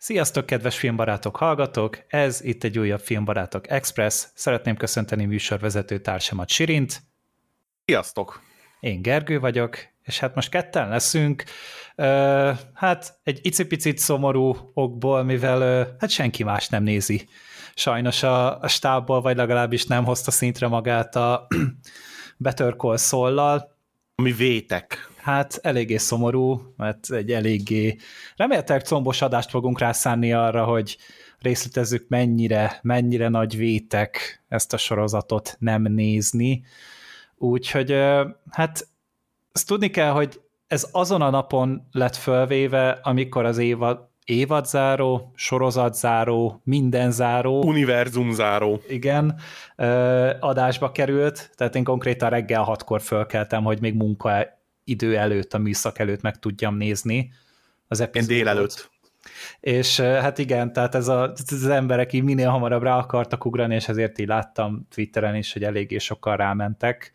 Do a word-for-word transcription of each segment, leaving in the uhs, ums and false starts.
Sziasztok, kedves filmbarátok, hallgatók! Ez itt egy újabb Filmbarátok Express. Szeretném köszönteni műsorvezető társamat, Sirint. Sziasztok! Én Gergő vagyok, és hát most ketten leszünk. Uh, hát egy icipicit szomorú okból, mivel uh, hát senki más nem nézi. Sajnos a, a stábból, vagy legalábbis nem hozta szintre magát a Better Call Saul-lal. Ami vétek. Hát eléggé szomorú, mert egy eléggé remélhetőleg combos adást fogunk rászánni arra, hogy részletezzük mennyire, mennyire nagy vétek ezt a sorozatot nem nézni. Úgyhogy hát azt tudni kell, hogy ez azon a napon lett fölvéve, amikor az évad, évadzáró, sorozatzáró, mindenzáró, univerzumzáró. Igen, adásba került, tehát én konkrétan reggel hatkor fölkeltem, hogy még munka idő előtt, a műszak előtt meg tudjam nézni az epizódot. Én délelőtt. És hát igen, tehát ez a, az emberek így minél hamarabb rá akartak ugrani, és ezért így láttam Twitteren is, hogy eléggé sokan rámentek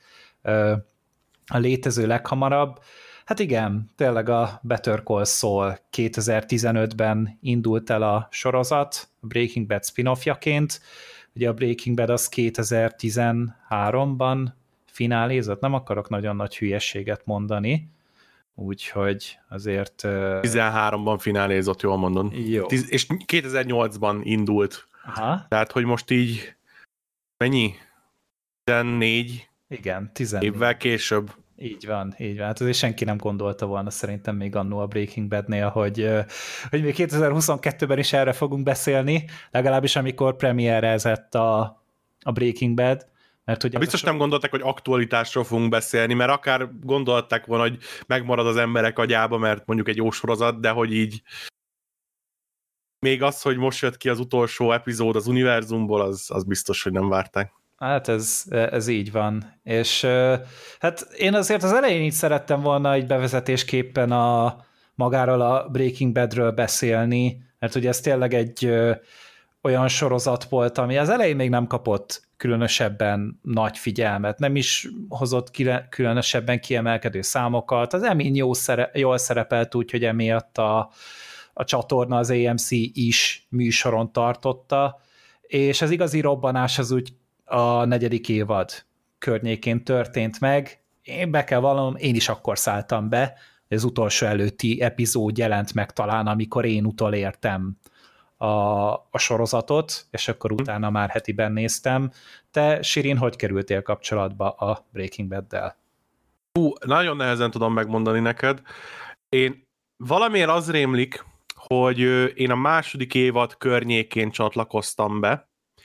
a létező leghamarabb. Hát igen, tényleg a Better Call Saul kétezer-tizenötben indult el a sorozat, a Breaking Bad spin-offjaként. Ugye a Breaking Bad az kétezer-tizenháromban finálézott, nem akarok nagyon nagy hülyességet mondani, úgyhogy azért... tizenháromban finálézott, jól mondom. Jó. Tiz- és kétezer-nyolcban indult. Aha. Tehát, hogy most így mennyi? tizennégy Igen, tizennégy évvel később. Így van, így van. Hát azért senki nem gondolta volna szerintem még annó a Breaking Badnél, hogy, hogy még kétezer-huszonkettőben is erre fogunk beszélni, legalábbis amikor premierezett a, a Breaking Bad. Mert ugye Biztos so... nem gondolták, hogy aktualitásról fogunk beszélni, mert akár gondolták volna, hogy megmarad az emberek agyába, mert mondjuk egy jó sorozat, de hogy így még az, hogy most jött ki az utolsó epizód az univerzumból, az, az biztos, hogy nem várták. Hát ez, ez így van. És hát én azért az elején így szerettem volna egy bevezetésképpen a magáról a Breaking Badről beszélni, mert ugye ez tényleg egy ö, olyan sorozat volt, ami az elején még nem kapott különösebben nagy figyelmet, nem is hozott kire, különösebben kiemelkedő számokat, az Emmy jó szere, jól szerepelt úgy, hogy emiatt a, a csatorna, az á em cé is műsoron tartotta, és az igazi robbanás az úgy a negyedik évad környékén történt meg. Én be kell vallanom, én is akkor szálltam be, az utolsó előtti epizód jelent meg talán, amikor én utolértem a, a sorozatot, és akkor utána már hetiben néztem. Te, Sirin, hogy kerültél kapcsolatba a Breaking Baddel? Hú, nagyon nehezen tudom megmondani neked. Én valamiért az rémlik, hogy én a második évad környékén csatlakoztam be,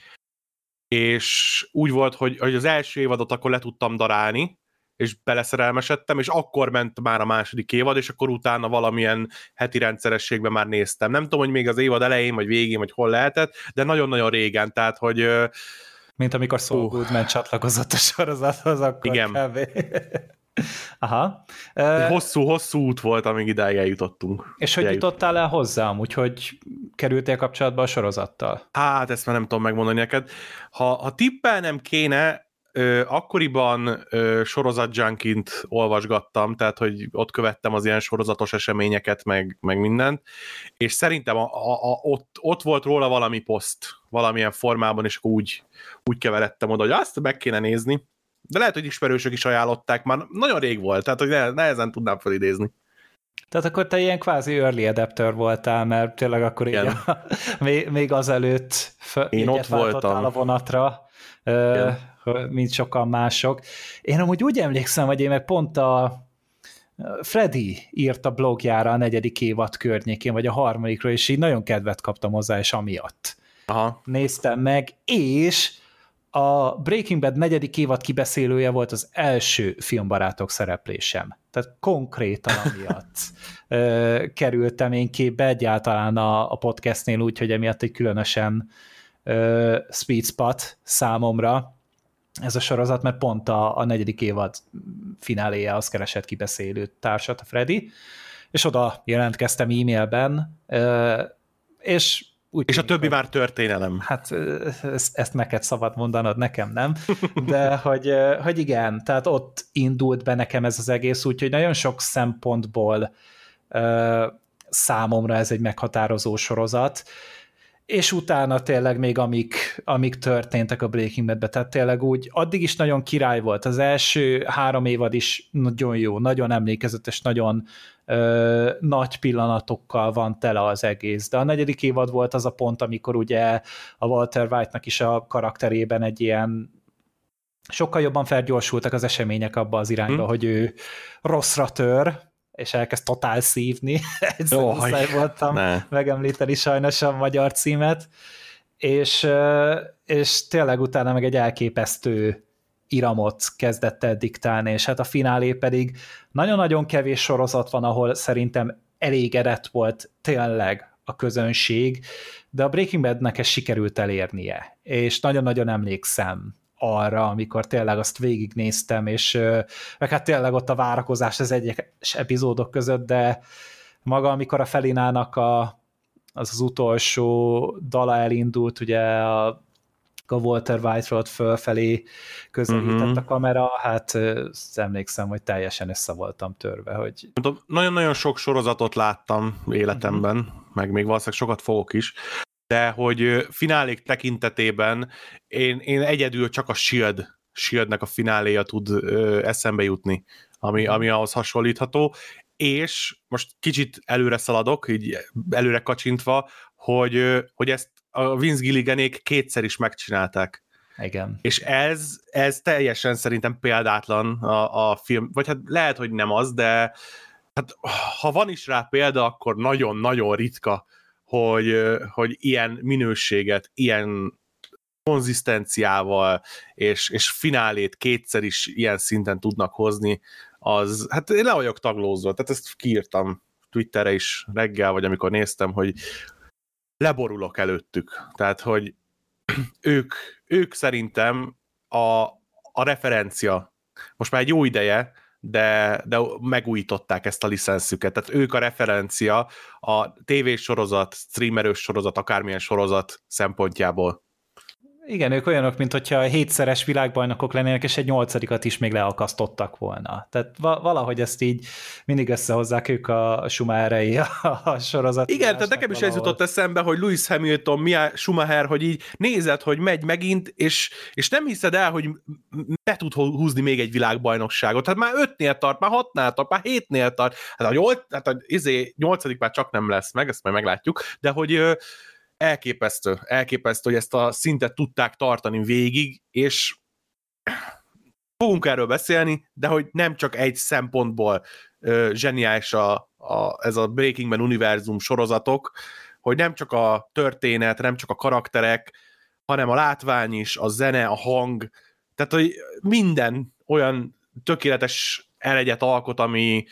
és úgy volt, hogy, hogy az első évadot akkor le tudtam darálni, és beleszerelmesedtem, és akkor ment már a második évad, és akkor utána valamilyen heti rendszerességben már néztem. Nem tudom, hogy még az évad elején, vagy végén, vagy hol lehetett, de nagyon-nagyon régen, tehát, hogy... Mint amikor Saul uh. Goodman csatlakozott a sorozathoz, akkor igen. kb. Aha. Hosszú-hosszú út volt, amíg idáig eljutottunk. És hogy jutottál el hozzám, úgyhogy kerültél kapcsolatba a sorozattal? Hát, ezt már nem tudom megmondani neked. Ha, ha tippelnem kéne, ö, akkoriban ö, sorozatjunkint olvasgattam, tehát, hogy ott követtem az ilyen sorozatos eseményeket, meg, meg mindent, és szerintem a, a, a, ott, ott volt róla valami poszt, valamilyen formában, és úgy, úgy keveredtem oda, hogy azt meg kéne nézni. De lehet, hogy ismerősök is ajánlották, már nagyon rég volt, tehát hogy nehezen tudnám felidézni. Tehát akkor te ilyen kvázi early adapter voltál, mert tényleg akkor így a, még, még azelőtt én ott voltam a vonatra, Igen. mint sokan mások. Én amúgy úgy emlékszem, hogy én meg pont a Freddy írt a blogjára a negyedik évad környékén, vagy a harmadikról, és így nagyon kedvet kaptam hozzá, és amiatt. Aha. Néztem meg, és a Breaking Bad negyedik évad kibeszélője volt az első Filmbarátok szereplésem. Tehát konkrétan amiatt ö, kerültem én képbe egyáltalán a, a podcastnél úgy, hogy emiatt egy különösen ö, sweet spot számomra ez a sorozat, mert pont a, a negyedik évad fináléje az keresett kibeszélő társat, a Freddy, és oda jelentkeztem e-mailben, ö, és Úgy és a többi már történelem. Hát ezt, ezt neked szabad mondanod, nekem nem. De hogy, hogy igen, tehát ott indult be nekem ez az egész, úgyhogy nagyon sok szempontból uh, számomra ez egy meghatározó sorozat, és utána tényleg még amik, amik történtek a Breaking Badbe, tehát tényleg úgy, addig is nagyon király volt, az első három évad is nagyon jó, nagyon emlékezetes, nagyon ö, nagy pillanatokkal van tele az egész, de a negyedik évad volt az a pont, amikor ugye a Walter White-nak is a karakterében egy ilyen sokkal jobban felgyorsultak az események abba az irányba, hmm. hogy ő rosszra tör, és elkezd totál szívni. Egyszer voltam ne. megemlíteni sajnos a magyar címet, és, és tényleg utána meg egy elképesztő iramot kezdett el diktálni, és hát a finálé pedig nagyon-nagyon kevés sorozat van, ahol szerintem elégedett volt tényleg a közönség, de a Breaking Badnek ezt sikerült elérnie, és nagyon-nagyon emlékszem arra, amikor tényleg azt végignéztem, és meg hát tényleg ott a várakozás az egyes epizódok között, de maga, amikor a Felinának a, az az utolsó dala elindult, ugye a, a Walter White Road fölfelé közelített uh-huh. a kamera, hát emlékszem, hogy teljesen össze voltam törve, hogy... Nagyon-nagyon sok sorozatot láttam életemben, uh-huh. meg még valószínűleg sokat fogok is, de hogy finálék tekintetében én, én egyedül csak a Shield, Shieldnek a fináléja tud ö, eszembe jutni, ami, ami ahhoz hasonlítható, és most kicsit előre szaladok, így előre kacsintva, hogy, hogy ezt a Vince Gilliganék kétszer is megcsinálták. Igen. És ez, ez teljesen szerintem példátlan a, a film, vagy hát lehet, hogy nem az, de hát, ha van is rá példa, akkor nagyon-nagyon ritka, hogy, hogy ilyen minőséget, ilyen konzisztenciával és, és finálét kétszer is ilyen szinten tudnak hozni, az, hát én le vagyok taglózva, tehát ezt kiírtam Twitterre is reggel, vagy amikor néztem, hogy leborulok előttük, tehát, hogy ők, ők szerintem a, a referencia, most már egy jó ideje, de, de megújították ezt a licenszüket. Tehát ők a referencia a tévésorozat, streamerős sorozat, akármilyen sorozat szempontjából. Igen, ők olyanok, mint hogyha hétszeres világbajnokok lennének, és egy nyolcadikat is még leakasztottak volna. Tehát valahogy ezt így mindig összehozzák ők a Schumacherei a, a sorozat. Igen, tehát nekem is ez jutott eszembe, hogy Lewis Hamilton, Mia Schumacher, hogy így nézed, hogy megy megint, és, és nem hiszed el, hogy be tud húzni még egy világbajnokságot. Tehát már ötnél tart, már hatnál tart, már hétnél tart. Hát a, nyolc, hát a izé, nyolcadik már csak nem lesz meg, ezt majd meglátjuk, de hogy elképesztő, elképesztő, hogy ezt a szintet tudták tartani végig, és fogunk erről beszélni, de hogy nem csak egy szempontból ö, zseniális a, a, ez a Breaking Bad univerzum sorozatok, hogy nem csak a történet, nem csak a karakterek, hanem a látvány is, a zene, a hang, tehát hogy minden olyan tökéletes elegyet alkot, ami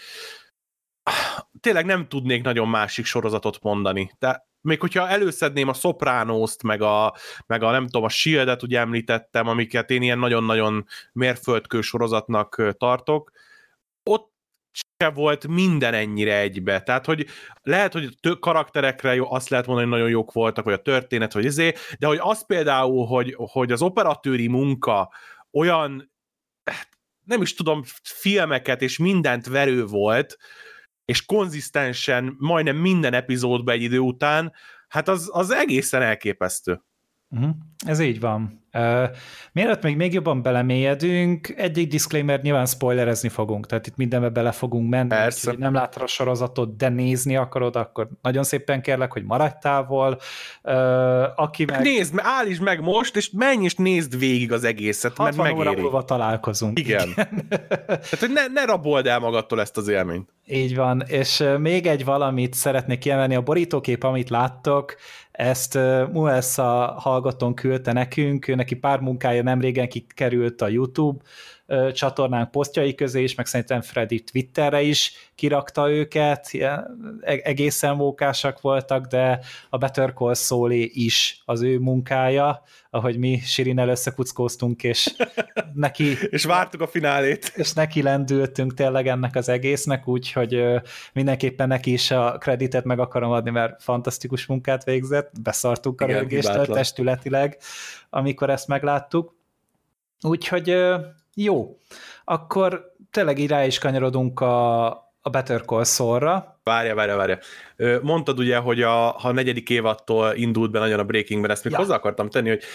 tényleg nem tudnék nagyon másik sorozatot mondani. De még hogyha előszedném a Sopranost, meg a, meg a nem tudom, a Shieldet ugye említettem, amiket én ilyen nagyon-nagyon mérföldkő sorozatnak tartok, ott se volt minden ennyire egybe. Tehát, hogy lehet, hogy tök karakterekre jó, azt lehet mondani, hogy nagyon jók voltak, vagy a történet, vagy ezé, de hogy az például, hogy, hogy az operatőri munka olyan, nem is tudom, filmeket és mindent verő volt, és konzisztensen majdnem minden epizódban egy idő után, hát az, az egészen elképesztő. Uh-huh. Ez így van. Uh, mielőtt még, még jobban belemélyedünk, egyik disclaimer, nyilván spoilerezni fogunk, tehát itt mindenbe bele fogunk menni. Persze. Hogy nem láttad a sorozatot, de nézni akarod, akkor nagyon szépen kérlek, hogy maradj távol. Uh, aki meg... Nézd, állítsd meg most, és menj és nézd végig az egészet, mert megéri. hatvan óra múlva találkozunk. Igen. Igen. Tehát, hogy ne, ne rabold el magadtól ezt az élményt. Így van, és még egy valamit szeretnék kiemelni, a borítókép, amit láttok, ezt Muesz a hallgatón küldte nekünk, ő neki pár munkája nemrégen kikerült a YouTube csatornánk posztjai közé is, meg szerintem Freddy Twitterre is kirakta őket, egészen mókásak voltak, de a Better Call Saul is az ő munkája, ahogy mi Sirinnel összekuckóztunk, és neki... és vártuk a finálét. És neki lendültünk tényleg ennek az egésznek, úgyhogy mindenképpen neki is a kreditet meg akarom adni, mert fantasztikus munkát végzett, beszartunk a rögéstől testületileg, amikor ezt megláttuk. Úgyhogy jó, akkor tényleg így rá is kanyarodunk a, a Better Call Saul-ra. Várja, várja, várja. Mondtad ugye, hogy a, ha a negyedik évattól indult be nagyon a Breaking Bad, ezt még ja. hozzá akartam tenni, hogy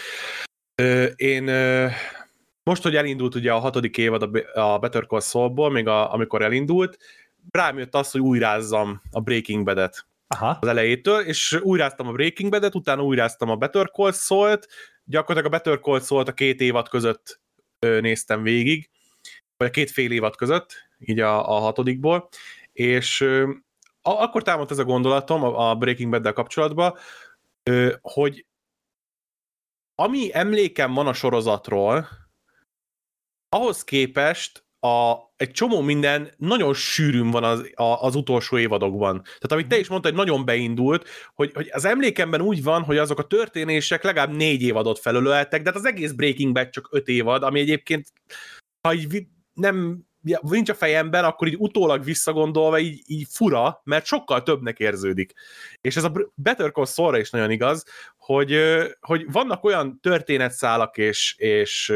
én most, hogy elindult ugye a hatodik évad a Better Call Saul-ból, még a, amikor elindult, rám jött az, hogy újrázzam a Breaking Bad-et Aha. az elejétől, és újráztam a Breaking Bad-et, utána újráztam a Better Call Saul-t, gyakorlatilag a Better Call Saul-t a két évad között néztem végig, vagy a két fél évad között, így a, a hatodikból, és ö, akkor támadt ez a gondolatom a, a Breaking Bad-del kapcsolatban, ö, hogy ami emlékem van a sorozatról, ahhoz képest a, egy csomó minden nagyon sűrűn van az, a, az utolsó évadokban. Tehát amit te is mondtad, hogy nagyon beindult, hogy, hogy az emlékemben úgy van, hogy azok a történések legalább négy évadot felöleltek, de hát az egész Breaking Bad csak öt évad, ami egyébként, ha így nem nincs a fejemben, akkor így utólag visszagondolva így, így fura, mert sokkal többnek érződik. És ez a Better Call Saul-ra is nagyon igaz, hogy, hogy vannak olyan történetszálak és, és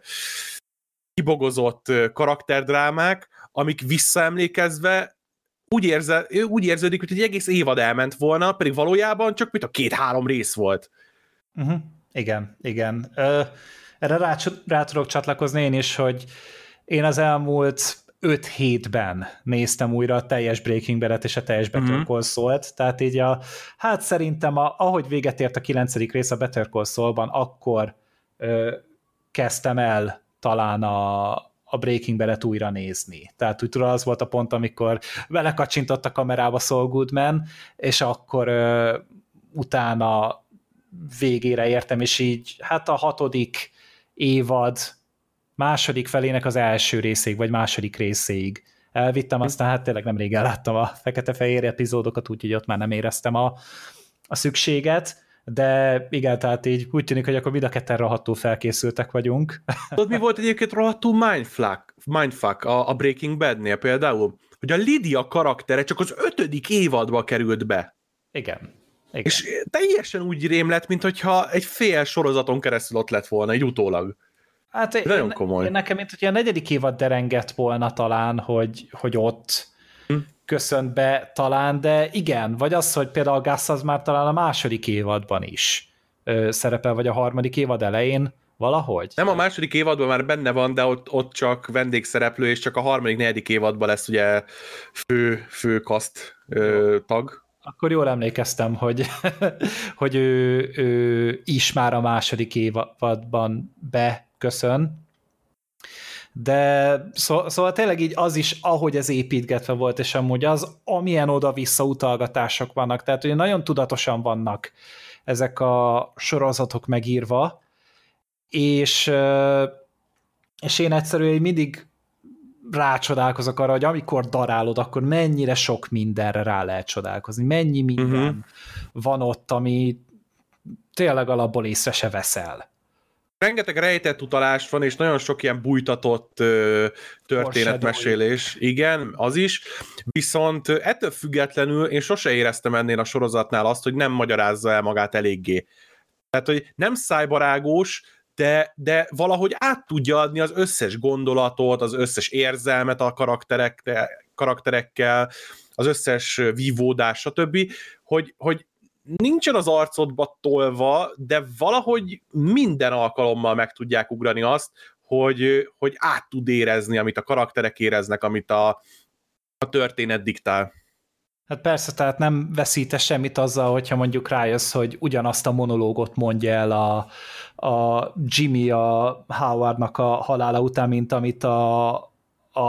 kibogozott karakterdrámák, amik visszaemlékezve úgy, érze, úgy érződik, hogy egy egész évad elment volna, pedig valójában csak mint a két-három rész volt. Uh-huh. Igen, igen. Ö, erre rá, rá tudok csatlakozni én is, hogy én az elmúlt öt hétben néztem újra a teljes Breaking Bad-et és a teljes Better uh-huh. Call Saul-t, tehát így a, hát szerintem a, ahogy véget ért a kilencedik rész a Better Call Saul-ban, akkor ö, kezdtem el talán a, a Breaking Bad-et újra nézni. Tehát úgy tudom, az volt a pont, amikor vele kacsintott a kamerába Saul Goodman, és akkor ö, utána végére értem, és így hát a hatodik évad második felének az első részéig, vagy második részéig elvittem, aztán hát tényleg nemrég elláttam a fekete-fehér epizódokat, úgyhogy ott már nem éreztem a, a szükséget, de igen, tehát így úgy tűnik, hogy akkor mind a ketten rohadtul felkészültek vagyunk. Tudod, mi volt egyébként rohadtul mindfuck, mindfuck a, a Breaking Bad-nél például? Hogy a Lydia karaktere csak az ötödik évadba került be. Igen. Igen. És teljesen úgy rém lett, mintha egy fél sorozaton keresztül ott lett volna, egy utólag. Hát nagyon én, komoly. Én nekem, mint hogy a negyedik évad derengett volna talán, hogy, hogy ott hm. köszönt be talán, de igen, vagy az, hogy például Gus az már talán a második évadban is ö, szerepel, vagy a harmadik évad elején valahogy. Nem, a második évadban már benne van, de ott, ott csak vendégszereplő, és csak a harmadik, negyedik évadban lesz ugye fő, fő kaszt ö, tag. Akkor jól emlékeztem, hogy, hogy ő, ő is már a második évadban beköszön. De szó, szóval tényleg így az is, ahogy ez építgetve volt, és amúgy az, amilyen oda-vissza utalgatások vannak, tehát ugye nagyon tudatosan vannak ezek a sorozatok megírva, és, és én egyszerűen mindig rácsodálkozok arra, hogy amikor darálod, akkor mennyire sok mindenre rá lehet csodálkozni, mennyi minden uh-huh. van ott, ami tényleg alapból észre se veszel. Rengeteg rejtett utalás van, és nagyon sok ilyen bújtatott ö, történetmesélés. Igen, az is. Viszont ettől függetlenül én sose éreztem ennél a sorozatnál azt, hogy nem magyarázza el magát eléggé. Tehát, hogy nem szájbarágós, de, de valahogy át tudja adni az összes gondolatot, az összes érzelmet a karakterek, karakterekkel, az összes vívódás, stb., hogy, hogy nincsen az arcodba tolva, de valahogy minden alkalommal meg tudják ugrani azt, hogy, hogy át tud érezni, amit a karakterek éreznek, amit a, a történet diktál. Hát persze, tehát nem veszíte semmit azzal, hogyha mondjuk rájössz, hogy ugyanazt a monológot mondja el a, a Jimmy a Howardnak a halála után, mint amit a, a,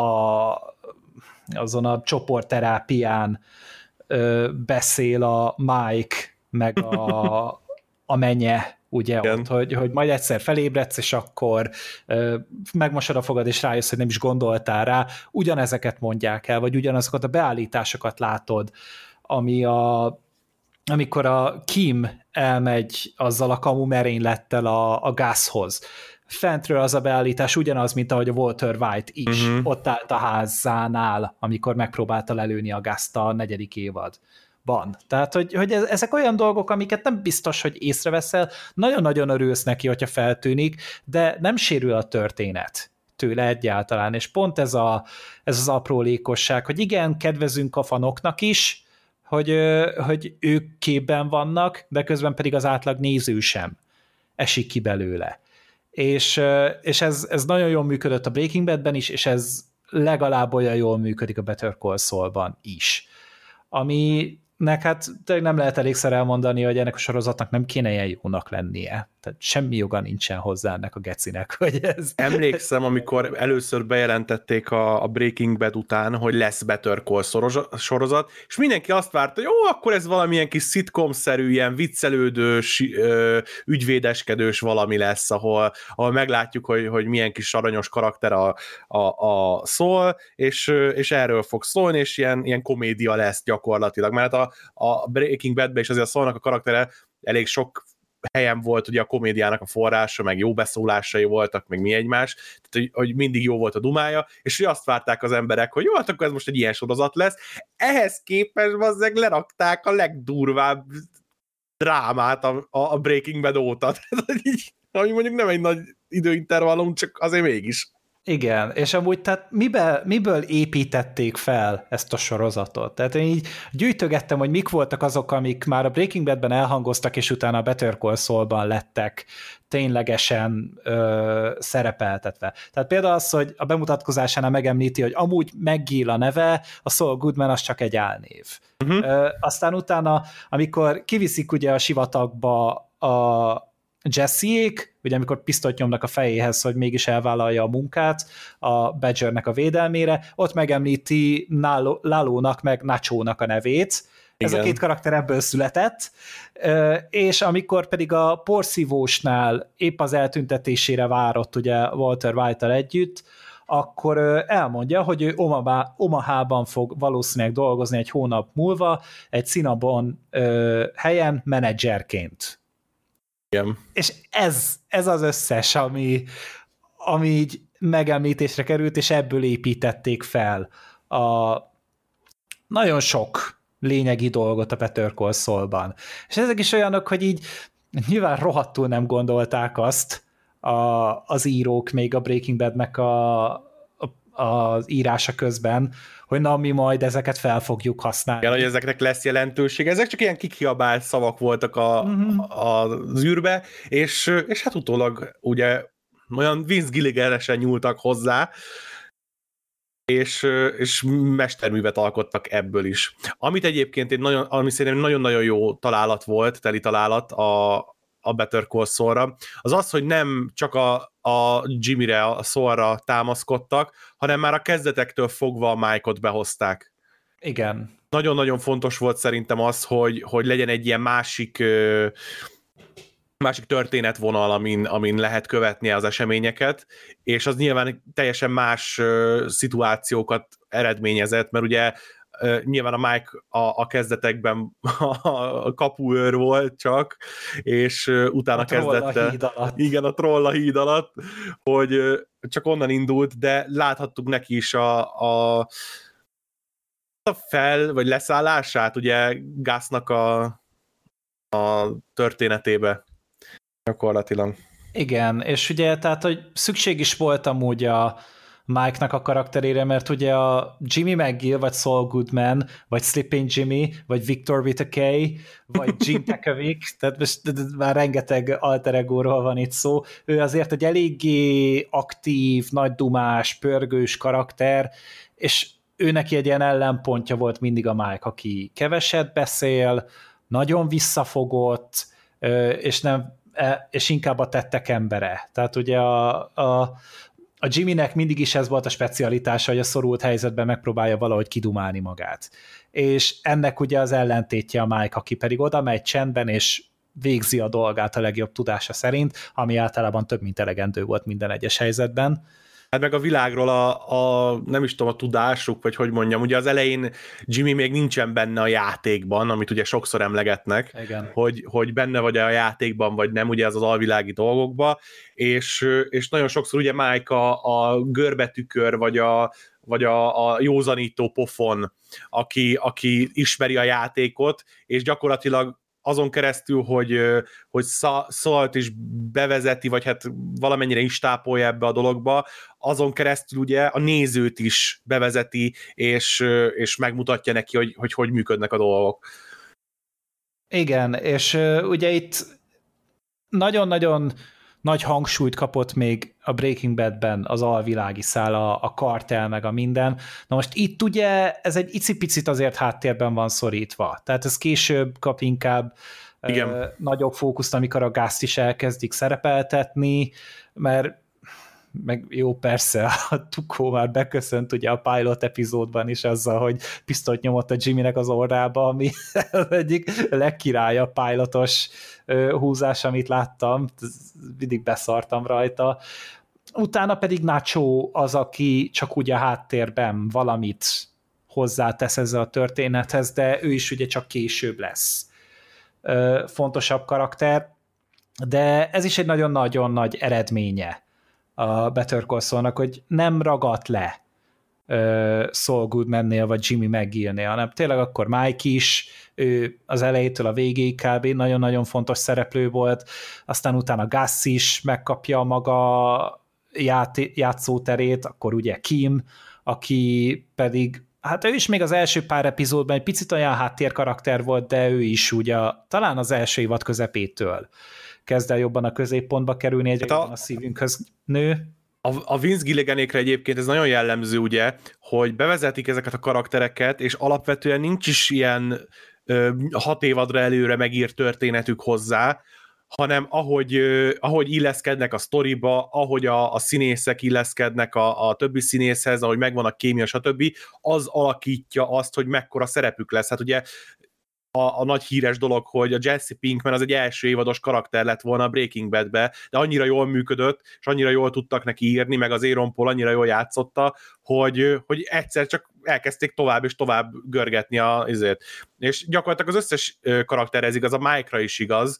azon a csoportterápián ö, beszél a Mike, meg a, a menye, ugye ott, hogy, hogy majd egyszer felébredsz, és akkor ö, megmosod a fogad, és rájössz, hogy nem is gondoltál rá, ugyanezeket mondják el, vagy ugyanazokat a beállításokat látod, ami a, amikor a Kim elmegy azzal a kamu merénylettel a, a Gushoz. Fentről az a beállítás ugyanaz, mint ahogy a Walter White is. Uh-huh. Ott állt a házánál, amikor megpróbálta lelőni a Gust a negyedik évad. Van. Tehát, hogy, hogy ezek olyan dolgok, amiket nem biztos, hogy észreveszel, nagyon-nagyon örülsz neki, hogyha feltűnik, de nem sérül a történet. tőle egyáltalán, és pont ez, a, ez az aprólékosság, hogy igen, kedvezünk a fanoknak is, hogy, hogy ők képben vannak, de közben pedig az átlag néző sem esik ki belőle. És, és ez, ez nagyon jól működött a Breaking Badben is, és ez legalább olyan jól működik a Better Call Saulban is. Aminek hát nem lehet elégszer elmondani, hogy ennek a sorozatnak nem kéne ilyen jónak lennie. Tehát semmi joga nincsen hozzá ennek a gecinek, hogy ez... Emlékszem, amikor először bejelentették a, a Breaking Bad után, hogy lesz Better Call sorozat, és mindenki azt várta, hogy jó, akkor ez valamilyen kis szitcom-szerű, ilyen viccelődős, ügyvédeskedős valami lesz, ahol, ahol meglátjuk, hogy, hogy milyen kis aranyos karakter a, a, a Saul, és, és erről fog szólni, és ilyen, ilyen komédia lesz gyakorlatilag, mert a, a Breaking Badben is azért a Saulnak a karaktere elég sok helyen volt ugye a komédiának a forrása, meg jó beszólásai voltak, meg mi egymás, tehát hogy, hogy mindig jó volt a dumája, és hogy azt várták az emberek, hogy jó, hát akkor ez most egy ilyen sorozat lesz. Ehhez képest bazzeg lerakták a legdurvább drámát a, a Breaking Bad óta. Tehát, így, ami mondjuk nem egy nagy időintervallum, csak azért mégis. Igen, és amúgy tehát miből, miből építették fel ezt a sorozatot? Tehát én így gyűjtögettem, hogy mik voltak azok, amik már a Breaking Badben elhangoztak, és utána a Better Call Saulban lettek ténylegesen ö, szerepeltetve. Tehát például az, hogy a bemutatkozásánál megemlíti, hogy amúgy McGill a neve, a Saul Goodman az csak egy álnév. Uh-huh. Ö, aztán utána, amikor kiviszik ugye a sivatagba a Jesse-ék, ugye amikor pisztolyt nyomnak a fejéhez, hogy mégis elvállalja a munkát a Badgernek a védelmére, ott megemlíti Lalónak meg Nachónak a nevét. Ez igen. A két karakter ebből született, és amikor pedig a porszívósnál épp az eltüntetésére várott ugye Walter White-tal együtt, akkor elmondja, hogy ő Omahában fog valószínűleg dolgozni egy hónap múlva, egy Cinnabon helyen menedzserként. Igen. És ez, ez az összes, ami, ami így megemlítésre került, és ebből építették fel a nagyon sok lényegi dolgot a Better Call Saulban. És ezek is olyanok, hogy így nyilván rohadtul nem gondolták azt a, az írók még a Breaking Badnek a, a, az írása közben, hogy na, mi majd ezeket fel fogjuk használni. Igen, hogy ezeknek lesz jelentőség. Ezek csak ilyen kikiabált szavak voltak a, uh-huh. a, az űrbe, és, és hát utólag ugye olyan Vince Gilligan-esen nyúltak hozzá, és, és mesterművet alkottak ebből is. Amit egyébként egy nagyon, ami szerintem nagyon-nagyon jó találat volt, teli találat a, a Better Call Saulra, az az, hogy nem csak a, a Jimmyre, a Saulra támaszkodtak, hanem már a kezdetektől fogva a Mike-ot behozták. Igen. Nagyon-nagyon fontos volt szerintem az, hogy, hogy legyen egy ilyen másik másik történetvonal, amin, amin lehet követni az eseményeket, és az nyilván teljesen más szituációkat eredményezett, mert ugye nyilván a Mike a, a kezdetekben a kapuőr volt csak, és utána a kezdett... Igen, a troll a híd alatt, hogy csak onnan indult, de láthattuk neki is a, a, a fel, vagy leszállását, ugye Gusnak a, a történetébe gyakorlatilag. Igen, és ugye tehát, hogy szükség is volt amúgy a Mike-nak a karakterére, mert ugye a Jimmy McGill, vagy Saul Goodman, vagy Slipping Jimmy, vagy Victor Whitakay, vagy Jim Takovic, tehát most már rengeteg alter egóról van itt szó, ő azért egy eléggé aktív, nagydumás, pörgős karakter, és ő neki egy ilyen ellenpontja volt mindig a Mike, aki keveset beszél, nagyon visszafogott, és nem és inkább a tettek embere. Tehát ugye a, a, a Jimmynek mindig is ez volt a specialitása, hogy a szorult helyzetben megpróbálja valahogy kidumálni magát. És ennek ugye az ellentétje a Mike, aki pedig oda megy csendben, és végzi a dolgát a legjobb tudása szerint, ami általában több mint elegendő volt minden egyes helyzetben. Hát meg a világról a, a, nem is tudom, a tudásuk, vagy hogy mondjam, ugye az elején Jimmy még nincsen benne a játékban, amit ugye sokszor emlegetnek, hogy, hogy benne vagy a játékban, vagy nem, ugye ez az alvilági dolgokban, és, és nagyon sokszor ugye Mike a, a görbetükör, vagy a, vagy a, a józanító pofon, aki, aki ismeri a játékot, és gyakorlatilag azon keresztül, hogy, hogy Salt is bevezeti, vagy hát valamennyire is tápolja ebbe a dologba, azon keresztül ugye a nézőt is bevezeti, és, és megmutatja neki, hogy, hogy hogy működnek a dolgok. Igen, és ugye itt nagyon-nagyon nagy hangsúlyt kapott még a Breaking Badben az alvilági szál, a, a kartel, meg a minden. Na most itt ugye ez egy icipicit azért háttérben van szorítva. Tehát ez később kap inkább ö, nagyobb fókuszt, amikor a Gázt is elkezdik szerepeltetni, mert meg jó, persze, a Tuco már beköszönt ugye a pilot epizódban is azzal, hogy pisztolyt nyomott a Jimmynek az orrába, ami az egyik legkirályabb pilotos húzás, amit láttam, mindig beszartam rajta. Utána pedig Nacho az, aki csak ugye a háttérben valamit hozzátesz ezzel a történethez, de ő is ugye csak később lesz fontosabb karakter, de ez is egy nagyon-nagyon nagy eredménye a Better Call Saul-nak, hogy nem ragadt le uh, Saul Goodman-nél, vagy Jimmy McGill-nél, hanem tényleg akkor Mike is, ő az elejétől a végéig kb. Nagyon-nagyon fontos szereplő volt, aztán utána Gus is megkapja maga ját- játszóterét, akkor ugye Kim, aki pedig, hát ő is még az első pár epizódban egy picit olyan háttérkarakter volt, de ő is ugye talán az első évad közepétől kezd el jobban a középpontba kerülni, egyre hát a, a szívünkhöz nő. A, a Vince Gilliganékre egyébként ez nagyon jellemző, ugye, hogy bevezetik ezeket a karaktereket, és alapvetően nincs is ilyen ö, hat évadra előre megírt történetük hozzá, hanem ahogy, ö, ahogy illeszkednek a sztoriba, ahogy a, a színészek illeszkednek a, a többi színészhez, ahogy megvan a kémia, stb., az alakítja azt, hogy mekkora szerepük lesz. Hát ugye A, a nagy híres dolog, hogy a Jesse Pinkman az egy első évados karakter lett volna a Breaking Badbe, de annyira jól működött, és annyira jól tudtak neki írni, meg az Aaron Paul annyira jól játszotta, hogy, hogy egyszer csak elkezdték tovább és tovább görgetni a izét. És gyakorlatilag az összes karakter ez igaz, a Mike-ra is igaz,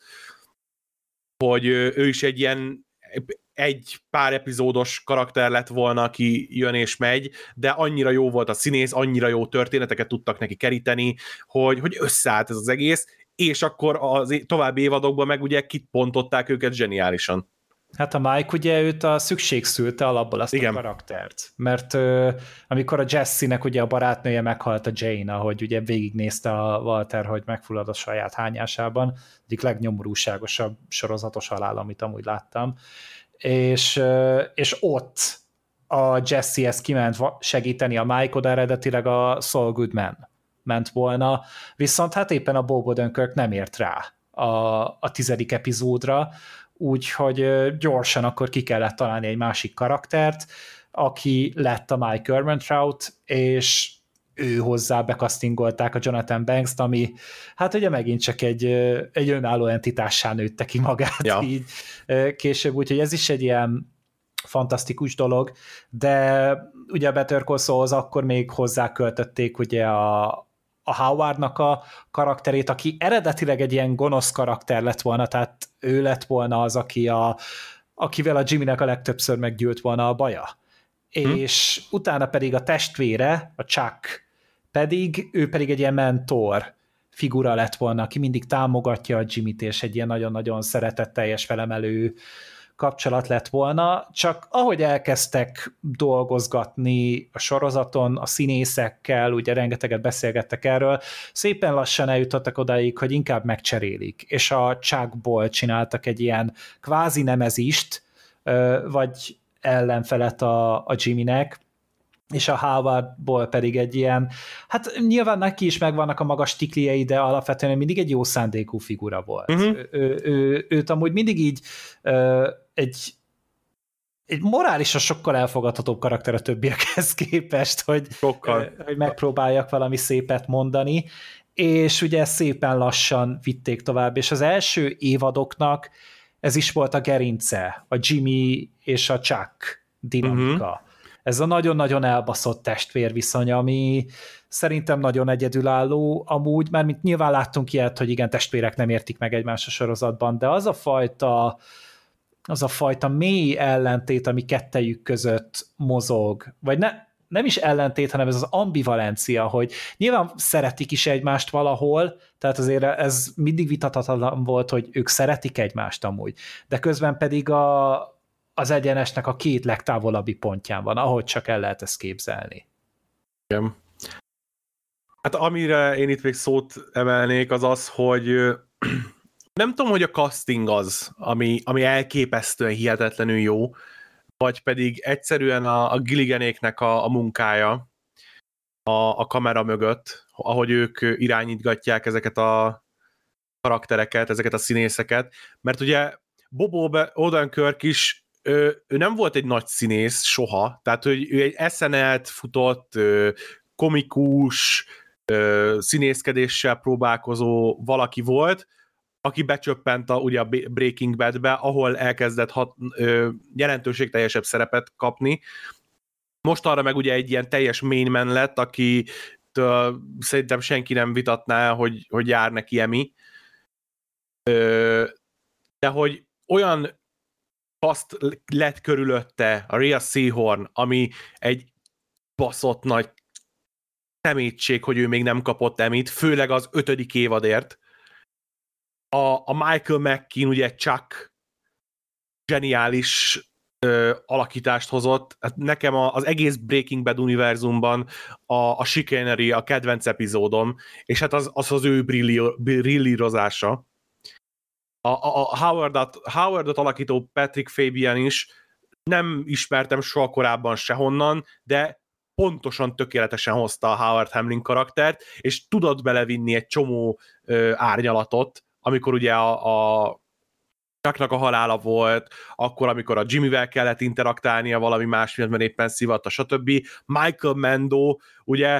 hogy ő is egy ilyen egy pár epizódos karakter lett volna, aki jön és megy, de annyira jó volt a színész, annyira jó történeteket tudtak neki keríteni, hogy, hogy összeállt ez az egész, és akkor az további évadokban meg ugye kipontották őket zseniálisan. Hát a Mike ugye őt a szükség szülte alapból azt Igen. a karaktert, mert ö, amikor a Jesse-nek ugye a barátnője meghalt, a Jane, ahogy ugye végignézte a Walter, hogy megfullad a saját hányásában, egyik legnyomorúságosabb sorozatos halál, amit amúgy láttam, és, és ott a Jesse ezt kiment segíteni a Mike, oda eredetileg a Saul Goodman ment volna, viszont hát éppen a Bob Odenkirk nem ért rá a, a tizedik epizódra, úgyhogy gyorsan akkor ki kellett találni egy másik karaktert, aki lett a Mike Ehrmantraut, és ő hozzá bekasztingolták a Jonathan Banks-t, ami hát ugye megint csak egy, egy önálló entitássá nőtte ki magát ja. így később, úgyhogy ez is egy ilyen fantasztikus dolog, de ugye a Better Call Saulhoz akkor még hozzáköltötték ugye a, a Howardnak a karakterét, aki eredetileg egy ilyen gonosz karakter lett volna, tehát ő lett volna az, aki a, akivel a Jimmynek a legtöbbször meggyűlt volna a baja. Hm. És utána pedig a testvére, a Chuck, pedig ő pedig egy ilyen mentor figura lett volna, aki mindig támogatja a Jimmyt, és egy ilyen nagyon-nagyon szeretetteljes, felemelő kapcsolat lett volna, csak ahogy elkezdtek dolgozgatni a sorozaton, a színészekkel, ugye rengeteget beszélgettek erről, szépen lassan eljutottak odáig, hogy inkább megcserélik, és a Chuckból csináltak egy ilyen kvázi nemezist, vagy ellenfelet a, a Jimmynek, és a Howardból pedig egy ilyen, hát nyilván neki is megvannak a magas stikliei, de alapvetően mindig egy jó szándékú figura volt. Uh-huh. Ő, ő, ő, őt amúgy mindig így ö, egy, egy morálisan sokkal elfogadhatóbb karakter a többiekhez képest, hogy, ö, hogy megpróbáljak valami szépet mondani, és ugye szépen lassan vitték tovább, és az első évadoknak ez is volt a gerince, a Jimmy és a Chuck dinamika. Uh-huh. Ez a nagyon-nagyon elbaszott testvérviszony, ami szerintem nagyon egyedülálló amúgy, mert mint nyilván láttunk ilyet, hogy igen, testvérek nem értik meg egymást a sorozatban, de az a fajta, az a fajta mély ellentét, ami kettejük között mozog, vagy ne, nem is ellentét, hanem ez az ambivalencia, hogy nyilván szeretik is egymást valahol, tehát azért ez mindig vitathatatlan volt, hogy ők szeretik egymást amúgy, de közben pedig a, az egyenesnek a két legtávolabbi pontján van, ahogy csak el lehet ezt képzelni. Igen. Hát amire én itt még szót emelnék, az az, hogy nem tudom, hogy a casting az, ami, ami elképesztően hihetetlenül jó, vagy pedig egyszerűen a, a Gilliganéknek a, a munkája a, a kamera mögött, ahogy ők irányítgatják ezeket a karaktereket, ezeket a színészeket, mert ugye Bob Odenkirk is, ő, ő nem volt egy nagy színész soha, tehát hogy ő egy es en el-t futott, komikus, színészkedéssel próbálkozó valaki volt, aki becsöppent a, ugye a Breaking Badbe, ahol elkezdett hat, ö, jelentőségteljesebb szerepet kapni. Most arra meg ugye egy ilyen teljes mainman lett, aki től, szerintem senki nem vitatná, hogy, hogy jár neki Emmy. Ö, de hogy olyan paszt lett körülötte a Rhea Seehorn, ami egy baszott nagy szemétség, hogy ő még nem kapott Emmyt, főleg az ötödik évadért. A, a Michael McKean, ugye Chuck zseniális ö, alakítást hozott. Hát nekem a, az egész Breaking Bad univerzumban a, a Chicanery a kedvenc epizódom, és hát az az, az ő brillírozása. A, a, a Howardot, Howardot alakító Patrick Fabian is nem ismertem soha korábban sehonnan, de pontosan tökéletesen hozta a Howard Hamlin karaktert, és tudott belevinni egy csomó ö, árnyalatot, amikor ugye a, a Chucknak a halála volt, akkor, amikor a Jimmyvel kellett interaktálnia valami más miatt, mert éppen szivatta, stb. Michael Mando, ugye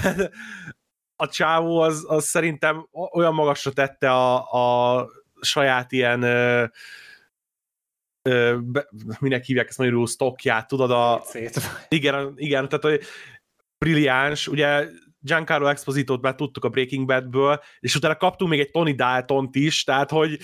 a csávó az, az szerintem olyan magasra tette a, a saját ilyen ö, ö, be, minek hívják ezt magyarul, stockját, tudod, a... Igen, igen, tehát hogy brilliáns, ugye Giancarlo Expositót be tudtuk a Breaking Badből, és utána kaptunk még egy Tony Daltont is, tehát hogy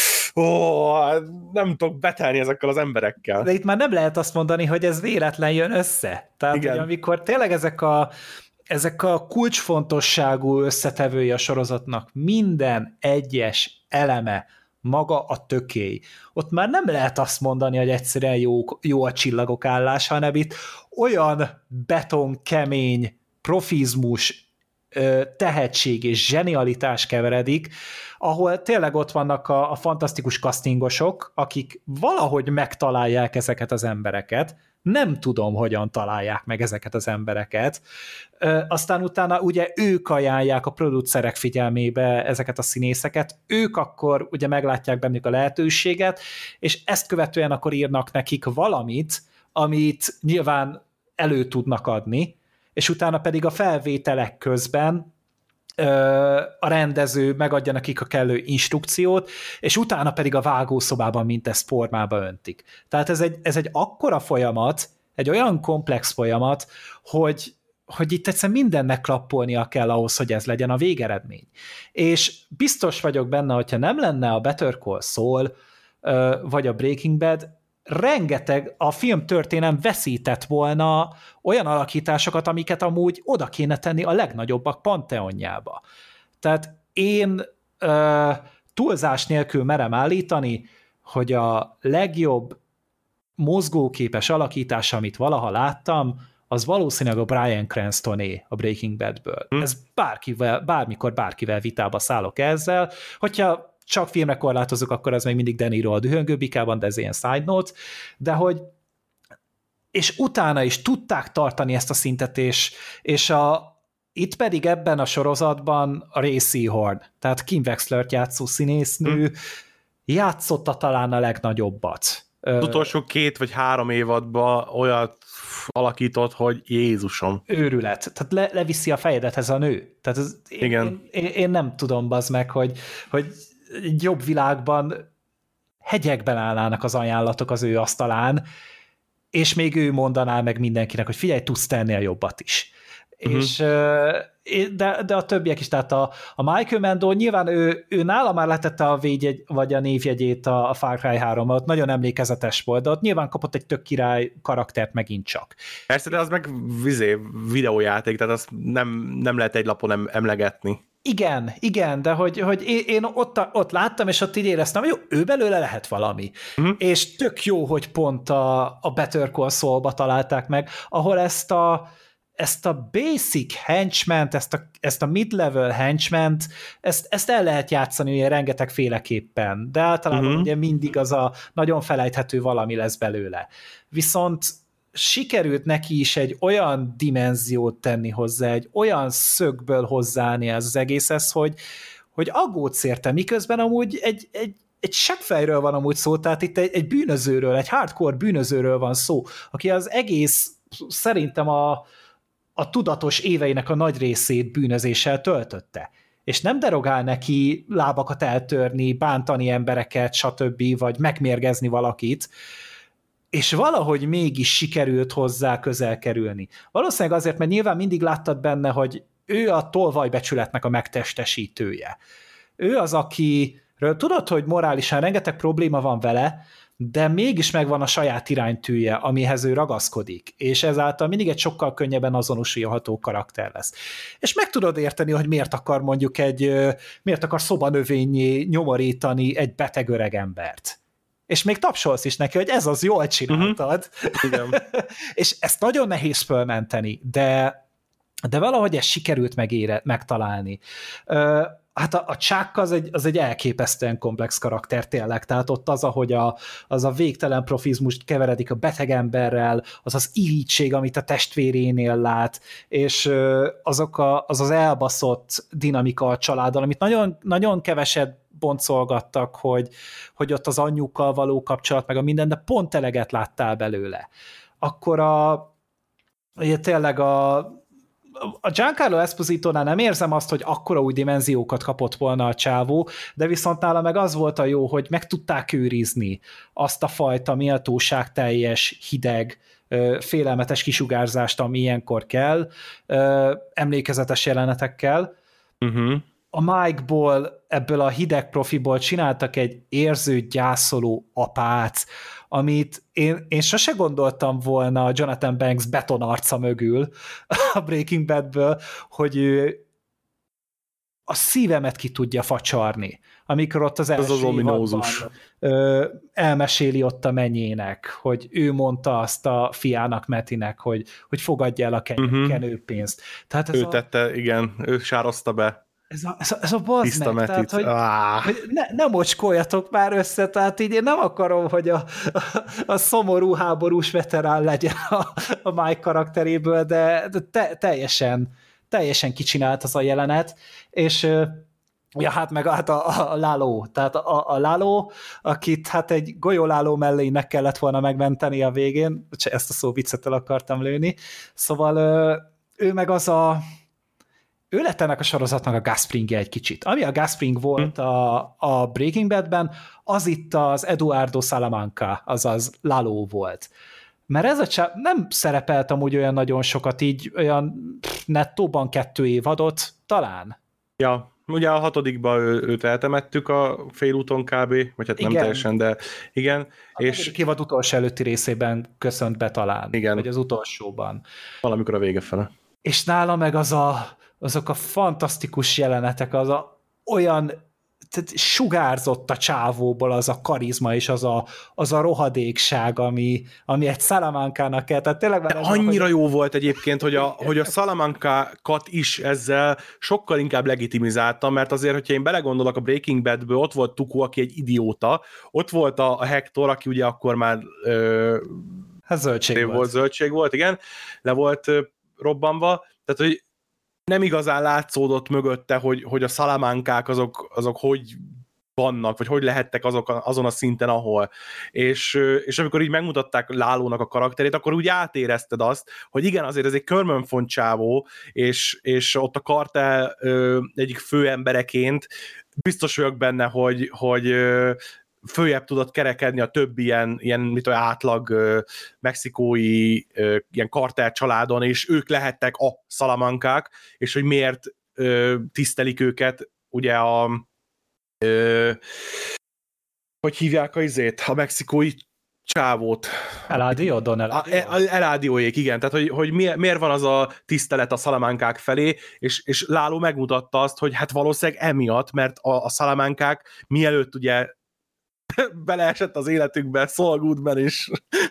ó, nem tudok betelni ezekkel az emberekkel. De itt már nem lehet azt mondani, hogy ez véletlen jön össze. Tehát, hogy amikor tényleg ezek a, ezek a kulcsfontosságú összetevői a sorozatnak, minden egyes eleme, maga a tökély. Ott már nem lehet azt mondani, hogy egyszerűen jó, jó a csillagok állás, hanem itt olyan betonkemény profizmus, tehetség és zsenialitás keveredik, ahol tényleg ott vannak a, a fantasztikus castingosok, akik valahogy megtalálják ezeket az embereket, nem tudom, hogyan találják meg ezeket az embereket, aztán utána ugye ők ajánlják a producerek figyelmébe ezeket a színészeket, ők akkor ugye meglátják bennük a lehetőséget, és ezt követően akkor írnak nekik valamit, amit nyilván elő tudnak adni, és utána pedig a felvételek közben ö, a rendező megadja nekik a kellő instrukciót, és utána pedig a vágószobában mindezt formába öntik. Tehát ez egy, ez egy akkora folyamat, egy olyan komplex folyamat, hogy, hogy itt egyszerűen mindennek klappolnia kell ahhoz, hogy ez legyen a végeredmény. És biztos vagyok benne, hogyha nem lenne a Better Call Saul, ö, vagy a Breaking Bad, rengeteg a filmtörténelem veszített volna olyan alakításokat, amiket amúgy oda kéne tenni a legnagyobbak panteonjába. Tehát én ö, túlzás nélkül merem állítani, hogy a legjobb mozgóképes alakítás, amit valaha láttam, az valószínűleg a Bryan Cranstoné a Breaking Badből. Hm. Ez bárkivel, bármikor bárkivel vitába szállok ezzel, hogyha csak filmre korlátozok, akkor az még mindig De Niro a Dühöngő bikában, de ez ilyen side note, de hogy és utána is tudták tartani ezt a szintet, és, és a, itt pedig ebben a sorozatban a Rhea Seehorn, tehát Kim Wexler-t játszó színésznő, hm. játszotta talán a legnagyobbat. Az utolsó két vagy három évadban olyat alakított, hogy Jézusom. Őrület. Tehát le, leviszi a fejedet ez a nő. Tehát ez, Igen. Én, én, én nem tudom, bazd meg, hogy, hogy egy jobb világban hegyekben állnának az ajánlatok az ő asztalán, és még ő mondaná meg mindenkinek, hogy figyelj, tudsz tenni a jobbat is. Uh-huh. És, de, de a többiek is, tehát a, a Michael Mando nyilván ő, ő nála már letette a védjegy, vagy a névjegyét a, a Far Cry három, ott nagyon emlékezetes volt, de ott nyilván kapott egy tök király karaktert megint csak. Persze, de az meg vizé, videójáték, tehát azt nem, nem lehet egy lapon em, emlegetni. Igen, igen, de hogy, hogy én ott, ott láttam, és ott így éreztem, hogy jó, ő belőle lehet valami. Uh-huh. És tök jó, hogy pont a, a Better Call Saul-ba találták meg, ahol ezt a ezt a basic henchment, ezt a, ezt a mid-level henchment, ezt, ezt el lehet játszani ugye rengeteg féleképpen, de általában uh-huh. ugye mindig az a nagyon felejthető valami lesz belőle. Viszont sikerült neki is egy olyan dimenziót tenni hozzá, egy olyan szögből hozzáállni ez az egészhez, hogy, hogy aggódsz érte, miközben amúgy egy, egy, egy seggfejről van amúgy szó, tehát itt egy, egy bűnözőről, egy hardcore bűnözőről van szó, aki az egész szerintem a a tudatos éveinek a nagy részét bűnözéssel töltötte. És nem derogál neki lábakat eltörni, bántani embereket, stb., vagy megmérgezni valakit, és valahogy mégis sikerült hozzá közel kerülni. Valószínűleg azért, mert nyilván mindig láttad benne, hogy ő a tolvajbecsületnek a megtestesítője. Ő az, akiről tudod, hogy morálisan rengeteg probléma van vele, de mégis megvan a saját iránytűje, amihez ő ragaszkodik, és ezáltal mindig egy sokkal könnyebben azonosulható karakter lesz. És meg tudod érteni, hogy miért akar mondjuk egy, miért akar szobanövényé nyomorítani egy beteg öreg embert. És még tapsolsz is neki, hogy ez az, jól csináltad. Uh-huh. És ezt nagyon nehéz fölmenteni, de, de valahogy ezt sikerült megére, megtalálni. Hát a, a Chuck az egy, az egy elképesztően komplex karakter tényleg, tehát ott az, ahogy a, az a végtelen profizmust keveredik a beteg emberrel, az az irigység, amit a testvérénél lát, és azok a, az az elbaszott dinamika a családon, amit nagyon, nagyon keveset boncolgattak, hogy, hogy ott az anyjukkal való kapcsolat, meg a minden, de pont eleget láttál belőle. Akkor a ugye tényleg a a Giancarlo Esposito-nál nem érzem azt, hogy akkora új dimenziókat kapott volna a csávó, de viszont nála meg az volt a jó, hogy meg tudták őrizni azt a fajta méltóságteljes, hideg, félelmetes kisugárzást, ami ilyenkor kell, emlékezetes jelenetekkel. Uh-huh. A Mike-ból, ebből a hideg profiból csináltak egy érző, gyászoló apát, amit én, én sose gondoltam volna Jonathan Banks betonarca mögül a Breaking Badből, hogy ő a szívemet ki tudja facsarni, amikor ott az első az évadban ö, elmeséli ott a mennyének, hogy ő mondta azt a fiának, Metinek, hogy, hogy fogadja el a ken- uh-huh. kenőpénzt. Tehát ez ő a... tette, igen, ő sározta be. Ez a, ez a, ez a bazd meg, tehát, hogy, ah. hogy ne, ne mocskoljatok már össze, tehát így én nem akarom, hogy a, a, a szomorú háborús veterán legyen a, a Mike karakteréből, de, de te, teljesen, teljesen kicsinált az a jelenet, és ja, hát meg hát a, a Lalo, tehát a, a Lalo, akit hát egy golyóláló mellé meg kellett volna megmenteni a végén, ezt a szó viccettel akartam lőni, szóval ő meg az a ő lett ennek a sorozatnak a Gus Fringje egy kicsit. Ami a Gus Fring volt a, a Breaking Badben, az itt az Eduardo Salamanca, azaz Lalo volt. Mert ez a csáv nem szerepelt amúgy olyan nagyon sokat, így olyan pff, nettóban kettő évadot talán. Ja, ugye a hatodikban ő, őt eltemettük a félúton kb, vagy hát nem igen. teljesen, de igen. A és évad utolsó előtti részében köszönt be talán, igen. Vagy az utolsóban. Valamikor a vége fele. És nála meg az a azok a fantasztikus jelenetek, az a olyan, tehát sugárzott a csávóból az a karizma és az a, az a rohadékság, ami, ami egy Salamanca-nak kell. Tehát tényleg De annyira hogy... jó volt egyébként, hogy a, hogy a Salamanca-kat is ezzel sokkal inkább legitimizáltam, mert azért, hogyha én belegondolok a Breaking Badből, ott volt Tuco, aki egy idióta, ott volt a, a Hector, aki ugye akkor már ö, hát zöldség volt. volt. Zöldség volt, igen, le volt ö, robbanva, tehát, hogy nem igazán látszódott mögötte, hogy, hogy a Salamancák azok, azok hogy vannak, vagy hogy lehettek azok a, azon a szinten, ahol. És, és amikor így megmutatták Lálónak a karakterét, akkor úgy átérezted azt, hogy igen, azért ez egy körmönfont csávó, és, és ott a kartel ö, egyik főembereként biztos vagyok benne, hogy, hogy ö, följebb tudott kerekedni a többi ilyen, ilyen mit olyan átlag ö, mexikói ö, ilyen kartel családon, és ők lehettek a Salamancák, és hogy miért ö, tisztelik őket, ugye a ö, hogy hívják a izét, a mexikói csávót. Eladio, Don Eladio? Eládioék, igen, tehát hogy, hogy miért, miért van az a tisztelet a Salamancák felé, és, és Lalo megmutatta azt, hogy hát valószínűleg emiatt, mert a, a Salamancák mielőtt ugye beleesett az életükbe Saul Goodman is,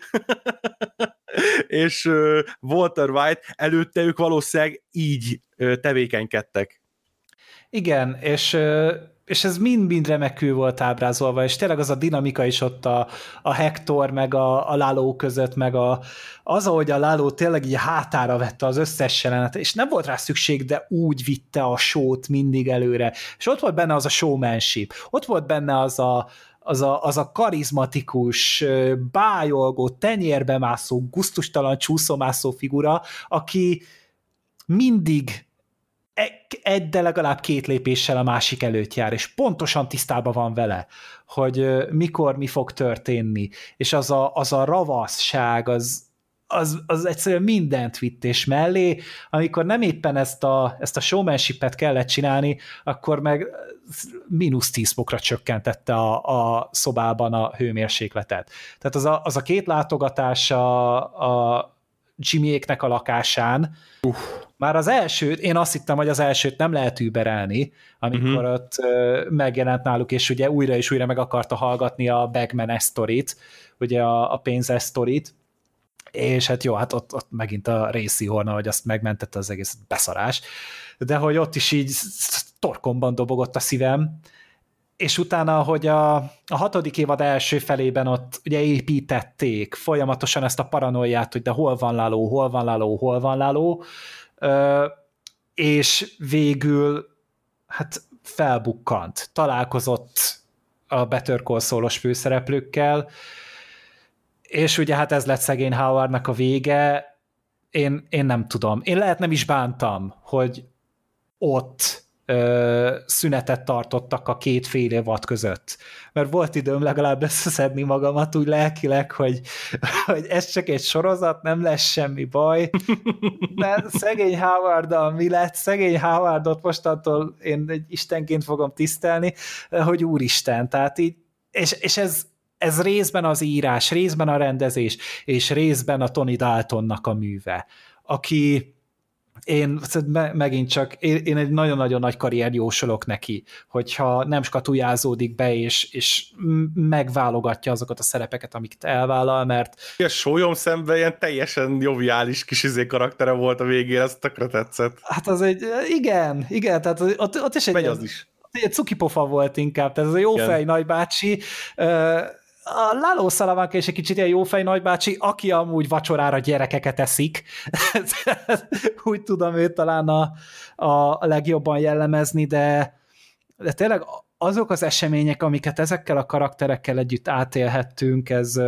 és uh, Walter White, előtte ők valószínűleg így uh, tevékenykedtek. Igen, és, és ez mind-mind remekül volt ábrázolva, és tényleg az a dinamika is ott a, a Hector, meg a, a Lalo között, meg a, az, ahogy a Lalo tényleg így hátára vette az összes jelenet, és nem volt rá szükség, de úgy vitte a show-t mindig előre. És ott volt benne az a showmanship, ott volt benne az a, az a, az a karizmatikus, bájolgó, tenyérbe mászó, gusztustalan csúszómászó figura, aki mindig egy, de legalább két lépéssel a másik előtt jár, és pontosan tisztában van vele, hogy mikor mi fog történni, és az a, az a ravaszság, az, az, az egyszerűen mindent vitt és mellé, amikor nem éppen ezt a, ezt a showmanship-et kellett csinálni, akkor meg mínusz tíz fokra csökkentette a, a szobában a hőmérsékletet. Tehát az a, az a két látogatás a, a Jimmyéknek a lakásán, Uff. Már az elsőt, én azt hittem, hogy az elsőt nem lehet überelni, amikor uh-huh. ott uh, megjelent náluk, és ugye újra és újra meg akarta hallgatni a Bagman sztorit, ugye a, a pénzes sztorit, és hát jó, hát ott, ott megint a Racy Horn, hogy azt megmentette az egész beszarás, de hogy ott is így torkomban dobogott a szívem, és utána, hogy a, a hatodik évad első felében ott ugye építették folyamatosan ezt a paranoiát, hogy de hol van Lalo, hol van Lalo, hol van Lalo, és végül hát felbukkant, találkozott a Better Call Saul-os főszereplőkkel, és ugye hát ez lett szegény Howardnak a vége, én, én nem tudom. Én lehet nem is bántam, hogy ott ö, szünetet tartottak a két fél évad között. Mert volt időm legalább összeszedni magamat úgy lelkileg, hogy, hogy ez csak egy sorozat, nem lesz semmi baj. De szegény Howarddal mi lett? Szegény Howardot mostantól én egy istenként fogom tisztelni, hogy úristen, tehát így, és, és ez ez részben az írás, részben a rendezés, és részben a Tony Daltonnak a műve, aki én megint csak, én egy nagyon-nagyon nagy karrier jósolok neki, hogyha nem skatujázódik be, és, és megválogatja azokat a szerepeket, amiket elvállal, mert... A sólyom szemben ilyen teljesen joviális kis izé karaktere volt a végén, ez tökre tetszett. Hát az egy, igen, igen, tehát ott, ott is egy... Megy az is. Egy cukipofa volt inkább, tehát ez a jófej nagybácsi, a Lalo Salamanca is egy kicsit ilyen jófej nagybácsi, aki amúgy vacsorára gyerekeket eszik. Úgy tudom őt talán a, a legjobban jellemezni, de, de tényleg azok az események, amiket ezekkel a karakterekkel együtt átélhettünk, ez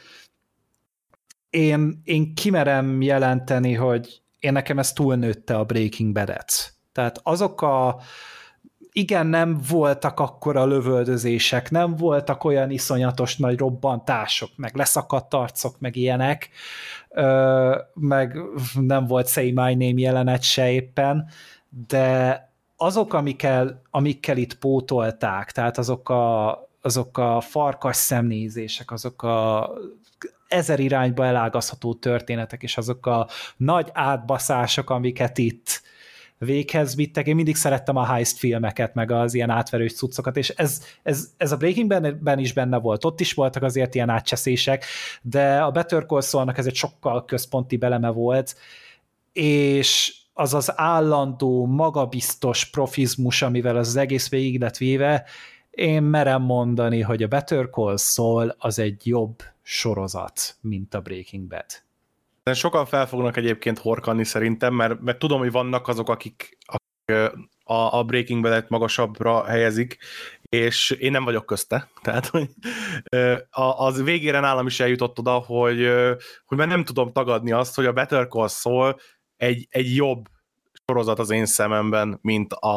én, én kimerem jelenteni, hogy én nekem ez túlnőtte a Breaking Bad-et. Tehát azok a igen, nem voltak akkora lövöldözések, nem voltak olyan iszonyatos nagy robbantások, meg leszakadt arcok, meg ilyenek, meg nem volt Say My Name jelenet se éppen, de azok, amikkel, amikkel itt pótolták, tehát azok a, azok a farkas szemnézések, azok a ezer irányba elágazható történetek, és azok a nagy átbaszások, amiket itt véghez vittek. Én mindig szerettem a heist filmeket, meg az ilyen átverős cuccokat, és ez, ez, ez a Breaking Bad-ben is benne volt. Ott is voltak azért ilyen átcseszések, de a Better Call Saul-nak ez egy sokkal központi beleme volt, és az az állandó, magabiztos profizmus, amivel az egész végig lett véve, én merem mondani, hogy a Better Call Saul az egy jobb sorozat, mint a Breaking Bad. Sokan fel fognak egyébként horkanni szerintem, mert, mert tudom, hogy vannak azok, akik, akik a, a Breaking Bad-et magasabbra helyezik, és én nem vagyok közte. Tehát, hogy az végére nálam is eljutott oda, hogy, hogy már nem tudom tagadni azt, hogy a Better Call Saul egy, egy jobb sorozat az én szememben, mint a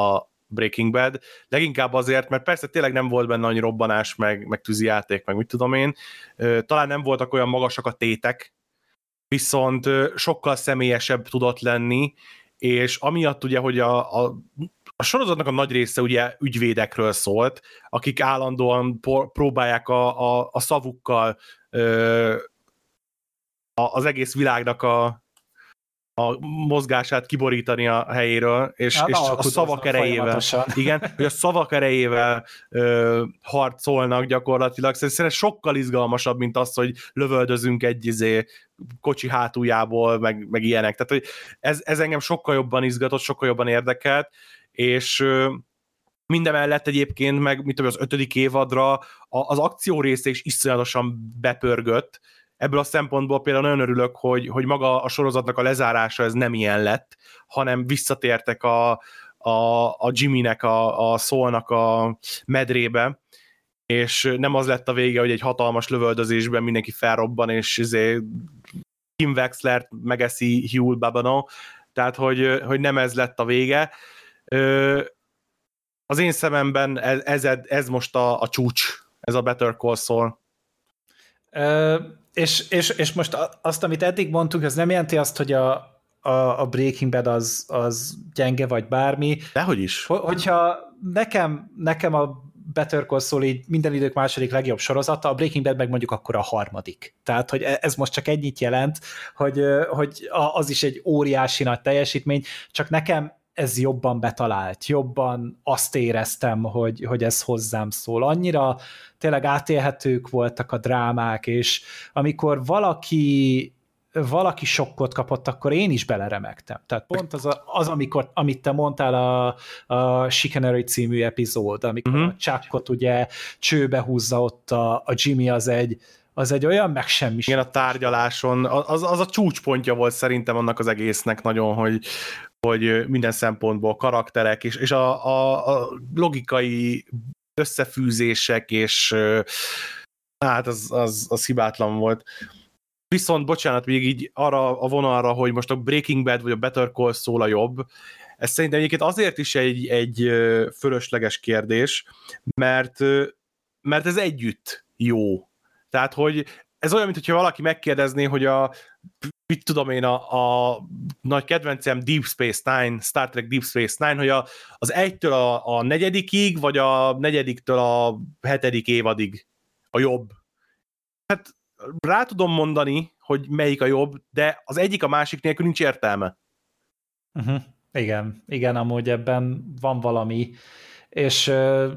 Breaking Bad, leginkább azért, mert persze tényleg nem volt benne annyi robbanás, meg, meg tűzijáték, meg mit tudom én, talán nem voltak olyan magasak a tétek, viszont sokkal személyesebb tudott lenni, és amiatt ugye, hogy a, a, a sorozatnak a nagy része ugye ügyvédekről szólt, akik állandóan por, próbálják a, a, a szavukkal ö, a, az egész világnak a a mozgását kiborítani a helyéről, és, hát, és a szavak erejével, igen, hogy a szavak erejével ö, harcolnak gyakorlatilag. Szerintem sokkal izgalmasabb, mint az, hogy lövöldözünk egy izé, kocsi hátuljából, meg, meg ilyenek. Tehát, hogy ez, ez engem sokkal jobban izgatott, sokkal jobban érdekelt, és ö, mindemellett egyébként meg, mint az ötödik évadra a, az akció része is iszonyatosan bepörgött. Ebből a szempontból például nagyon örülök, hogy, hogy maga a sorozatnak a lezárása ez nem ilyen lett, hanem visszatértek a, a, a Jimmynek, a, a Saulnak a medrébe, és nem az lett a vége, hogy egy hatalmas lövöldözésben mindenki felrobban, és izé Kim Wexlert megeszi Huel Babano, tehát hogy, hogy nem ez lett a vége. Az én szememben ez, ez, ez most a, a csúcs, ez a Better Call Saul. Ö, és, és, és most azt, amit eddig mondtuk, az nem jelenti azt, hogy a, a, a Breaking Bad az, az gyenge, vagy bármi. Dehogy is. Hogyha nekem, nekem a Better Call Saul így minden idők második legjobb sorozata, a Breaking Bad meg mondjuk akkor a harmadik. Tehát, hogy ez most csak ennyit jelent, hogy, hogy az is egy óriási nagy teljesítmény, csak nekem ez jobban betalált, jobban azt éreztem, hogy, hogy ez hozzám szól. Annyira tényleg átélhetők voltak a drámák, és amikor valaki valaki sokkot kapott, akkor én is beleremegtem. Tehát pont az, a, az amikor, amit te mondtál a, a Chicanery című epizód, amikor uh-huh. a Chuckot ugye csőbe húzza ott a, a Jimmy, az egy, az egy olyan megsemmisítés. Igen, a tárgyaláson, az, az a csúcspontja volt szerintem annak az egésznek nagyon, hogy, hogy minden szempontból karakterek, és, és a, a, a logikai összefűzések, és hát az, az, az hibátlan volt. Viszont, bocsánat, még így arra a vonalra, hogy most a Breaking Bad vagy a Better Call Saul a jobb, ez szerintem egyébként azért is egy, egy fölösleges kérdés, mert, mert ez együtt jó. Tehát, hogy ez olyan, mintha valaki megkérdezné, hogy a mit tudom én, a, a nagy kedvencem Deep Space Nine, Star Trek Deep Space Nine, hogy a, az egytől a, a negyedikig, vagy a negyediktől a hetedik évadig a jobb. Hát rá tudom mondani, hogy melyik a jobb, de az egyik a másik nélkül nincs értelme. Uh-huh. Igen, igen, amúgy ebben van valami, és uh,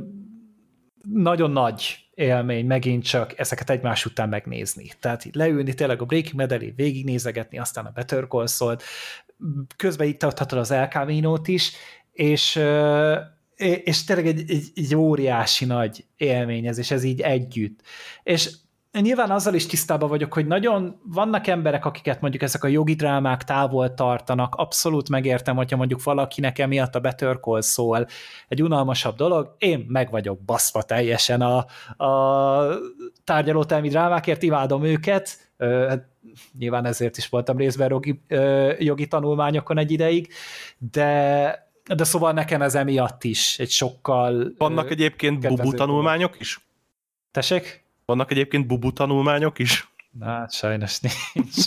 nagyon nagy élmény megint csak ezeket egymás után megnézni. Tehát leülni tényleg a Breaking Bad elé, végignézegetni, aztán a Better Call Saul-t, közben itt adhatod az El Camino-t is, és, uh, és tényleg egy, egy, egy óriási nagy élmény ez, és ez így együtt. És nyilván azzal is tisztában vagyok, hogy nagyon vannak emberek, akiket mondjuk ezek a jogi drámák távol tartanak, abszolút megértem, hogyha mondjuk valakinek emiatt a Better Call Saul egy unalmasabb dolog, én meg vagyok baszva teljesen a, a tárgyalótermi drámákért, imádom őket, hát nyilván ezért is voltam részben jogi, jogi tanulmányokon egy ideig, de de szóval nekem ez emiatt is egy sokkal... Vannak egyébként bubu tanulmányok is? Tessék? Vannak egyébként bubu tanulmányok is? Na, hát sajnos nincs.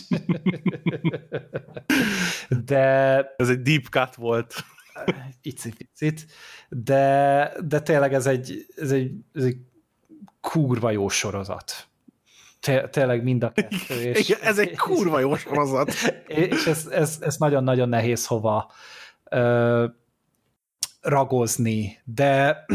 De... Ez egy deep cut volt. Icipicit. De, de tényleg ez egy, ez, egy, ez egy kurva jó sorozat. Té- tényleg mind a kettő. És, igen, ez egy kurva jó sorozat. És ez, ez, ez nagyon-nagyon nehéz hova ö, ragozni. De...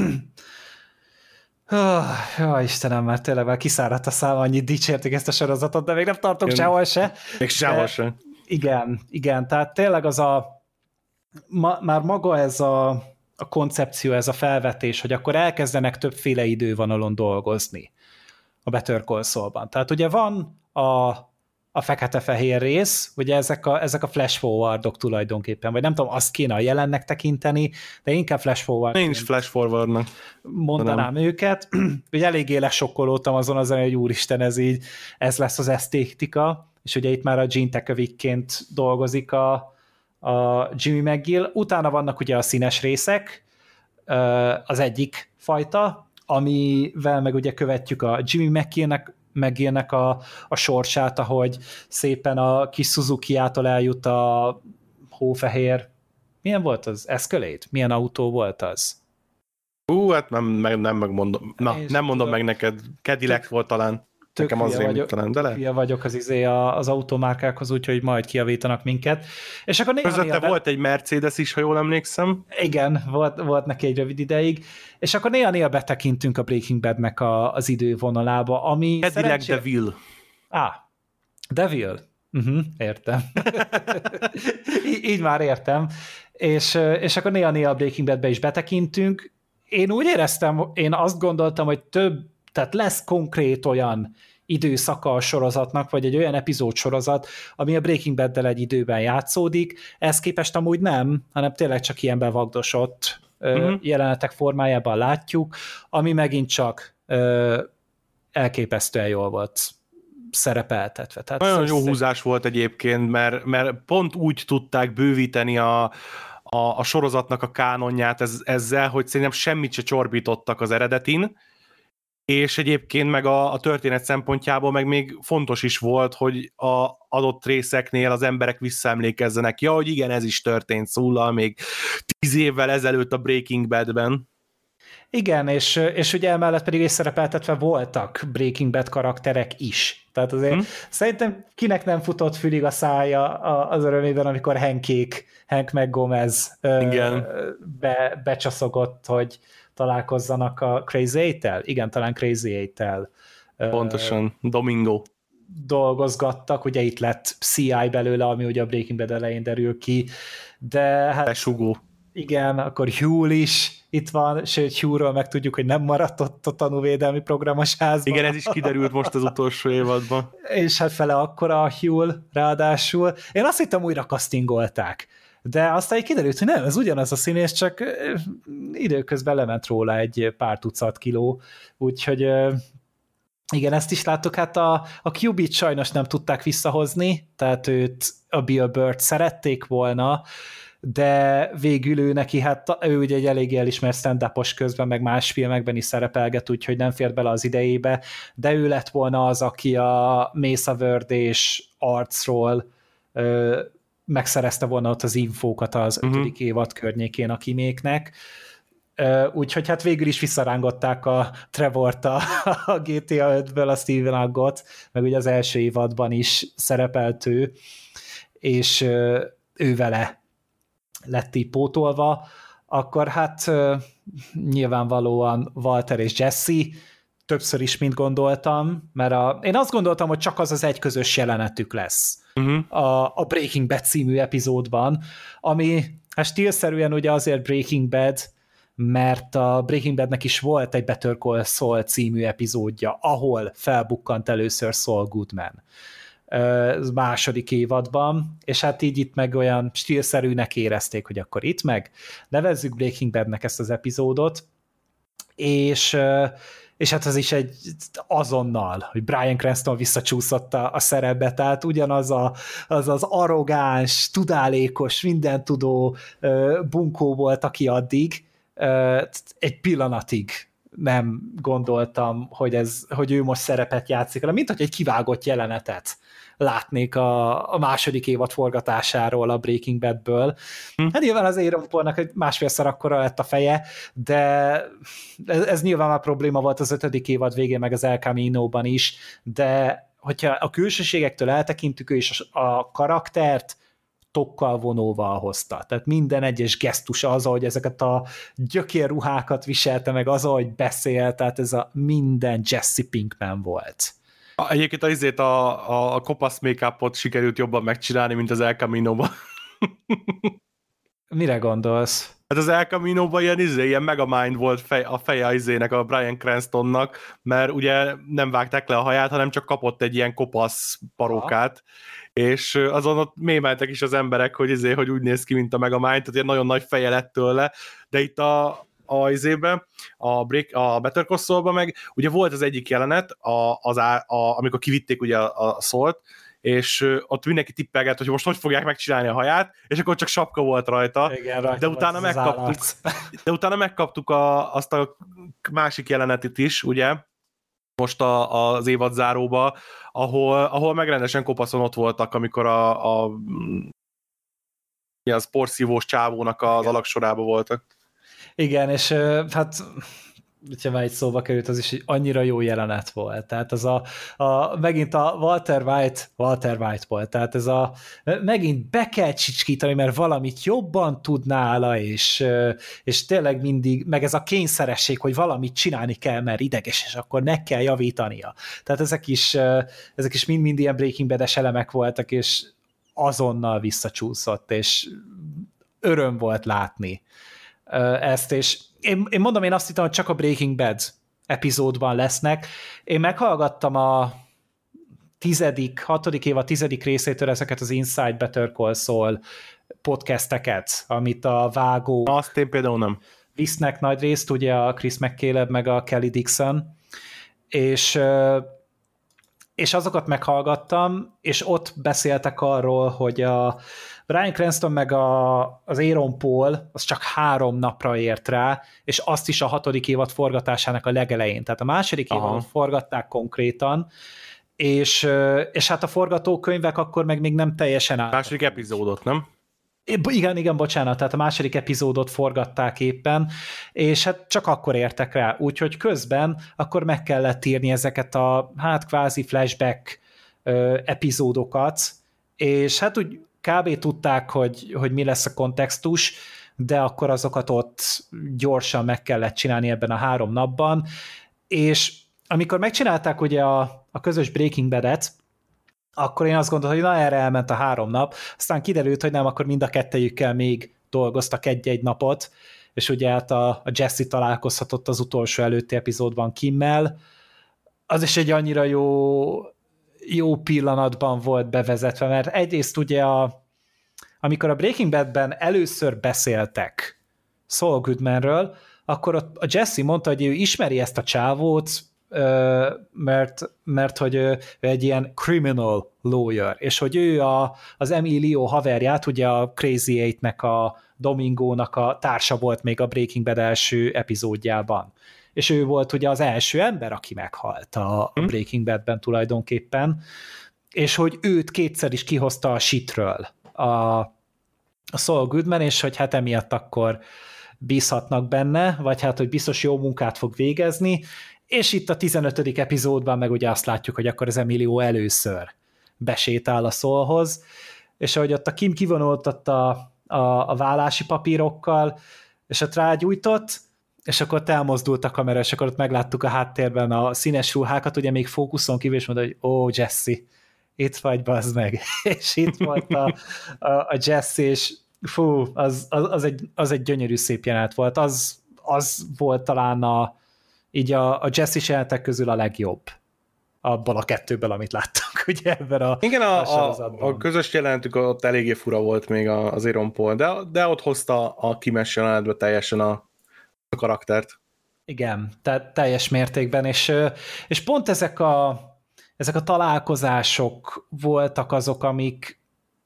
Oh, jó, Istenem, már tényleg már kiszáradt a szám, annyit dicsérték ezt a sorozatot, de még nem tartok sehol se. Még sehol se. Igen, igen, tehát tényleg az a ma, már maga ez a, a koncepció, ez a felvetés, hogy akkor elkezdenek többféle idővonalon dolgozni a Better Call Saul-ban. Tehát ugye van a a fekete-fehér rész, ugye ezek a, ezek a flash forwardok tulajdonképpen, vagy nem tudom, azt kéne a jelennek tekinteni, de inkább flash forward. Nincs flash forwardnak. Mondanám nem. őket. Ugye eléggé lesokkolódtam azon azon, hogy úristen, ez így, ez lesz az esztétika, és ugye itt már a Gene Tekovic-ként dolgozik a, a Jimmy McGill. Utána vannak ugye a színes részek, az egyik fajta, amivel meg ugye követjük a Jimmy McGillnek, McGillnek a, a sorsát, ahogy szépen a kis Suzuki-ától eljut a hófehér, milyen volt az? Escalade? Milyen autó volt az? Ú, hát nem, meg, nem megmondom. Na, És nem mondom tudom, meg neked. Cadillac tök, volt talán. Tök Nekem az rémlik talán, de lehet. vagyok az, izé az automárkákhoz, úgyhogy majd kijavítanak minket. És akkor néha, Közötte néha volt be... egy Mercedes is, ha jól emlékszem. Igen, volt, volt neki egy rövid ideig. És akkor néha-néha betekintünk a Breaking Badnek a, az idővonalába, ami Cadillac szerencsé... Deville. Ah, Deville. Uh-huh, értem. így, így már értem. És, és akkor néha-néha a Breaking Badbe is betekintünk. Én úgy éreztem, én azt gondoltam, hogy több, tehát lesz konkrét olyan időszaka a sorozatnak, vagy egy olyan epizód sorozat, ami a Breaking Baddel egy időben játszódik. Ezt képest amúgy nem, hanem tényleg csak ilyen bevagdosott uh-huh. jelenetek formájában látjuk, ami megint csak ö, elképesztően jól volt szerepeltetve. Tehát nagyon jó húzás volt egyébként, mert, mert pont úgy tudták bővíteni a, a, a sorozatnak a kánonját ez, ezzel, hogy szerintem semmit se csorbítottak az eredetin, és egyébként meg a, a történet szempontjából meg még fontos is volt, hogy a adott részeknél az emberek visszaemlékezzenek. Ja, hogy igen, ez is történt Saul-al még tíz évvel ezelőtt a Breaking Badben. Igen, és, és ugye emellett pedig is szerepeltetve voltak Breaking Bad karakterek is. Tehát azért hmm. szerintem kinek nem futott fülig a szája az örömében, amikor Hankék, Hank meg Gomez igen. be, becsaszogott, hogy találkozzanak a Crazy Eight-tel? Igen, talán Crazy Eight-tel. Pontosan, Domingo. Dolgozgattak, ugye itt lett C I belőle, ami ugye a Breaking Bad elején derül ki, de hát... Besugó. Igen, akkor Hugh is itt van, sőt Hugh-ról meg tudjuk, hogy nem maradt ott a tanúvédelmi programos házban. Igen, ez is kiderült most az utolsó évadban. És hát fele akkora a Hugh ráadásul. Én azt hittem, újra castingolták. De aztán így kiderült, hogy nem, ez ugyanaz a színész, csak időközben lement róla egy pár tucat kiló, úgyhogy igen, ezt is láttuk, hát a, a Q B-t sajnos nem tudták visszahozni, tehát őt, a Bill Burr-t szerették volna, de végül ő neki, hát ő ugye egy eléggé elismert stand-upos közben, meg más filmekben is szerepelget, úgyhogy nem fért bele az idejébe, de ő lett volna az, aki a Mesa Verde és arcról ö, megszerezte volna ott az infókat az uh-huh. ötödik évad környékén a kiméknek. Úgyhogy hát végül is visszarángották a Trevort a, a G T A ötből, a Steven Aggot, meg ugye az első évadban is szerepelt ő, és ő vele lett így pótolva, akkor hát nyilvánvalóan Walter és Jesse többször is, mint gondoltam, mert a, én azt gondoltam, hogy csak az az egy közös jelenetük lesz uh-huh. a, a Breaking Bad című epizódban, ami hát stílszerűen ugye azért Breaking Bad, mert a Breaking Badnek is volt egy Better Call Saul című epizódja, ahol felbukkant először Saul Goodman második évadban, és hát így itt meg olyan stílszerűnek érezték, hogy akkor itt meg nevezzük Breaking Badnek ezt az epizódot, és, és hát az is egy azonnal, hogy Bryan Cranston visszacsúszott a, a szerepbe, tehát ugyanaz a, az az arrogáns, tudálékos, mindentudó bunkó volt, aki addig, egy pillanatig nem gondoltam, hogy, ez, hogy ő most szerepet játszik, hanem mint hogy egy kivágott jelenetet látnék a, a második évad forgatásáról a Breaking Badből. Hm. Hát nyilván az Aaron Paulnak egy másfélszer akkora lett a feje, de ez, ez nyilván már probléma volt az ötödik évad végén, meg az El Camino-ban is, de hogyha a külsőségektől eltekintjük, ő is a karaktert tokkal vonóval hozta. Tehát minden egyes gesztusa az, ahogy ezeket a gyökérruhákat viselte, meg az, ahogy beszélt, tehát ez a minden Jesse Pinkman volt. Egyébként azért a, a, a kopasz make-upot sikerült jobban megcsinálni, mint az El Camino-ban. Mire gondolsz? Hát az El Camino-ban ilyen, izé, ilyen Megamind volt fej, a feje az izének, a Bryan Cranstonnak, mert ugye nem vágták le a haját, hanem csak kapott egy ilyen kopasz parókát, ha. És azon ott mémeltek is az emberek, hogy, izé, hogy úgy néz ki, mint a Megamind, tehát ilyen nagyon nagy feje lett tőle, de itt a a izébe, a, break, a Better Call Saul-ban meg, ugye volt az egyik jelenet, a, az á, a, amikor kivitték ugye a, a Sault, és ott mindenki tippelgett, hogy most hogy fogják megcsinálni a haját, és akkor csak sapka volt rajta, Igen, rajta de utána megkaptuk, de utána megkaptuk a, azt a másik jelenetet is, ugye, most a, az évad záróba, ahol, ahol megrendesen kopaszon ott voltak, amikor a, a ilyen sportszívós csávónak az alaksorában voltak. Igen, és hát hogyha már egy szóba került, az is egy annyira jó jelenet volt. Tehát az a, a megint a Walter White, Walter White volt, tehát ez a megint be kell csicskítani, mert valamit jobban tud nála, és, és tényleg mindig, meg ez a kényszeresség, hogy valamit csinálni kell, mert ideges, és akkor meg kell javítania. Tehát ezek is, ezek is mind-mind ilyen Breaking Bad-es elemek voltak, és azonnal visszacsúszott, és öröm volt látni ezt, és én, én mondom, én azt hittem, hogy csak a Breaking Bad epizódban lesznek. Én meghallgattam a tizedik, hatodik év, a tizedik részétől ezeket az Inside Better Call Saul podcasteket, amit a vágó azt én például nem. visznek nagy részt, ugye a Chris McCaleb meg a Kelly Dixon, és és azokat meghallgattam, és ott beszéltek arról, hogy a Bryan Cranston meg a, az Aaron Paul az csak három napra ért rá, és azt is a hatodik évad forgatásának a legelején. Tehát a második Aha. évadot forgatták konkrétan, és, és hát a forgatókönyvek akkor meg még nem teljesen álltak. Második epizódot, nem? Igen, igen, bocsánat, tehát a második epizódot forgatták éppen, és hát csak akkor értek rá, úgyhogy közben akkor meg kellett írni ezeket a, hát kvázi flashback ö, epizódokat, és hát úgy kb. Tudták, hogy, hogy mi lesz a kontextus, de akkor azokat ott gyorsan meg kellett csinálni ebben a három napban, és amikor megcsinálták ugye a, a közös Breaking Bad-et, akkor én azt gondoltam, hogy na, erre elment a három nap, aztán kiderült, hogy nem, akkor mind a kettejükkel még dolgoztak egy-egy napot, és ugye hát a, a Jesse találkozhatott az utolsó előtti epizódban Kimmel, az is egy annyira jó, jó pillanatban volt bevezetve, mert egyrészt ugye a, amikor a Breaking Badben először beszéltek Saul Goodmanről, akkor a Jesse mondta, hogy ő ismeri ezt a csávót, mert, mert hogy ő egy ilyen criminal lawyer, és hogy ő a, az Emilio haverját, ugye a Crazy Eight-nek a Domingónak a társa volt még a Breaking Bad első epizódjában. És ő volt ugye az első ember, aki meghalt a Breaking Badben tulajdonképpen, és hogy őt kétszer is kihozta a shitről a, a Saul Goodman, és hogy hát emiatt akkor bízhatnak benne, vagy hát, hogy biztos jó munkát fog végezni, és itt a tizenötödik epizódban meg ugye azt látjuk, hogy akkor az Emilio először besétál a Saulhoz, és ahogy ott a Kim kivonultatta a, a, a vállási papírokkal, és ott rágyújtott, és akkor ott elmozdult a kamera, és akkor ott megláttuk a háttérben a színes ruhákat, ugye még fókuszon kívül, és mondta, hogy ó, Jesse, itt vagy, bazd meg. És itt volt a, a, a Jesse, és fú, az, az, az, egy, az egy gyönyörű szép jelenet volt. Az, az volt talán a így a, a Jesse jelenetek közül a legjobb abban a kettőből, amit láttunk, ugye ebben a Igen, a, a, a közös jelentük ott eléggé fura volt még az Aaron Paul, de, de ott hozta a Kimes jelenetbe teljesen a, a karaktert. Igen, tehát teljes mértékben, és, és pont ezek a, ezek a találkozások voltak azok, amik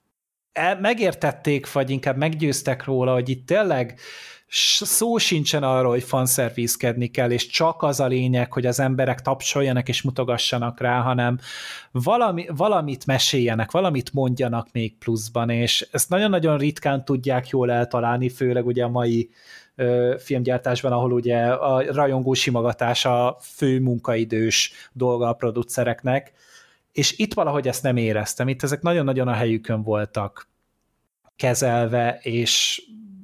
megértették, vagy inkább meggyőztek róla, hogy itt tényleg szó sincsen arról, hogy fanszervízkedni kell, és csak az a lényeg, hogy az emberek tapsoljanak és mutogassanak rá, hanem valami, valamit meséljenek, valamit mondjanak még pluszban, és ezt nagyon-nagyon ritkán tudják jól eltalálni, főleg ugye a mai ö, filmgyártásban, ahol ugye a rajongó simogatás a fő munkaidős dolga a producereknek, és itt valahogy ezt nem éreztem, itt ezek nagyon-nagyon a helyükön voltak kezelve, és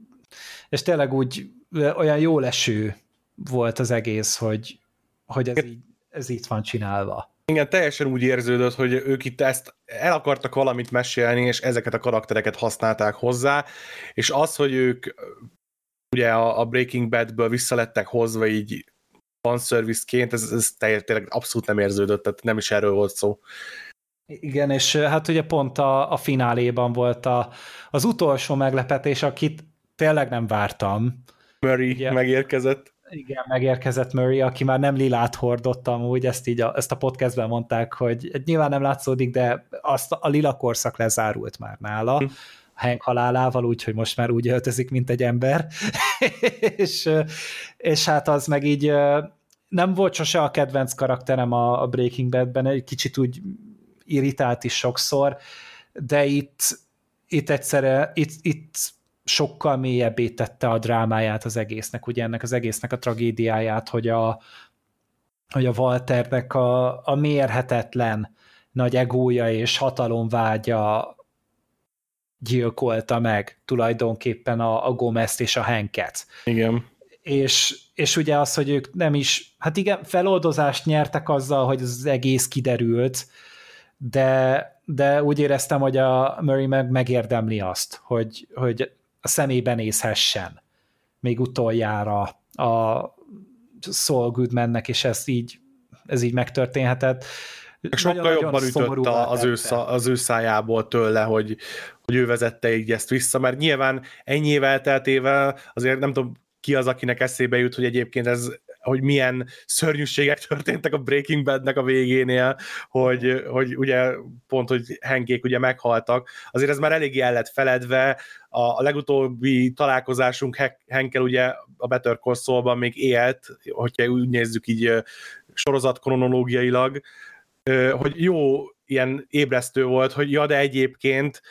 és tényleg úgy olyan jó leső volt az egész, hogy, hogy ez, így, ez így van csinálva. Igen, teljesen úgy érződött, hogy ők itt ezt el akartak valamit mesélni, és ezeket a karaktereket használták hozzá, és az, hogy ők ugye a Breaking Badből visszalettek hozva így fanservice-ként, ez, ez tényleg abszolút nem érződött, tehát nem is erről volt szó. Igen, és hát ugye pont a, a fináléban volt a, az utolsó meglepetés, akit tényleg nem vártam. Murray ugye, megérkezett. Igen, megérkezett Murray, aki már nem lilát hordott amúgy, ezt így a, ezt a podcastben mondták, hogy nyilván nem látszódik, de azt a lila korszak lezárult már nála, a Hank halálával, úgyhogy most már úgy öltözik, mint egy ember. és, és hát az meg így nem volt sose a kedvenc karakterem a, a Breaking Badben, egy kicsit úgy irritált is sokszor, de itt, itt egyszerre, itt, itt sokkal mélyebbé tette a drámáját az egésznek, ugye ennek az egésznek a tragédiáját, hogy a, hogy a Walternek a, a mérhetetlen nagy egója és hatalomvágya gyilkolta meg tulajdonképpen a, a Gomezt és a Hanket. Igen. És, és ugye az, hogy ők nem is, hát igen, feloldozást nyertek azzal, hogy az egész kiderült, de, de úgy éreztem, hogy a Murray meg megérdemli azt, hogy, hogy a szemébe nézhessen még utoljára a Saul Goodmannek, és ez így, ez így megtörténhetett. Sokkal nagyon, jobban ütött az ő, az ő szájából tőle, hogy, hogy ő vezette így ezt vissza, mert nyilván ennyi év elteltével azért nem tudom, ki az, akinek eszébe jut, hogy egyébként ez, hogy milyen szörnyűségek történtek a Breaking Badnek a végénél, hogy, hogy ugye pont, hogy Hankék ugye meghaltak. Azért ez már eléggé el lett feledve. A, a legutóbbi találkozásunk Hankel ugye a Better Call Saul-ban még élt, hogyha úgy nézzük így sorozat kronológiailag, hogy jó ilyen ébresztő volt, hogy ja, de egyébként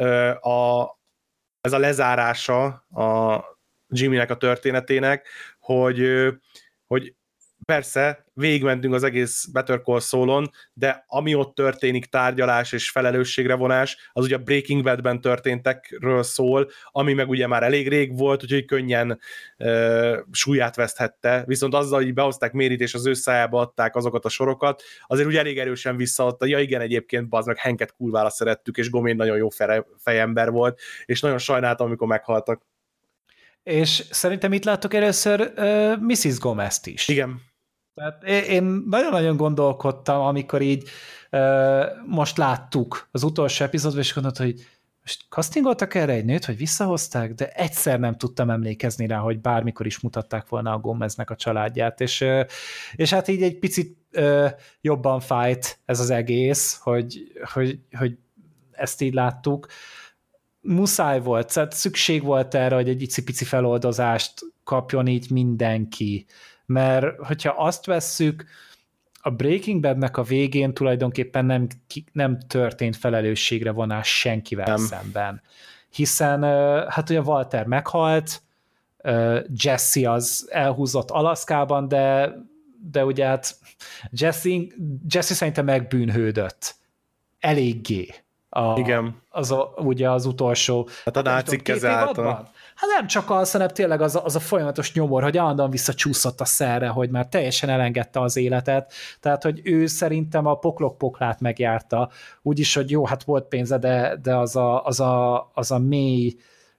a, ez a lezárása a Jimmynek a történetének, hogy, hogy persze végigmentünk az egész Better Call Saul-on, de ami ott történik, tárgyalás és felelősségre vonás, az ugye a Breaking Badben történtekről szól, ami meg ugye már elég rég volt, úgyhogy könnyen uh, súlyát veszthette, viszont azzal, hogy behozták Mérit és az ő szájába adták azokat a sorokat, azért ugye elég erősen visszaadta, ja igen, egyébként bazd meg Hanket kurvára szerettük, és Gomén nagyon jó fejember volt, és nagyon sajnáltam, amikor meghaltak. És szerintem itt láttuk először uh, missziz Gomezt is. Igen. Tehát én nagyon-nagyon gondolkodtam, amikor így uh, most láttuk az utolsó epizódban, és gondoltam, hogy most castingoltak erre egy nőt, hogy visszahozták, de egyszer nem tudtam emlékezni rá, hogy bármikor is mutatták volna a Gomeznek a családját, és, uh, és hát így egy picit uh, jobban fájt ez az egész, hogy, hogy, hogy ezt így láttuk. Muszáj volt, tehát szükség volt erre, hogy egy icipici feloldozást kapjon így mindenki. Mert hogyha azt vesszük, a Breaking Badnek a végén tulajdonképpen nem, nem történt felelősségre vonás senkivel nem. szemben. Hiszen hát ugye Walter meghalt, Jesse az elhúzott Alaszkában, de, de ugye hát Jesse, Jesse szerintem megbűnhődött. Eléggé. A, Igen. Az a, ugye az utolsó... Hát a nácik keze által. Hát nem csak az, hanem tényleg az a, az a folyamatos nyomor, hogy állandóan visszacsúszott a szerre, hogy már teljesen elengedte az életet. Tehát, hogy ő szerintem a poklok-poklát megjárta. Úgyis, hogy jó, hát volt pénze, de, de az, a, az, a, az a mély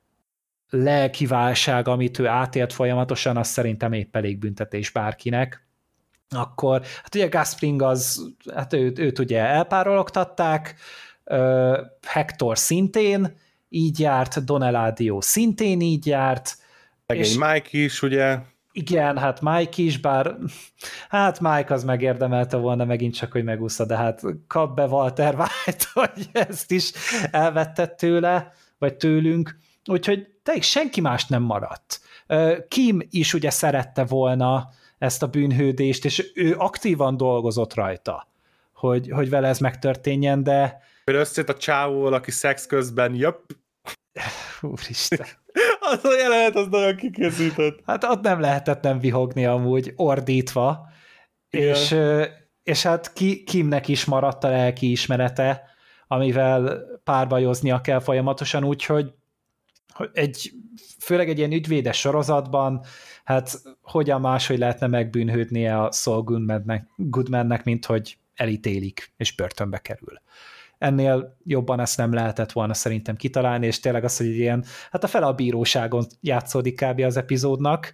lelkiválság, amit ő átélt folyamatosan, az szerintem épp elég büntetés bárkinek. Akkor, hát ugye Gus Fring az, hát őt, őt ugye elpárologtatták, Uh, Hector szintén így járt, Don Eladio szintén így járt. Megint Mike is, ugye? Igen, hát Mike is, bár hát Mike az megérdemelte volna megint csak, hogy megúszta, de hát kap be Walter White, hogy ezt is elvetted tőle, vagy tőlünk, úgyhogy tényleg senki más nem maradt. Uh, Kim is ugye szerette volna ezt a bűnhődést, és ő aktívan dolgozott rajta, hogy, hogy vele ez megtörténjen, de összét a csávóval, aki szex közben, jöpp. Úristen. Az a jelenet, az nagyon kikészített. Hát ott nem lehetett nem vihogni amúgy, ordítva. És, és hát Kimnek is maradt a lelki ismerete, amivel párbajoznia kell folyamatosan, úgyhogy egy, főleg egy ilyen ügyvédes sorozatban, hát hogyan máshogy lehetne megbűnhődnie a Saul Goodmannek, Goodmannek, mint hogy elítélik, és börtönbe kerül. Ennél jobban ezt nem lehetett volna szerintem kitalálni, és tényleg az, hogy ilyen, hát a fele a bíróságon játszódik kb. Az epizódnak,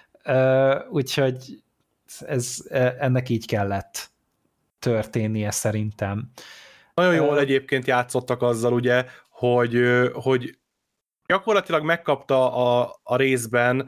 úgyhogy ez, ennek így kellett történnie szerintem. Nagyon jól egyébként játszottak azzal, ugye, hogy, hogy gyakorlatilag megkapta a, a részben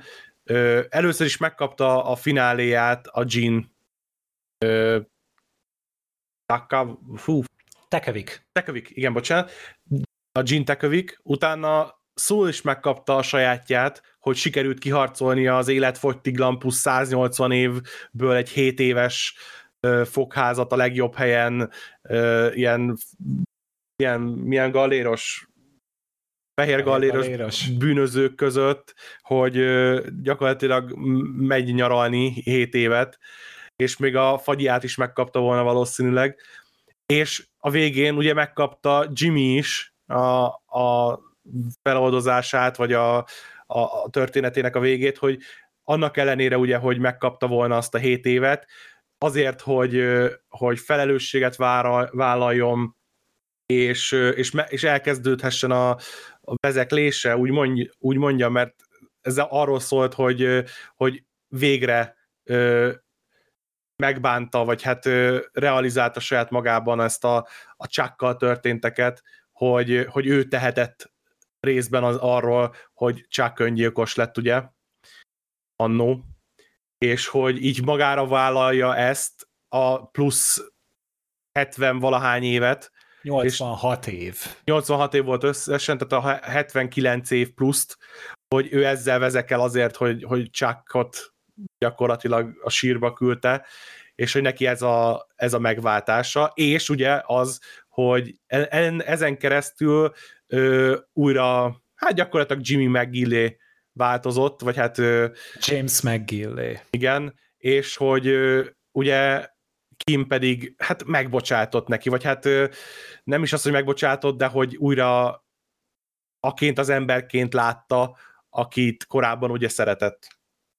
Ö, először is megkapta a fináléját a Jean ö, Taka, fú, Tekevik. Tekevik, igen, bocsánat, a Jean Tekevik, utána Saul is megkapta a sajátját, hogy sikerült kiharcolnia az életfogytiglan plusz száznyolcvan évből egy hét éves ö, fogházat a legjobb helyen, ö, ilyen, ilyen milyen galléros, fehér galléros, galléros bűnözők között, hogy ö, gyakorlatilag megy nyaralni hét évet, és még a fagyját is megkapta volna valószínűleg, és a végén ugye megkapta Jimmy is a, a feloldozását, vagy a, a, a történetének a végét, hogy annak ellenére ugye, hogy megkapta volna azt a hét évet, azért, hogy, hogy felelősséget vállaljon, és, és, és elkezdődhessen a, a vezeklése, úgy, mondj, úgy mondja, mert ez arról szólt, hogy, hogy végre megbánta, vagy hát realizálta saját magában ezt a, a Chuckkal történteket, hogy, hogy ő tehetett részben az arról, hogy Chuck öngyilkos lett, ugye, annó, és hogy így magára vállalja ezt a plusz hetven valahány évet. nyolcvanhat év. nyolcvanhat év volt összesen, tehát a hetvenkilenc év pluszt, hogy ő ezzel vezekel azért, hogy, hogy Chuckot gyakorlatilag a sírba küldte, és hogy neki ez a, ez a megváltása, és ugye az, hogy ezen keresztül ö, újra, hát gyakorlatilag Jimmy McGillé változott, vagy hát... Ö, James McGillé. Igen, és hogy ö, ugye Kim pedig hát megbocsátott neki, vagy hát ö, nem is az, hogy megbocsátott, de hogy újra aként az emberként látta, akit korábban ugye szeretett.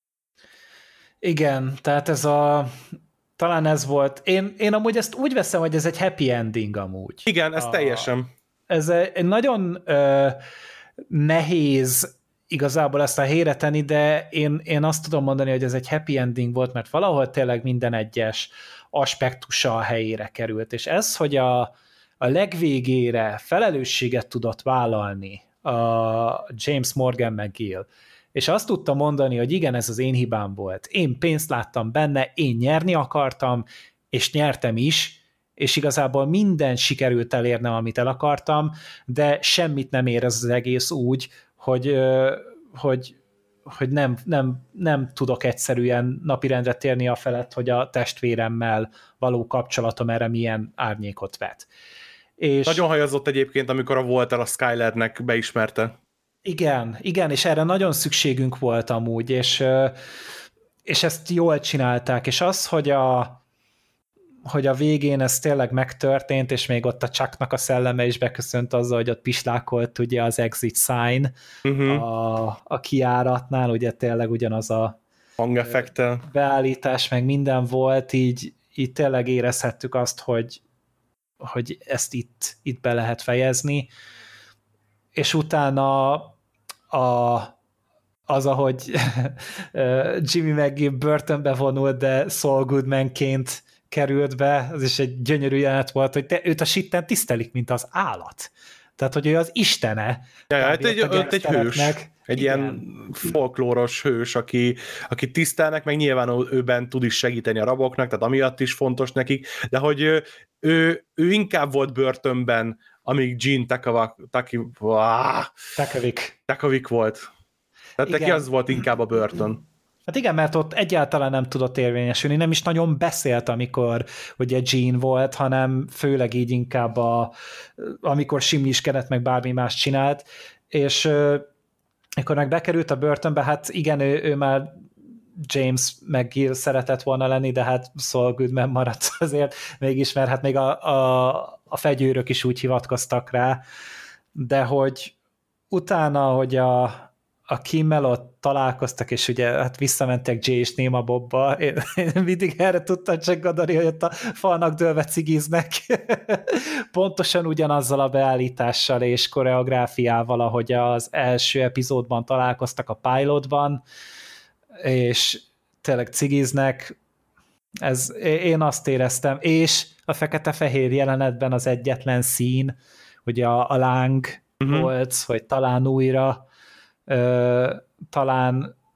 Igen, tehát ez a... Talán ez volt. Én, én amúgy ezt úgy veszem, hogy ez egy happy ending amúgy. Igen, ez a, teljesen. Ez egy nagyon ö, nehéz igazából ezt a helyre tenni, de én, én azt tudom mondani, hogy ez egy happy ending volt, mert valahol tényleg minden egyes aspektusa a helyére került. És ez, hogy a, a legvégére felelősséget tudott vállalni a James Morgan McGill, és azt tudta mondani, hogy igen, ez az én hibám volt. Én pénzt láttam benne, én nyerni akartam, és nyertem is, és igazából minden sikerült elérnem, amit el akartam, de semmit nem ér ez az egész úgy, hogy, hogy, hogy nem, nem, nem tudok egyszerűen napirendre térni a felett, hogy a testvéremmel való kapcsolatom erre milyen árnyékot vet. És nagyon hajazott egyébként, amikor a Walter a Skylernek beismerte. Igen, igen, és erre nagyon szükségünk volt amúgy, és, és ezt jól csinálták, és az, hogy a, hogy a végén ez tényleg megtörtént, és még ott a Chucknak a szelleme is beköszönt azzal, hogy ott pislákolt ugye az exit sign uh-huh. a, a kijáratnál, ugye tényleg ugyanaz a hangeffektel beállítás, meg minden volt, így, így tényleg érezhettük azt, hogy, hogy ezt itt, itt be lehet fejezni, és utána a, az, ahogy Jimmy McGill börtönbe vonult, de Saul Goodmanként került be, az is egy gyönyörű jelenet volt, hogy te, őt a sitten tisztelik, mint az állat. Tehát, hogy ő az istene. Ja, hát egy, egy hős. Egy igen. ilyen folklóros hős, aki, aki tisztelnek, meg nyilván őben tud is segíteni a raboknak, tehát amiatt is fontos nekik, de hogy ő, ő, ő inkább volt börtönben, amíg Jean Tekevik Tekevik volt. Tehát igen. Neki az volt inkább a börtön. Hát igen, mert ott egyáltalán nem tudott érvényesülni, nem is nagyon beszélt, amikor ugye Jean volt, hanem főleg így inkább a, amikor simliskedett, meg bármi más csinált, és akkor meg bekerült a börtönbe, hát igen, ő, ő már James McGill szeretett volna lenni, de hát Saul Goodman maradt azért mégis, mert hát még a, a, a fegyőrök is úgy hivatkoztak rá, de hogy utána, hogy a, a Kimmel ott találkoztak, és ugye hát visszamentek Jay és Néma Bobba, én, én mindig erre tudtam csak gondolni, hogy ott a falnak dőlve cigiznek. Pontosan ugyanazzal a beállítással és koreográfiával, ahogy az első epizódban találkoztak a pilotban, és tényleg cigiznek, ez, én azt éreztem, és a fekete-fehér jelenetben az egyetlen szín, hogy a, a láng uh-huh. volt, hogy talán újra ö, talán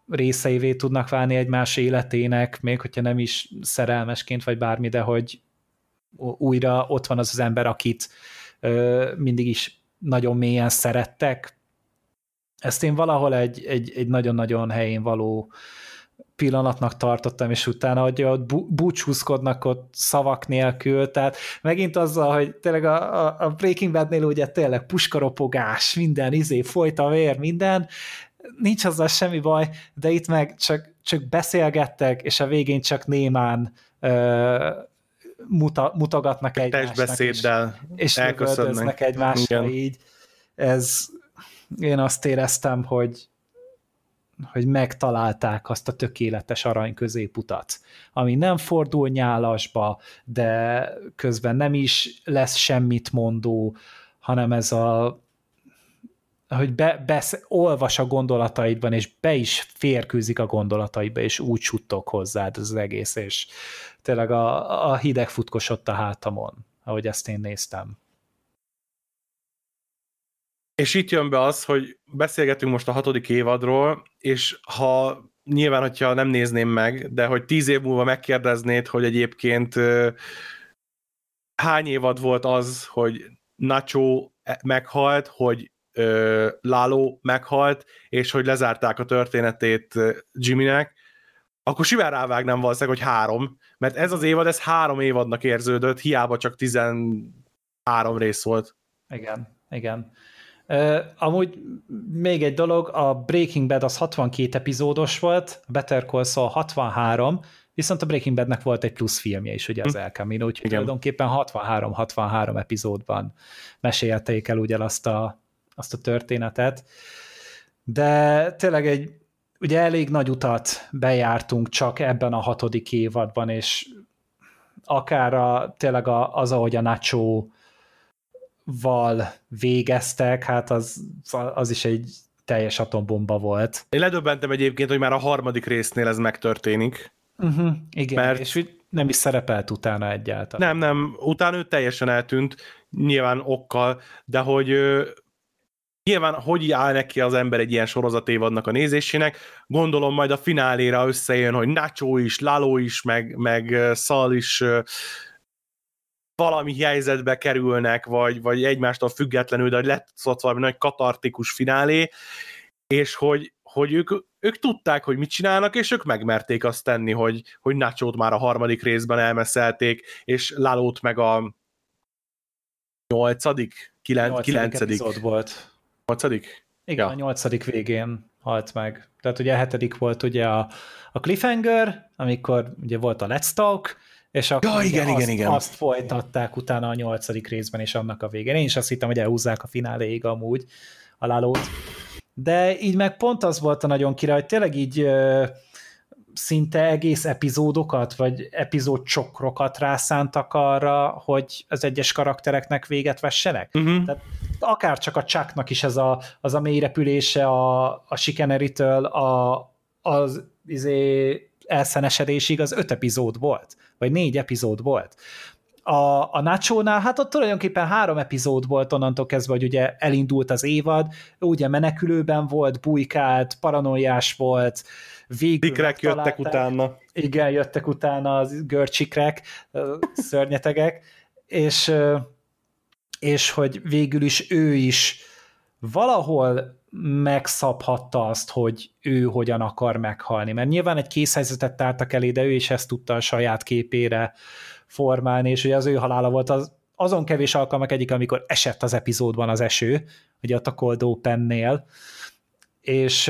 részeivé tudnak válni egymás életének, még hogyha nem is szerelmesként vagy bármi, de hogy újra ott van az az ember, akit ö, mindig is nagyon mélyen szerettek. Ezt én valahol egy, egy, egy nagyon-nagyon helyén való pillanatnak tartottam, és utána, hogy ott búcsúzkodnak ott szavak nélkül, tehát megint azzal, hogy tényleg a, a Breaking Badnél ugye tényleg puskaropogás, minden, izé, folyt a vér, minden, nincs azzal semmi baj, de itt meg csak, csak beszélgettek, és a végén csak némán ö, muta, mutogatnak egymásnak, testbeszéddel és, és elköszönnek egymásra. Igen. Így. Ez, én azt éreztem, hogy hogy megtalálták azt a tökéletes arany középutat, ami nem fordul nyálasba, de közben nem is lesz semmit mondó, hanem ez a hogy be, be, olvas a gondolataidban, és be is férkőzik a gondolataidba, és úgy suttog hozzád az egész, és tényleg a, a hideg futkosott a hátamon, ahogy ezt én néztem. És itt jön be az, hogy beszélgetünk most a hatodik évadról, és ha nyilván, hogyha nem nézném meg, de hogy tíz év múlva megkérdeznéd, hogy egyébként hány évad volt az, hogy Nacho meghalt, hogy Lalo meghalt, és hogy lezárták a történetét Jimmynek, akkor simán rávágnám valószínűleg, hogy három, mert ez az évad, ez három évadnak érződött, hiába csak tizenhárom rész volt. Igen, igen. Uh, amúgy még egy dolog, a Breaking Bad az hatvankét epizódos volt, a Better Call Saul hatvanhárom, viszont a Breaking Badnek volt egy plusz filmje is, ugye az El Camino, úgyhogy tulajdonképpen hatvanhárom hatvanhárom epizódban mesélték el ugye azt a, azt a történetet. De tényleg egy, ugye elég nagy utat bejártunk csak ebben a hatodik évadban, és akár a, tényleg az, ahogy a Nacho val végeztek, hát az, az is egy teljes atombomba volt. Én ledöbbentem egyébként, hogy már a harmadik résznél ez megtörténik. Uh-huh, igen, mert... és nem is szerepelt utána egyáltalán. Nem, nem, utána ő teljesen eltűnt, nyilván okkal, de hogy ö, nyilván hogy áll neki az ember egy ilyen sorozatévadnak a nézésének, gondolom majd a fináléra összejön, hogy Nacho is, Lalo is, meg, meg Saul is ö, valami helyzetbe kerülnek, vagy, vagy egymástól függetlenül, de lett szóval valami nagy katartikus finálé, és hogy, hogy ők, ők tudták, hogy mit csinálnak, és ők megmerték azt tenni, hogy, hogy Nachót már a harmadik részben elmeszelték, és Lalót meg a nyolcadik? Kilen, kilencedik epizód volt. Nyolcadik? Igen, ja. A nyolcadik végén halt meg. Tehát ugye a hetedik volt ugye a, a cliffhanger, amikor ugye volt a Let's Talk, és akkor ja, igen, azt, igen, igen. azt folytatták utána a nyolcadik részben, és annak a végén. Én is azt hittem, hogy elhúzzák a fináléig amúgy a Lalót. De így meg pont az volt a nagyon király, hogy tényleg így ö, szinte egész epizódokat, vagy epizódcsokrokat rászántak arra, hogy az egyes karaktereknek véget vessenek. Uh-huh. Tehát akár csak a Chucknak is ez a, az a mély repülése a, a Chicanery-től a, az izé, elszenesedésig az öt epizód volt, vagy négy epizód volt. A, a Nachónál, hát ott tulajdonképpen három epizód volt onnantól kezdve, hogy ugye elindult az évad, ugye menekülőben volt, bujkált, paranoiás volt, végül Sikrek jöttek utána. Igen, jöttek utána az görcsikrek, szörnyetegek, és, és hogy végül is ő is valahol megszabhatta azt, hogy ő hogyan akar meghalni, mert nyilván egy készhelyzetet tártak elé, de ő is ezt tudta a saját képére formálni, és ugye az ő halála volt az, azon kevés alkalmak egyik, amikor esett az epizódban az eső, ugye ott a Cold Open-nél, és,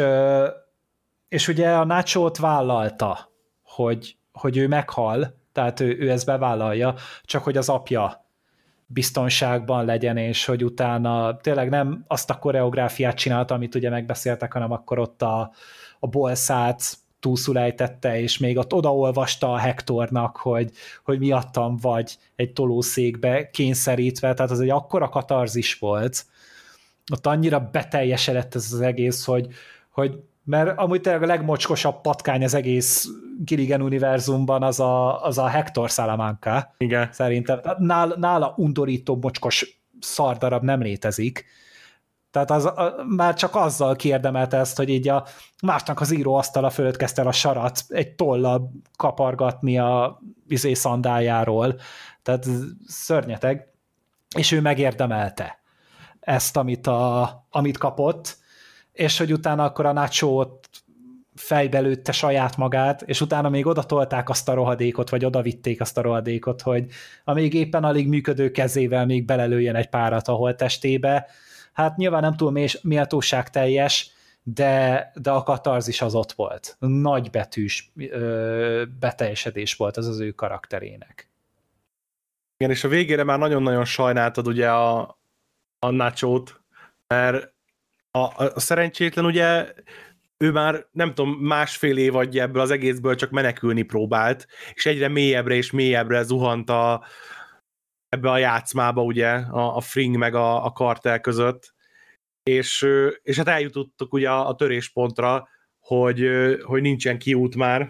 és ugye a Nachót vállalta, hogy, hogy ő meghal, tehát ő, ő ezt bevállalja, csak hogy az apja biztonságban legyen, és hogy utána tényleg nem azt a koreográfiát csinálta, amit ugye megbeszéltek, hanem akkor ott a, a bolszát túlszulejtette, és még ott odaolvasta a Hectornak, hogy, hogy miattam vagy egy tolószékbe kényszerítve, tehát az egy akkora katarzis volt, ott annyira beteljesedett ez az egész, hogy, hogy mert amúgy tényleg a legmocskosabb patkány az egész Gilligan univerzumban az a, az a Hector Salamanca. Igen. Szerintem nála, nála undorító mocskos szardarab nem létezik, Tehát az, a, már csak azzal kiérdemelte ezt, hogy így a másnak az íróasztala fölött kezdte el a sarat egy tollal kapargatni a izé szandájáról. Tehát szörnyeteg. És ő megérdemelte ezt, amit, a, amit kapott, és hogy utána akkor a Nacho fejbe lőtte saját magát, és utána még odatolták azt a rohadékot, vagy odavitték azt a rohadékot, hogy amíg éppen alig működő kezével még belelőjen egy párat a holttestébe. Hát nyilván nem túl méltóság teljes, de, de a katarzis az ott volt. Nagybetűs ö, beteljesedés volt az az ő karakterének. Igen, és a végére már nagyon-nagyon sajnáltad ugye a, a Nachót, mert a, a, a szerencsétlen ugye ő már nem tudom, másfél év adja ebből az egészből csak menekülni próbált, és egyre mélyebbre és mélyebbre zuhant a, ebbe a játszmába ugye a, a Fring meg a, a Cartel között, és, és hát eljutottuk ugye a, a töréspontra, hogy, hogy nincsen kiút már,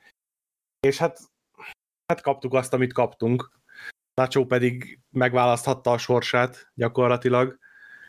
és hát, hát kaptuk azt, amit kaptunk. Nacho pedig megválaszthatta a sorsát gyakorlatilag.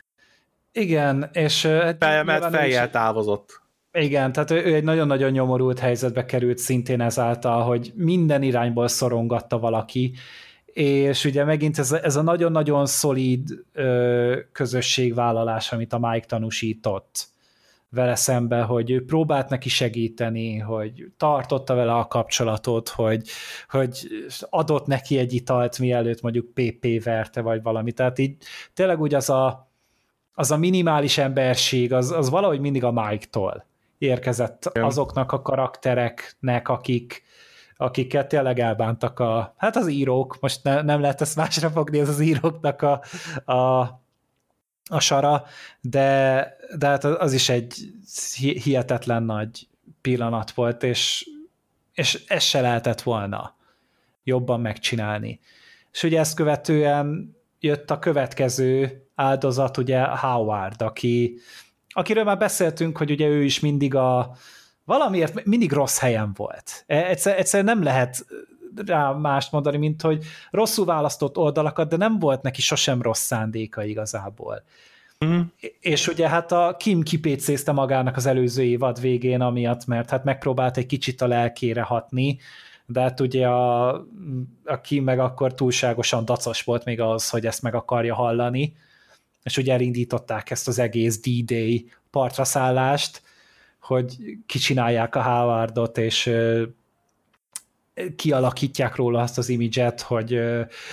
Igen, és Felemelt fejjel távozott. Igen, tehát ő, ő egy nagyon-nagyon nyomorult helyzetbe került szintén ezáltal, hogy minden irányból szorongatta valaki, és ugye megint ez a, ez a nagyon-nagyon szolíd ö, közösségvállalás, amit a Mike tanúsított vele szembe, hogy ő próbált neki segíteni, hogy tartotta vele a kapcsolatot, hogy, hogy adott neki egy italt, mielőtt mondjuk pé pé verte, vagy valami. Tehát így tényleg úgy az a, az a minimális emberség, az, az valahogy mindig a Mike-tól érkezett azoknak a karaktereknek, akik, akiket tényleg elbántak a, hát az írók, most ne, nem lehet ezt másra fogni, ez az íróknak a, a, a sara, de, de hát az is egy hihetetlen nagy pillanat volt, és, és ez se lehetett volna jobban megcsinálni. És ugye ezt követően jött a következő áldozat, ugye Howard, aki akiről már beszéltünk, hogy ugye ő is mindig a valamiért mindig rossz helyen volt. Egyszer, egyszer nem lehet rá mást mondani, mint hogy rosszul választott oldalakat, de nem volt neki sosem rossz szándéka igazából. Mm. És ugye hát a Kim kipécézte magának az előző évad végén amiatt, mert hát megpróbált egy kicsit a lelkére hatni, de hát ugye a, a Kim meg akkor túlságosan dacos volt még az, hogy ezt meg akarja hallani, és ugye elindították ezt az egész D-Day partraszállást, hogy kicsinálják a Howardot, és kialakítják róla azt az imidzset, hogy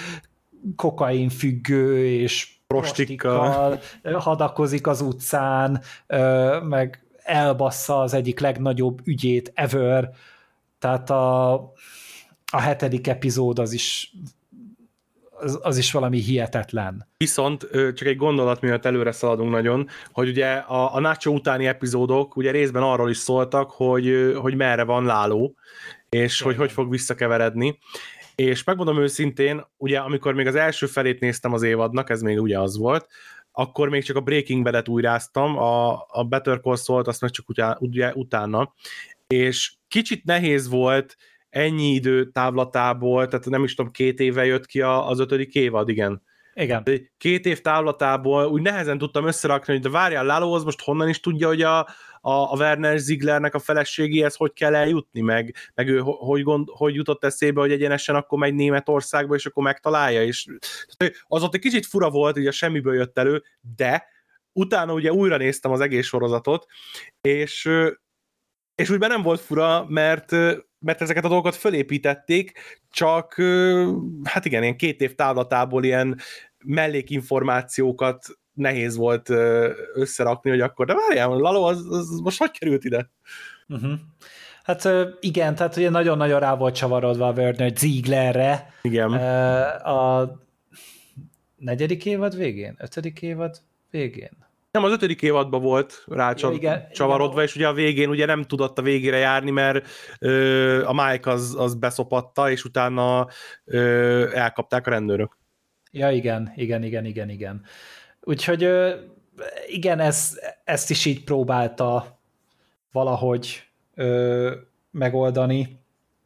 kokain függő, és prostikkal hadakozik az utcán, meg elbassza az egyik legnagyobb ügyét ever, tehát a, a hetedik epizód az is Az, az is valami hihetetlen. Viszont csak egy gondolat, miatt előre szaladunk nagyon, hogy ugye a, a Nacho utáni epizódok ugye részben arról is szóltak, hogy, hogy merre van Láló, és hogy hogy fog visszakeveredni. És megmondom őszintén, ugye amikor még az első felét néztem az évadnak, ez még ugye az volt, akkor még csak a Breaking Bad-et újráztam, a, a Better Call Saul-t azt meg csak utá, ugye, utána, és kicsit nehéz volt ennyi idő távlatából, tehát nem is tudom, két éve jött ki az ötödik évad, igen. Igen. Két év távlatából úgy nehezen tudtam összerakni, hogy de várjál, Lalo az most honnan is tudja, hogy a, a, a Werner Zieglernek a feleségéhez hogy kell eljutni, meg, meg ő hogy, gond, hogy jutott eszébe, hogy egyenesen akkor megy Németországba, és akkor megtalálja, és az ott egy kicsit fura volt, hogy a semmiből jött elő, de utána ugye újra néztem az egész sorozatot, és, és úgy nem volt fura, mert mert ezeket a dolgokat fölépítették, csak hát igen, ilyen két év távlatából ilyen mellékinformációkat nehéz volt összerakni, hogy akkor, de várjál, Lalo, az, az most hogy került ide? Uh-huh. Hát igen, tehát ugye nagyon-nagyon rá volt csavarodva a Werner Zieglerre. Igen. A negyedik évad végén? Ötödik évad végén? Nem, az ötödik évadban volt rá ja, igen, csavarodva, igen. És ugye a végén ugye nem tudott a végére járni, mert ö, a Mike az, az beszopatta, és utána ö, elkapták a rendőrök. Ja, igen, igen, igen, igen, igen. Úgyhogy ö, igen, ez, ezt is így próbálta valahogy ö, megoldani.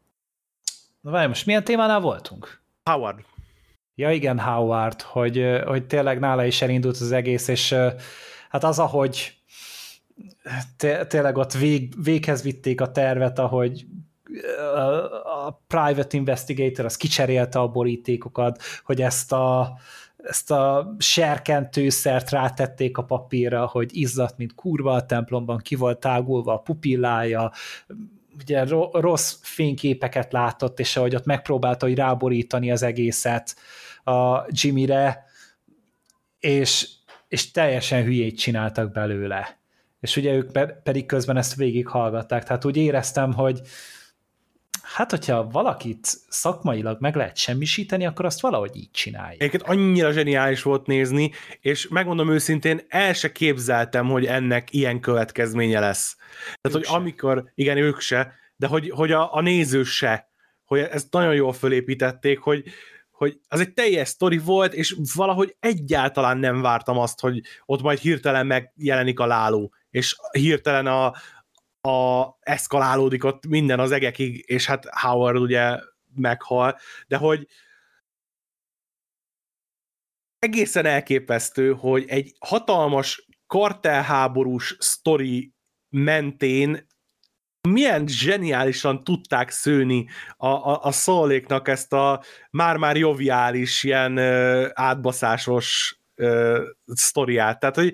Na várj, most milyen témánál voltunk? Howard. Ja igen, Howard, hogy, hogy tényleg nála is elindult az egész, és hát az, ahogy té- tényleg ott vég, véghez vitték a tervet, ahogy a private investigator az kicserélte a borítékokat, hogy ezt a, ezt a serkentőszert rátették a papírra, hogy izzadt, mint kurva a templomban, ki volt tágulva a pupillája, ugye rossz fényképeket látott, és ahogy ott megpróbálta, hogy ráborítani az egészet a Jimmyre, és, és teljesen hülyét csináltak belőle. És ugye ők pedig közben ezt végighallgatták. Tehát úgy éreztem, hogy hát, hogyha valakit szakmailag meg lehet semmisíteni, akkor azt valahogy így csinálja. Egyébként annyira zseniális volt nézni, és megmondom őszintén, el se képzeltem, hogy ennek ilyen következménye lesz. Tehát, hogy se. amikor, igen, ők se, de hogy, hogy a, a néző se, hogy ezt nagyon jól fölépítették, hogy, hogy az egy teljes sztori volt, és valahogy egyáltalán nem vártam azt, hogy ott majd hirtelen megjelenik a Láló, és hirtelen a, a eszkalálódik ott minden az egekig, és hát Howard ugye meghal, de hogy egészen elképesztő, hogy egy hatalmas kartelháborús sztori mentén milyen zseniálisan tudták szőni a, a, a Szóléknak ezt a már-már joviális, ilyen ö, átbaszásos ö, sztoriát. Tehát, hogy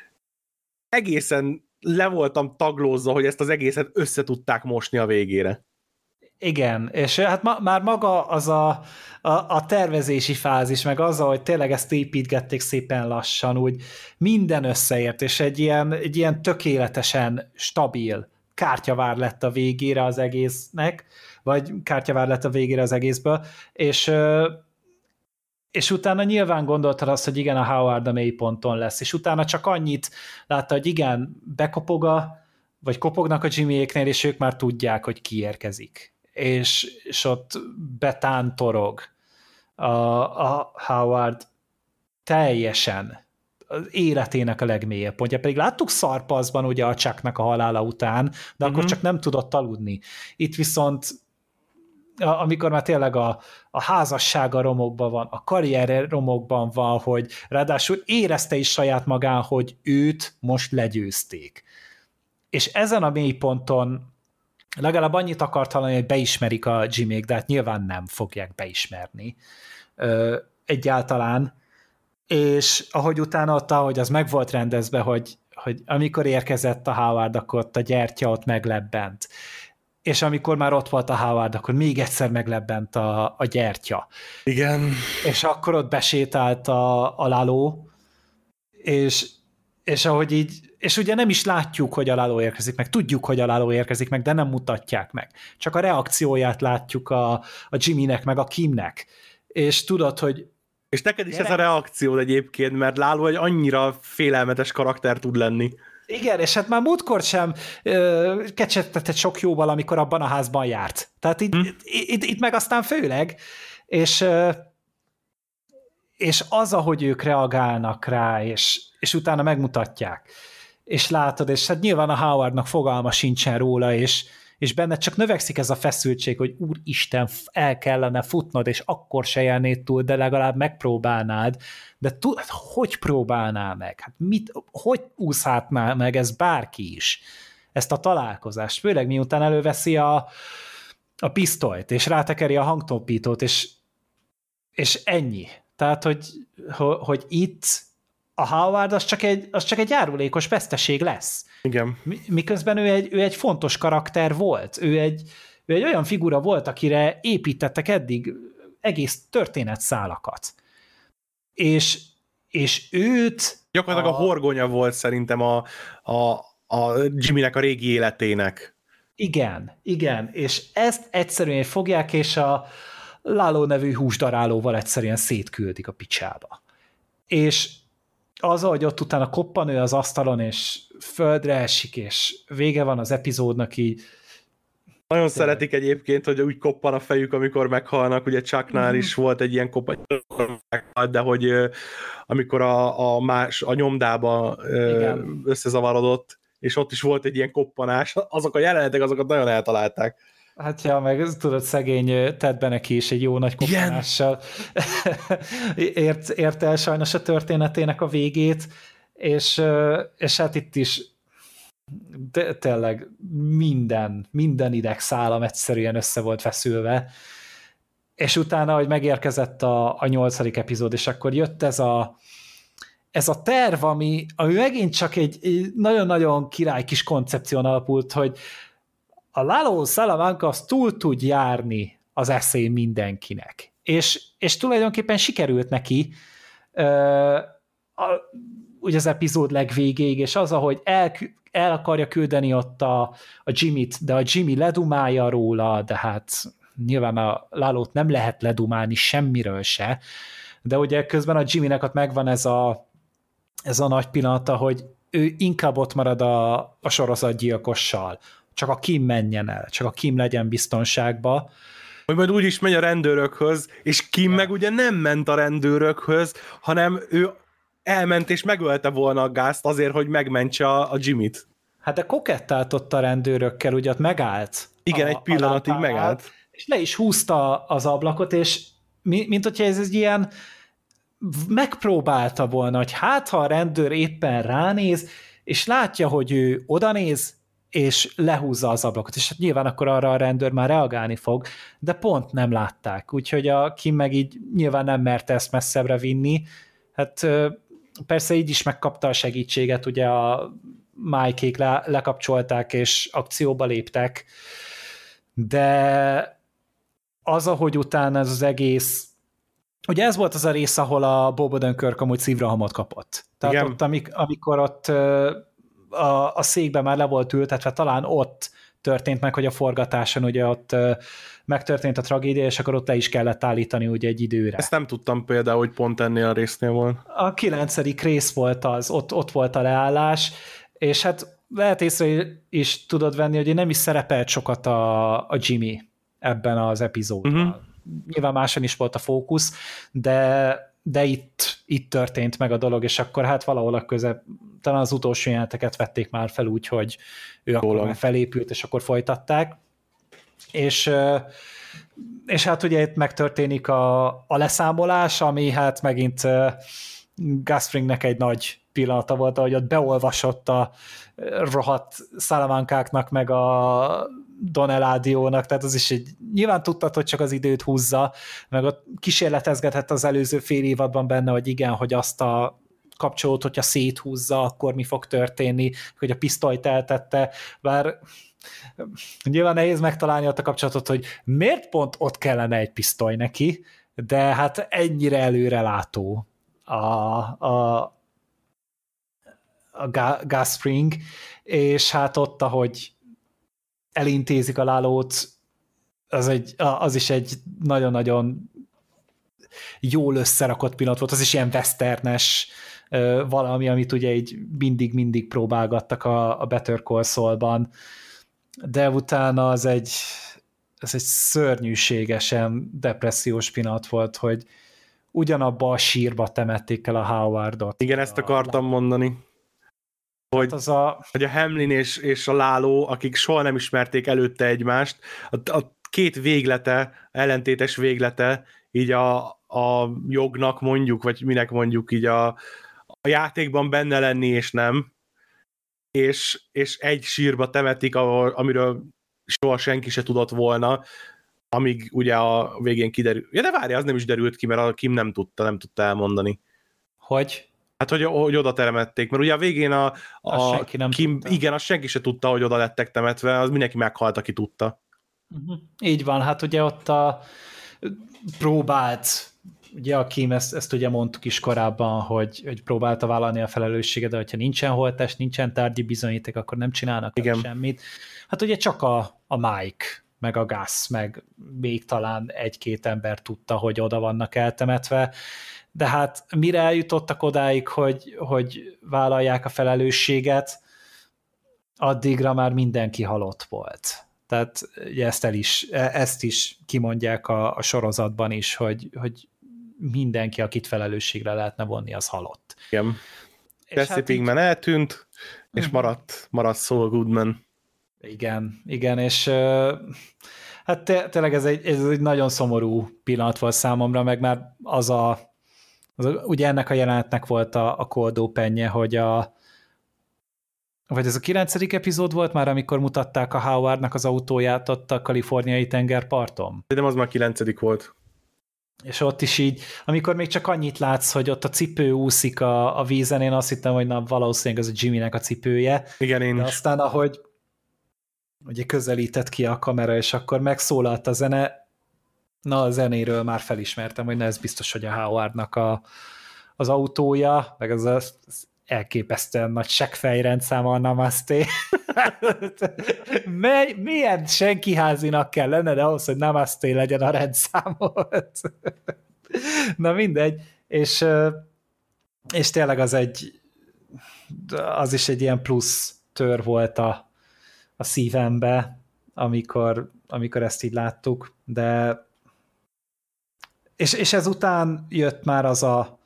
egészen le voltam taglózva, hogy ezt az egészet össze tudták mosni a végére. Igen, és hát ma, már maga az a, a, a tervezési fázis, meg az, hogy tényleg ezt építgették szépen lassan, úgy minden összeért, és egy ilyen, egy ilyen tökéletesen stabil kártyavár lett a végére az egésznek, vagy kártyavár lett a végére az egészből, és és utána nyilván gondoltad azt, hogy igen, a Howard a mélyponton lesz, és utána csak annyit látta, hogy igen, bekopog a, vagy kopognak a Jimmyéknél, és ők már tudják, hogy ki érkezik. És, és ott betántorog a, a Howard teljesen az életének a legmélyebb pontja. Pedig láttuk Szarpaszban ugye a Chucknak a halála után, de uh-huh. akkor csak nem tudott aludni. Itt viszont amikor már tényleg a, a házassága romokban van, a karrier romokban van, hogy ráadásul érezte is saját magán, hogy őt most legyőzték. És ezen a mélyponton legalább annyit akart hallani, hogy beismerik a Jimmyk, de hát nyilván nem fogják beismerni ö, egyáltalán. És ahogy utána ott, ahogy az meg volt rendezve, hogy, hogy amikor érkezett a Howard, akkor ott a gyertya ott meglebbent. És amikor már ott volt a Howard, akkor még egyszer meglebbent a, a gyertya. Igen. És akkor ott besétált a, a Láló, és, és ahogy így, és ugye nem is látjuk, hogy a Láló érkezik meg, tudjuk, hogy a Láló érkezik meg, de nem mutatják meg. Csak a reakcióját látjuk a, a Jimmynek, meg a Kimnek. És tudod, hogy és neked is ez a reakciód egyébként, mert Láló egy annyira félelmetes karakter tud lenni. Igen, és hát már múltkor sem ö, kecsettetett sok jóval, amikor abban a házban járt. Tehát itt, hm. itt, itt, itt meg aztán főleg, és, ö, és az, ahogy ők reagálnak rá, és, és utána megmutatják, és látod, és hát nyilván a Howardnak fogalma sincsen róla, és, és benned csak növekszik ez a feszültség, hogy úristen, el kellene futnod, és akkor se jelnéd túl, de legalább megpróbálnád. De tu- hát hogy próbálnál meg? Hát mit, hogy úszhatná meg ez bárki is? Ezt a találkozást. Főleg miután előveszi a, a pisztolyt, és rátekeri a hangtompítót, és, és ennyi. Tehát, hogy, hogy itt a Howard az csak egy, az csak egy járulékos veszteség lesz. Igen. Miközben ő egy, ő egy fontos karakter volt. Ő egy, ő egy olyan figura volt, akire építettek eddig egész történetszálakat. És, és őt... Gyakorlatilag a, a horgonya volt szerintem a, a, a Jimmynek a régi életének. Igen, igen. És ezt egyszerűen fogják, és a Láló nevű húsdarálóval egyszerűen szétküldik a picsába. És az, hogy ott utána koppan ő az asztalon, és földre esik, és vége van az epizódnak így. Nagyon de... szeretik egyébként, hogy úgy koppan a fejük, amikor meghalnak, ugye Chucknál mm-hmm. is volt egy ilyen koppan, de hogy amikor a, a, más, a nyomdába Igen. összezavarodott, és ott is volt egy ilyen koppanás, azok a jelenetek, azokat nagyon eltalálták. Hát ja, meg tudod, szegény Ted Beneki is egy jó nagy koppanással ért, ért el sajnos a történetének a végét, és, és hát itt is de, tényleg minden, minden idegszálam egyszerűen össze volt feszülve, és utána, hogy megérkezett a, a nyolcadik epizód, és akkor jött ez a ez a terv, ami, ami megint csak egy, egy nagyon-nagyon király kis koncepción alapult, hogy a Lalo Salamanca az túl tud járni az eszén mindenkinek. És, és tulajdonképpen sikerült neki uh, a, ugye az epizód legvégéig, és az, ahogy el, el akarja küldeni ott a, a Jimmyt, de a Jimmy ledumálja róla, de hát nyilván a Lalót nem lehet ledumálni semmiről se, de ugye közben a Jimmynek ott megvan ez a, ez a nagy pillanata, hogy ő inkább ott marad a, a sorozatgyilkossal, csak a Kim menjen el, csak a Kim legyen biztonságba. Hogy majd úgy is megy a rendőrökhöz, és Kim ja. meg ugye nem ment a rendőrökhöz, hanem ő elment és megölte volna a Gázt azért, hogy megmentse a, a Jimmyt. Hát de kokettált ott a rendőrökkel, ugye ott megállt. Igen, a, egy pillanatig megállt. És le is húzta az ablakot, és mi, mint hogyha ez egy ilyen megpróbálta volna, hogy hát ha a rendőr éppen ránéz, és látja, hogy ő odanéz, és lehúzza az ablakot, és hát nyilván akkor arra a rendőr már reagálni fog, de pont nem látták, úgyhogy a Kim meg így nyilván nem merte ezt messzebbre vinni, hát persze így is megkapta a segítséget, ugye a Mike-ék le, lekapcsolták, és akcióba léptek, de az, ahogy utána ez az egész, ugye ez volt az a rész, ahol a Bob Odenkirk amúgy szívrohamot kapott. Tehát igen. Ott, amikor ott a, a székben már le volt ültetve, talán ott történt meg, hogy a forgatáson ugye ott megtörtént a tragédia, és akkor ott le is kellett állítani ugye egy időre. Ezt nem tudtam például, hogy pont ennél a résznél volt. A kilencedik rész volt az, ott, ott volt a leállás, és hát lehet észre is tudod venni, hogy nem is szerepelt sokat a, a Jimmy ebben az epizódban. Uh-huh. Nyilván máson is volt a fókusz, de, de itt, itt történt meg a dolog, és akkor hát valahol a közep, talán az utolsó jeleneteket vették már fel úgy, hogy ő akkor már felépült, és akkor folytatták. És, és hát ugye itt megtörténik a, a leszámolás, ami hát megint Gus Fringnek egy nagy pillanata volt, ahogy ott beolvasott a rohadt Salamankáknak, meg a Don Eladio-nak, tehát az is egy, nyilván tudtad, hogy csak az időt húzza, meg ott kísérletezgetett az előző fél évadban benne, hogy igen, hogy azt a kapcsolót, hogyha széthúzza, akkor mi fog történni, hogy a pisztolyt eltette, bár nyilván nehéz megtalálni ott a kapcsolatot, hogy miért pont ott kellene egy pisztoly neki, de hát ennyire előrelátó a, a, a Gus Fring, és hát ott, ahogy elintézik a Lalót, az, egy, az is egy nagyon-nagyon jól összerakott pillanat volt, az is ilyen westernes valami, amit ugye így mindig-mindig próbálgattak a, a Better Call Saul-ban, de utána az egy, ez egy szörnyűségesen depressziós pillanat volt, hogy ugyanabba a sírba temették el a Howardot. Igen, ezt akartam a... mondani. Hogy, az a... hogy a Hamlin és, és a Lalo, akik soha nem ismerték előtte egymást, a, a két véglete, ellentétes véglete, így a, a jognak mondjuk, vagy minek mondjuk így a, a játékban benne lenni, és nem, és, és egy sírba temetik, ahol, amiről soha senki se tudott volna, amíg ugye a végén kiderül. Ja, de várja, az nem is derült ki, mert a Kim nem tudta, nem tudta elmondani. Hogy? Hát, hogy, hogy oda temették, mert ugye a végén a, a nem Kim, igen, az senki se tudta, hogy oda lettek temetve, az mindenki meghalt, aki tudta. Uh-huh. Így van, hát ugye ott a próbált, ugye a Kim, ezt, ezt ugye mondtuk is korábban, hogy, hogy próbálta vállalni a felelősséget, de hogyha nincsen holttest, nincsen tárgyi bizonyíték, akkor nem csinálnak igen. semmit. Hát ugye csak a, a Mike, meg a Gus, meg még talán egy-két ember tudta, hogy oda vannak eltemetve, de hát mire eljutottak odáig, hogy, hogy vállalják a felelősséget, addigra már mindenki halott volt. Tehát ezt, el is, ezt is kimondják a, a sorozatban is, hogy, hogy mindenki, akit felelősségre lehetne vonni, az halott. Igen. Jesse hát Pinkman így... eltűnt, és maradt, maradt Saul Goodman. Igen, igen, és hát tényleg ez egy, ez egy nagyon szomorú pillanat volt számomra, meg már az a Az, ugye ennek a jelenetnek volt a, a cold openje, hogy a vagy ez a kilencedik epizód volt már, amikor mutatták a Howardnak az autóját ott a kaliforniai tengerparton? De az már kilencedik volt. És ott is így, amikor még csak annyit látsz, hogy ott a cipő úszik a, a vízen, én azt hittem, hogy na, valószínűleg az a Jimmynek a cipője. Igen, én De is. aztán, ahogy ugye közelített ki a kamera, és akkor megszólalt a zene, na a zenéről már felismertem, hogy na, ez biztos, hogy a Howardnak a, az autója, meg az, az elképesztően nagy seggfejrendszám a Namaste. Mely, milyen senkiházinak kell lenne, de ahhoz, hogy Namaste legyen a rendszámot. Na mindegy, és, és tényleg az egy az is egy ilyen plusz tör volt a, a szívembe, amikor, amikor ezt így láttuk, de és, és ezután jött már az a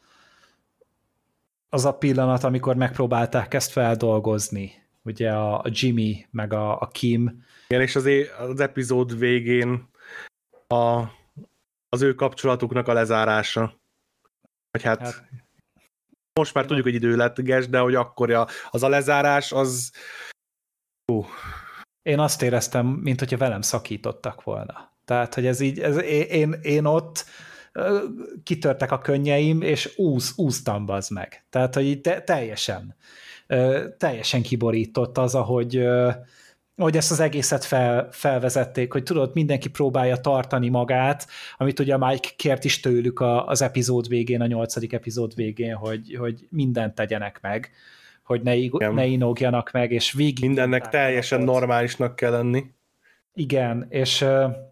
az a pillanat, amikor megpróbálták ezt feldolgozni. Ugye a, a Jimmy, meg a, a Kim. Igen, és az, é- az epizód végén a, az ő kapcsolatuknak a lezárása. Vagy hát, hát most már tudjuk, hogy idő lett, de hogy akkor a, az a lezárás, az... Uh. Én azt éreztem, mint hogyha velem szakítottak volna. Tehát, hogy ez így, ez, én, én ott kitörtek a könnyeim, és úsz, úsztam, bazd meg. Tehát, hogy így te, teljesen, teljesen kiborított az, ahogy, ahogy ezt az egészet fel, felvezették, hogy tudod, mindenki próbálja tartani magát, amit ugye Mike kért is tőlük az epizód végén, a nyolcadik epizód végén, hogy, hogy mindent tegyenek meg, hogy ne, ne inogjanak meg, és végig... Mindennek teljesen normálisnak kell lenni. Igen, és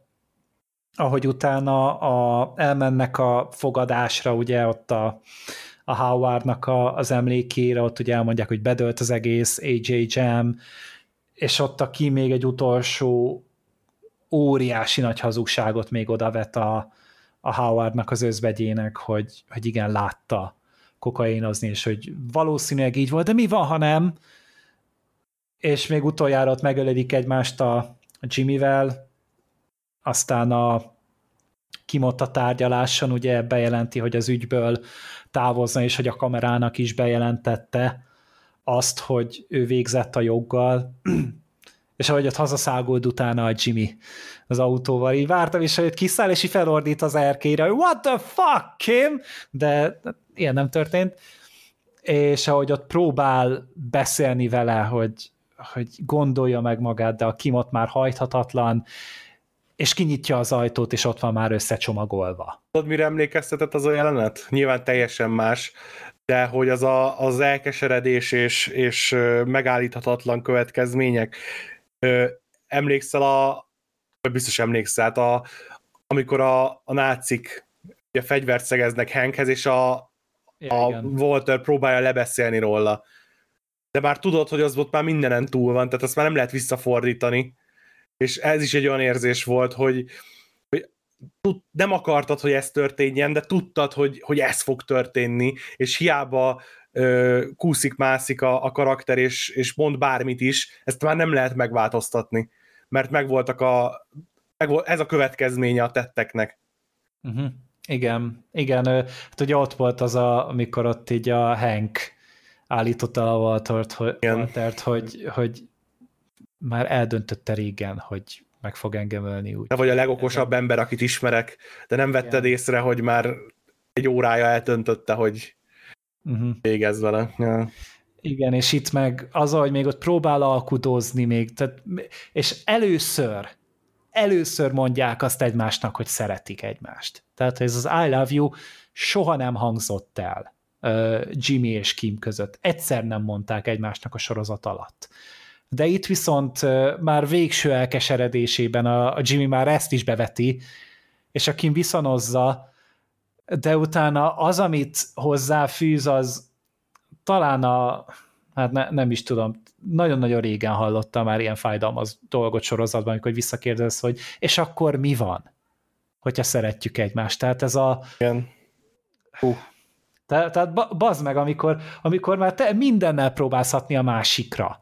ahogy utána a, elmennek a fogadásra, ugye ott a, a Howardnak a, az emlékére, ott ugye elmondják, hogy bedölt az egész á jé Jam, és ott aki még egy utolsó óriási nagy hazugságot még odavet a, a Howardnak az özvegyének, hogy, hogy igen, látta kokainozni, és hogy valószínűleg így volt, de mi van, ha nem? És még utoljára ott megöledik egymást a, a Jimmyvel, aztán a Kimott a tárgyaláson ugye bejelenti, hogy az ügyből távozna, és hogy a kamerának is bejelentette azt, hogy ő végzett a joggal, és ahogy ott hazaszágult utána a Jimmy az autóval, így vártam is, hogy kiszáll, és így felordít az erkére, hogy what the fuck, Kim? De ilyen nem történt. És ahogy ott próbál beszélni vele, hogy, hogy gondolja meg magát, de a Kim ott már hajthatatlan, és kinyitja az ajtót, és ott van már összecsomagolva. Tudod, mire emlékeztetett az a jelenet? Nyilván teljesen más, de hogy az a, az elkeseredés és, és megállíthatatlan következmények. Emlékszel a, vagy biztos emlékszel, hát a, amikor a, a nácik ugye fegyvert szegeznek Hankhez, és a, ja, a Walter próbálja lebeszélni róla. De már tudod, hogy az ott már mindenen túl van, tehát azt már nem lehet visszafordítani. És ez is egy olyan érzés volt, hogy, hogy tud, nem akartad, hogy ez történjen, de tudtad, hogy, hogy ez fog történni, és hiába ö, kúszik-mászik a, a karakter, és, és mond bármit is, ezt már nem lehet megváltoztatni, mert megvoltak a, megvolt, ez a következménye a tetteknek. Uh-huh. Igen, igen, hát ugye ott volt az, a, amikor ott így a Hank állította a Waltert, hogy, Waltert, hogy, hogy már eldöntötte régen, hogy meg fog engem ölni. Úgy. Te vagy a legokosabb ez ember, akit ismerek, de nem vetted igen. észre, hogy már egy órája eldöntötte, hogy uh-huh. végezz vele. Ja. Igen, és itt meg az, hogy még ott próbál alkudozni még, tehát, és először, először mondják azt egymásnak, hogy szeretik egymást. Tehát ez az I love you soha nem hangzott el uh, Jimmy és Kim között. Egyszer nem mondták egymásnak a sorozat alatt. De itt viszont uh, már végső elkeseredésében a, a Jimmy már ezt is beveti, és a Kim viszonozza, de utána az, amit hozzáfűz, az talán a, hát ne, nem is tudom, nagyon-nagyon régen hallottam már ilyen fájdalmas dolgot sorozatban, amikor visszakérdez, hogy és akkor mi van, hogyha szeretjük egymást. Tehát ez a... Igen. Hú. Te, tehát bazd meg, amikor, amikor már te mindennel próbálsz hatni a másikra.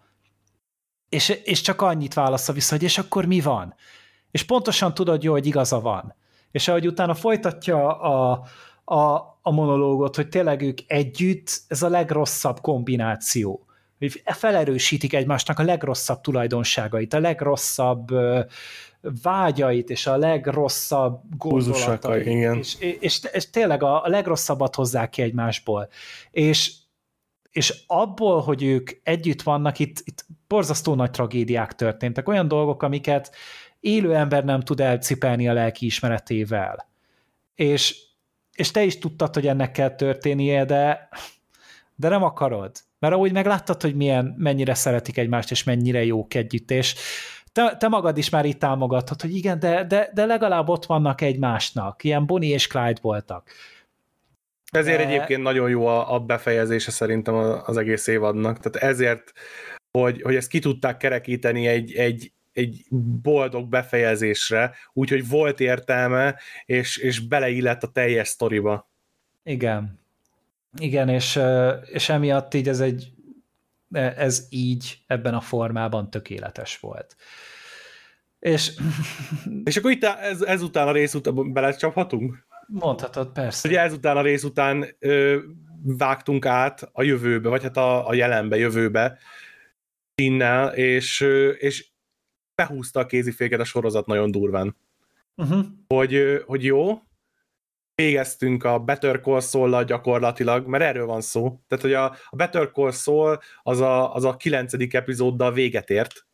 És, és csak annyit válaszol vissza, hogy és akkor mi van? És pontosan tudod jó, hogy igaza van. És ahogy utána folytatja a, a, a monológot, hogy tényleg ők együtt, ez a legrosszabb kombináció. Hogy felerősítik egymásnak a legrosszabb tulajdonságait, a legrosszabb vágyait, és a legrosszabb gondolatait. És, és, és tényleg a, a legrosszabbat hozzák ki egymásból. És, és abból, hogy ők együtt vannak, itt, itt borzasztó nagy tragédiák történtek. Olyan dolgok, amiket élő ember nem tud elcipelni a lelki ismeretével. És, és te is tudtad, hogy ennek kell történnie, de, de nem akarod. Mert ahogy megláttad, hogy milyen, mennyire szeretik egymást, és mennyire jók együtt, és te, te magad is már itt támogatod, hogy igen, de, de, de legalább ott vannak egymásnak. Ilyen Bonnie és Clyde voltak. Ezért de... egyébként nagyon jó a, a befejezése szerintem az egész évadnak. Tehát ezért, hogy, hogy ezt ki tudták kerekíteni egy, egy, egy boldog befejezésre, úgyhogy volt értelme, és, és beleillett a teljes sztoriba. Igen. Igen, és, és emiatt így ez egy ez így ebben a formában tökéletes volt. És, és akkor itt ez, ezután a rész után belecsaphatunk? Mondhatod, persze. Ugye ezután a rész után ö, vágtunk át a jövőbe, vagy hát a, a jelenbe, jövőbe innen, és, és behúzta a kéziféket a sorozat nagyon durván. Uh-huh. Hogy, hogy jó, végeztünk a Better Call Saul-lal gyakorlatilag, mert erről van szó. Tehát, hogy a, a Better Call Saul az a, az a kilencedik epizóddal véget ért,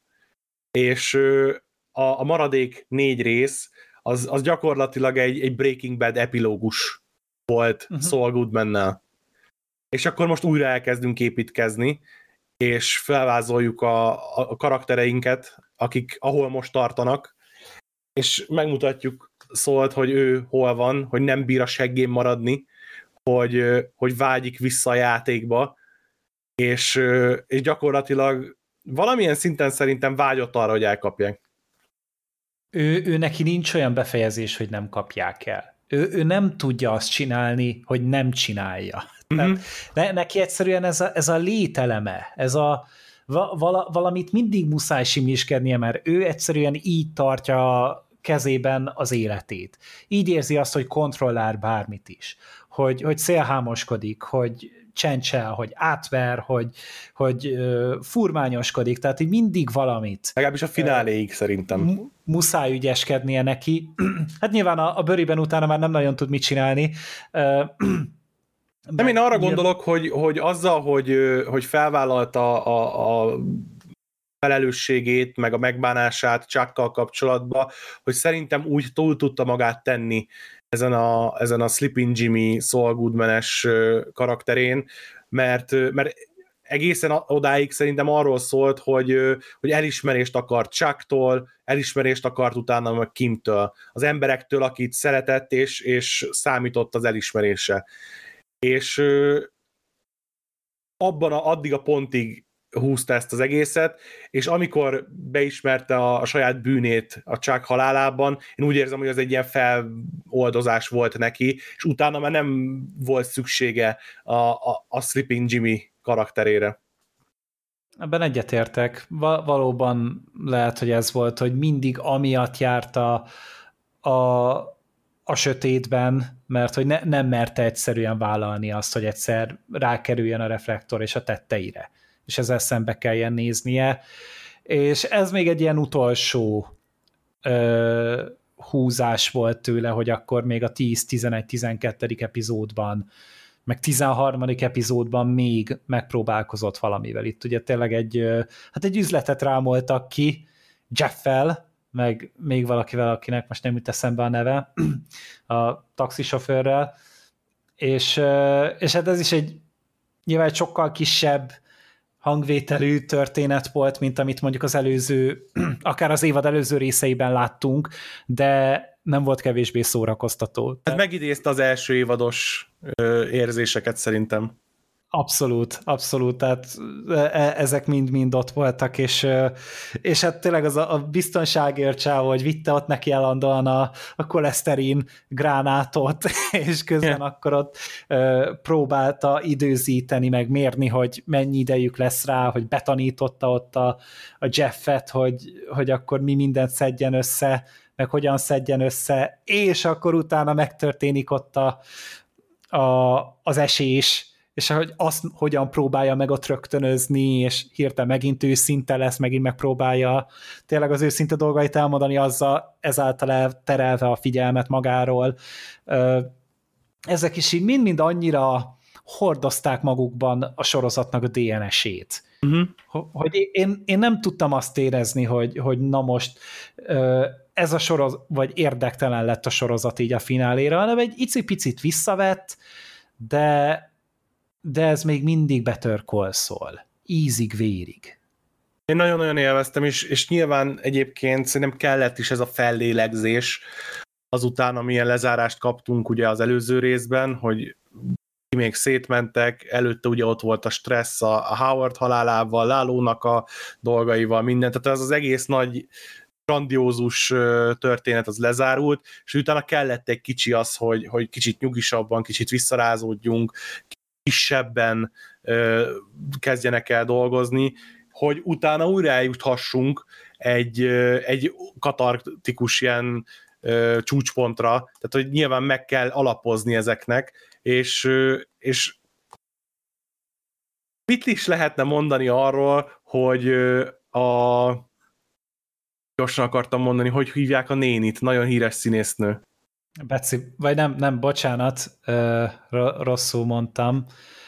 és a, a maradék négy rész az, az gyakorlatilag egy, egy Breaking Bad epilógus volt uh-huh. Saul Goodmannel. És akkor most újra elkezdünk építkezni, és felvázoljuk a, a karaktereinket, akik ahol most tartanak, és megmutatjuk Szólt, hogy ő hol van, hogy nem bír a seggén maradni, hogy, hogy vágyik vissza a játékba, és, és gyakorlatilag valamilyen szinten szerintem vágyott arra, hogy elkapják. Ő, ő neki nincs olyan befejezés, hogy nem kapják el. Ő, ő nem tudja azt csinálni, hogy nem csinálja. Mm-hmm. Ne, neki egyszerűen ez a, ez a lételeme, ez a vala, valamit mindig muszáj simiskednie, mert ő egyszerűen így tartja kezében az életét. Így érzi azt, hogy kontrollál bármit is. Hogy, hogy szélhámoskodik, hogy csencsel, hogy átver, hogy, hogy uh, furmányoskodik, tehát így mindig valamit. Legalábbis a fináléig uh, szerintem. Mu- muszáj ügyeskednie neki. Hát nyilván a, a Buriben utána már nem nagyon tud mit csinálni. Uh, nem, én arra gondolok, hogy, hogy azzal, hogy, hogy felvállalta a, a felelősségét, meg a megbánását Chuckkal kapcsolatban, hogy szerintem úgy túl tudta magát tenni ezen a, ezen a Sleeping Jimmy Saul Goodman-es karakterén, mert, mert egészen odáig szerintem arról szólt, hogy, hogy elismerést akart Chucktól, elismerést akart utána meg Kimtől, az emberektől, akit szeretett, és, és számított az elismerése. És abban a, addig a pontig húzta ezt az egészet, és amikor beismerte a, a saját bűnét a Chuck halálában, én úgy érzem, hogy az egy ilyen feloldozás volt neki, és utána már nem volt szüksége a, a, a Sleeping Jimmy karakterére. Ebben egyetértek. Val- valóban lehet, hogy ez volt, hogy mindig amiatt járt a, a, a sötétben, mert hogy ne, nem merte egyszerűen vállalni azt, hogy egyszer rákerüljön a reflektor és a tetteire, és ezzel szembe kelljen néznie, és ez még egy ilyen utolsó ö, húzás volt tőle, hogy akkor még a tíz, tizenegy, tizenkettedik epizódban, meg tizenharmadik epizódban még megpróbálkozott valamivel. Itt ugye tényleg egy, hát egy üzletet rámoltak ki Jeff-fel, meg még valakivel, akinek most nem jut eszembe a neve, a taxisofőrrel, és, és hát ez is egy nyilván egy sokkal kisebb hangvételű történet volt, mint amit mondjuk az előző, akár az évad előző részeiben láttunk, de nem volt kevésbé szórakoztató. Ez megidézte az első évados ö, érzéseket szerintem. Abszolút, abszolút, tehát ezek mind-mind ott voltak, és, és hát tényleg az a, a biztonságért csáv, hogy vitte ott neki állandóan a, a koleszterin gránátot, és közben yeah. akkor ott uh, próbálta időzíteni, meg mérni, hogy mennyi idejük lesz rá, hogy betanította ott a, a Jeffet, hogy, hogy akkor mi mindent szedjen össze, meg hogyan szedjen össze, és akkor utána megtörténik ott a a, az esés, és hogy azt hogyan próbálja meg ott rögtönözni, és hirtelen megint őszinte lesz, megint megpróbálja tényleg az őszinte dolgait elmondani, azzal ezáltal elterelve a figyelmet magáról. Ezek is így mind-mind annyira hordozták magukban a sorozatnak a dé en es-ét. Uh-huh. Hogy én, én nem tudtam azt érezni, hogy, hogy na most ez a sorozat, vagy érdektelen lett a sorozat így a fináléra, hanem egy icipicit visszavett, de de ez még mindig Better Call Saul. Ízig-vérig. Én nagyon-nagyon élveztem, és, és nyilván egyébként szerintem kellett is ez a fellélegzés azután, amilyen lezárást kaptunk ugye az előző részben, hogy még szétmentek, előtte ugye ott volt a stressz a, a Howard halálával, Lálónak a dolgaival, minden, tehát ez az egész nagy grandiózus történet az lezárult, és utána kellett egy kicsi az, hogy, hogy kicsit nyugisabban, kicsit visszarázódjunk, kisebben ö, kezdjenek el dolgozni, hogy utána újra eljuthassunk egy, ö, egy katartikus ilyen ö, csúcspontra, tehát hogy nyilván meg kell alapozni ezeknek, és, ö, és mit is lehetne mondani arról, hogy ö, a gyorsan akartam mondani, hogy hívják a nénit, nagyon híres színésznő. Betsy, vagy nem, nem, bocsánat, rosszul mondtam.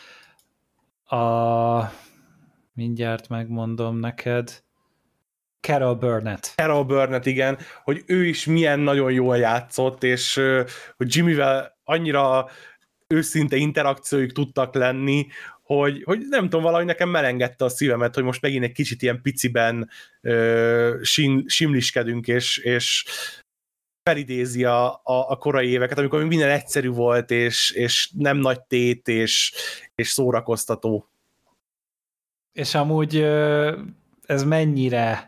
A, mindjárt megmondom neked. Carol Burnett. Carol Burnett, igen, hogy ő is milyen nagyon jól játszott, és hogy Jimmyvel annyira őszinte interakcióik tudtak lenni, hogy, hogy nem tudom, valahogy nekem melengedte a szívemet, hogy most megint egy kicsit ilyen piciben uh, sim, simliskedünk, és, és felidézi a, a, a korai éveket, amikor még minden egyszerű volt, és, és nem nagy tét, és, és szórakoztató. És amúgy ez mennyire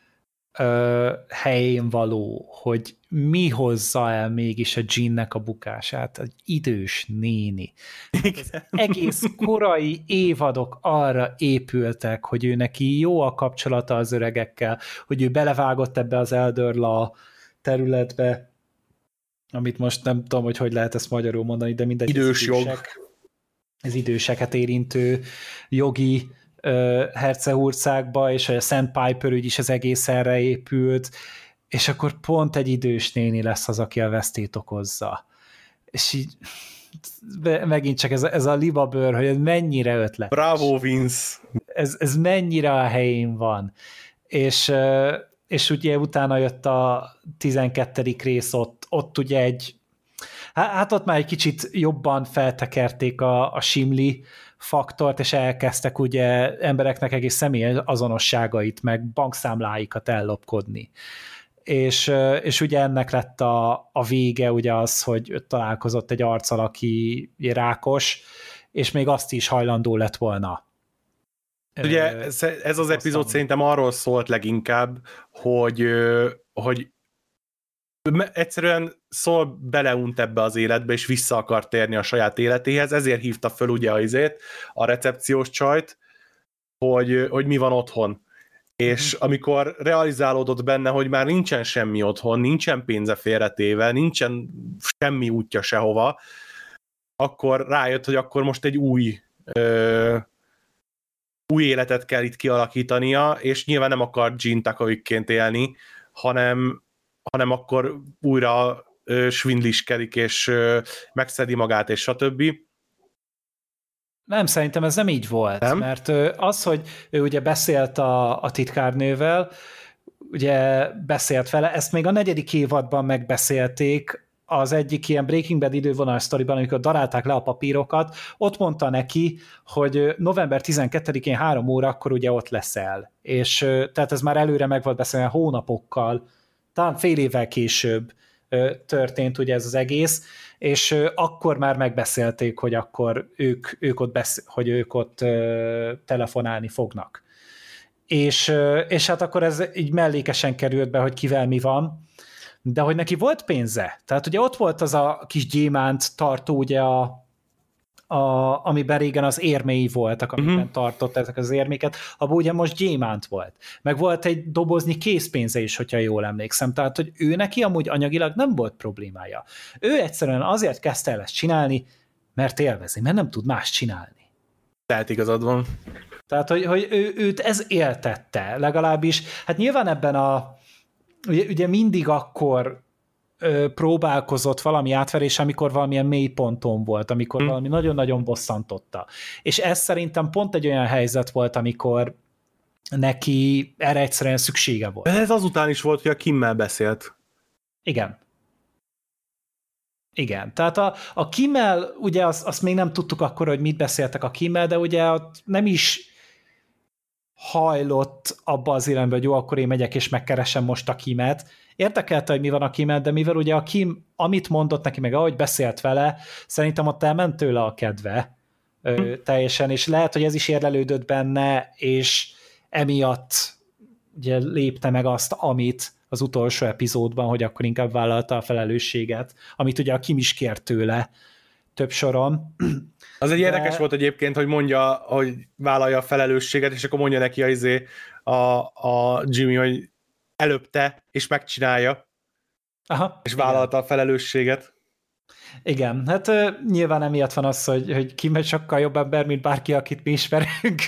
ö, helyén való, hogy mi hozza el mégis a Jeannek a bukását, egy idős néni. Az egész korai évadok arra épültek, hogy ő neki jó a kapcsolata az öregekkel, hogy ő belevágott ebbe az Elder Law területbe, amit most nem tudom, hogy hogy lehet ezt magyarul mondani, de mindegy. Idős jog. Ez időseket érintő jogi uh, hercehurcákba, és a Szent Piper ügy is az egész erre épült, és akkor pont egy idős néni lesz az, aki a vesztét okozza. És így megint csak ez, ez a libabőr, hogy ez mennyire ötletes. Bravo, Vince! Ez, ez mennyire a helyén van. És uh, és ugye utána jött a tizenkettedik rész, ott, ott ugye egy, hát ott már egy kicsit jobban feltekerték a, a simli faktort, és elkezdtek ugye embereknek egész személyes azonosságait, meg bankszámláikat ellopkodni. És, és ugye ennek lett a, a vége ugye az, hogy találkozott egy arccal, aki rákos, és még azt is hajlandó lett volna. Ugye ez, ez az epizód aztán szerintem arról szólt leginkább, hogy, hogy egyszerűen Saul beleunt ebbe az életbe, és vissza akar térni a saját életéhez, ezért hívta föl ugye a izét, a recepciós csajt, hogy, hogy mi van otthon. És mm. amikor realizálódott benne, hogy már nincsen semmi otthon, nincsen pénze félretéve, nincsen semmi útja sehova, akkor rájött, hogy akkor most egy új ö, új életet kell itt kialakítania, és nyilván nem akar Jean Takovicként élni, hanem, hanem akkor újra ö, svindliskedik, és ö, megszedi magát, és stb. Nem, szerintem ez nem így volt, nem? Mert az, hogy ő ugye beszélt a, a titkárnővel, ugye beszélt vele, ezt még a negyedik évadban megbeszélték, az egyik ilyen Breaking Bad idővonal sztoriban, amikor darálták le a papírokat, ott mondta neki, hogy november tizenkettedikén három órakor ugye ott leszel. És tehát ez már előre meg volt beszélve hónapokkal, talán fél évvel később történt ugye ez az egész, és akkor már megbeszélték, hogy akkor ők, ők ott, besz- hogy ők ott telefonálni fognak. És, és hát akkor ez így mellékesen került be, hogy kivel mi van, de hogy neki volt pénze. Tehát ugye ott volt az a kis gyémánt tartó, ugye a, a, amiben régen az érméi voltak, amiben uh-huh. tartott ezek az érméket, abban ugye most gyémánt volt. Meg volt egy dobozni készpénze is, hogyha jól emlékszem. Tehát, hogy ő neki amúgy anyagilag nem volt problémája. Ő egyszerűen azért kezdte el ezt csinálni, mert élvezi, mert nem tud más csinálni. Tehát igazad van. Tehát, hogy, hogy ő, őt ez éltette, legalábbis. Hát nyilván ebben a, ugye, ugye mindig akkor ö, próbálkozott valami átverés, amikor valamilyen mély ponton volt, amikor hmm. valami nagyon-nagyon bosszantotta. És ez szerintem pont egy olyan helyzet volt, amikor neki erre egyszerűen szüksége volt. Ez azután is volt, hogy a Kimmel beszélt. Igen. Igen, tehát a, a Kimmel, ugye azt, azt még nem tudtuk akkor, hogy mit beszéltek a Kimmel, de ugye nem is hajlott abba az irányba, hogy jó, akkor én megyek és megkeresem most a Kimet. Érdekelte, hogy mi van a Kimmel, de mivel ugye a Kim, amit mondott neki, meg ahogy beszélt vele, szerintem ott elment tőle a kedve hm. ö, teljesen, és lehet, hogy ez is érlelődött benne, és emiatt ugye lépte meg azt, amit az utolsó epizódban, hogy akkor inkább vállalta a felelősséget, amit ugye a Kim is kért tőle több soron. Az egy De... érdekes volt egyébként, hogy mondja, hogy vállalja a felelősséget, és akkor mondja neki a, izé, a, a Jimmy, hogy előbb te, és megcsinálja, Aha, és vállalta igen. a felelősséget. Igen, hát uh, nyilván emiatt van az, hogy, hogy Kim egy sokkal jobb ember, mint bárki, akit mi ismerünk.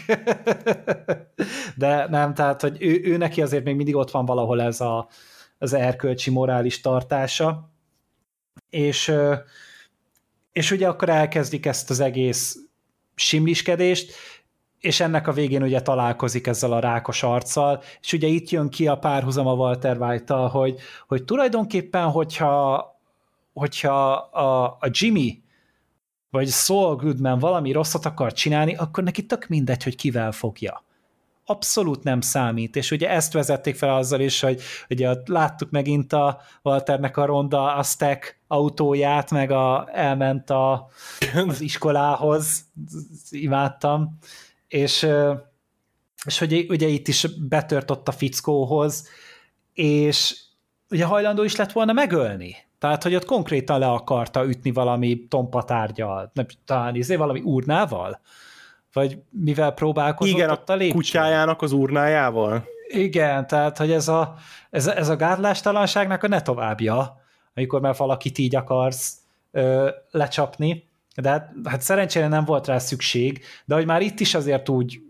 De nem, tehát, hogy ő, ő neki azért még mindig ott van valahol ez a, az erkölcsi, morális tartása. És, uh, és ugye akkor elkezdik ezt az egész simliskedést, és ennek a végén ugye találkozik ezzel a rákos arccal, és ugye itt jön ki a párhuzam a Walter White-tal, hogy, hogy tulajdonképpen, hogyha hogyha a, a Jimmy vagy Saul Goodman valami rosszat akar csinálni, akkor neki tök mindegy, hogy kivel fogja. Abszolút nem számít, és ugye ezt vezették fel azzal is, hogy ugye láttuk megint a Walternek a Ronda Aztek autóját, meg a, elment a, az iskolához, imádtam, és, és ugye, ugye itt is betört ott a fickóhoz, és ugye hajlandó is lett volna megölni. Tehát, hogy ott konkrétan le akarta ütni valami tompa tárgyal, nem talán izé, valami urnával? Vagy mivel próbálkozott Igen, ott a lépcsőn? kutyájának az urnájával? Igen, tehát, hogy ez a, ez a, ez a gátlástalanságnak a ne továbbja, amikor már valakit így akarsz ö, lecsapni, de hát, hát szerencsére nem volt rá szükség, de hogy már itt is azért úgy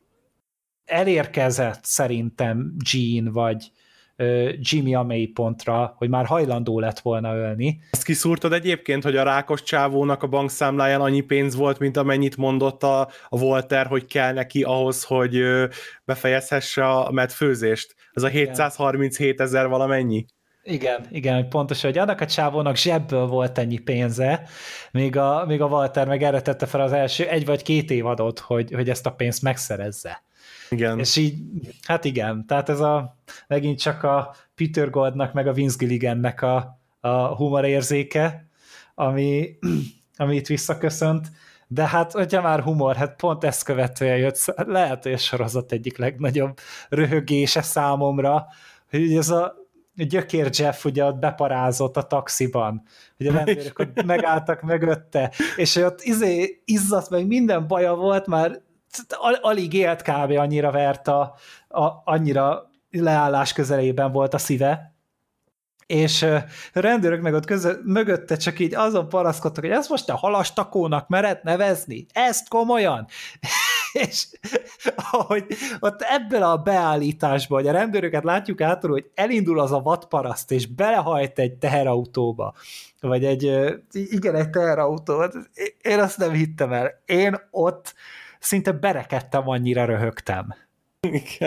elérkezett szerintem Gene, vagy Jimmy a mélypontra, hogy már hajlandó lett volna ölni. Azt kiszúrtad egyébként, hogy a rákos csávónak a bankszámláján annyi pénz volt, mint amennyit mondott a, a Walter, hogy kell neki ahhoz, hogy befejezhesse a medfőzést. Ez a hétszázharminchét ezer valamennyi? Igen, igen, pontosan, hogy annak a csávónak zsebből volt ennyi pénze, míg a, míg a Walter meg erre tette fel az első egy vagy két évadot, hogy, hogy ezt a pénzt megszerezze. Igen. És így, hát igen, tehát ez a megint csak a Peter Goldnak meg a Vince Gilligannek a, a humorérzéke, ami, ami itt visszaköszönt, de hát, hogyha már humor, hát pont ezt követően jött, lehet, hogy a sorozat egyik legnagyobb röhögése számomra, hogy ez a gyökér Jeff ugye ott beparázott a taxiban, hogy a rendőrök ott megálltak mögötte, és ott izé, izzadt meg, minden baja volt, már alig élt kb. Annyira vert a, a, annyira leállás közelében volt a szíve, és a rendőrök meg ott közö, mögötte csak így azon paraszkodtak, hogy ezt most a halastakónak mered nevezni? Ezt komolyan? És ahogy ott ebből a beállításban, hogy a rendőröket látjuk átról, hogy elindul az a vadparaszt, és belehajt egy teherautóba, vagy egy, igen, egy teherautóba, én azt nem hittem el. Én ott szinte berekedtem, annyira röhögtem. Igen.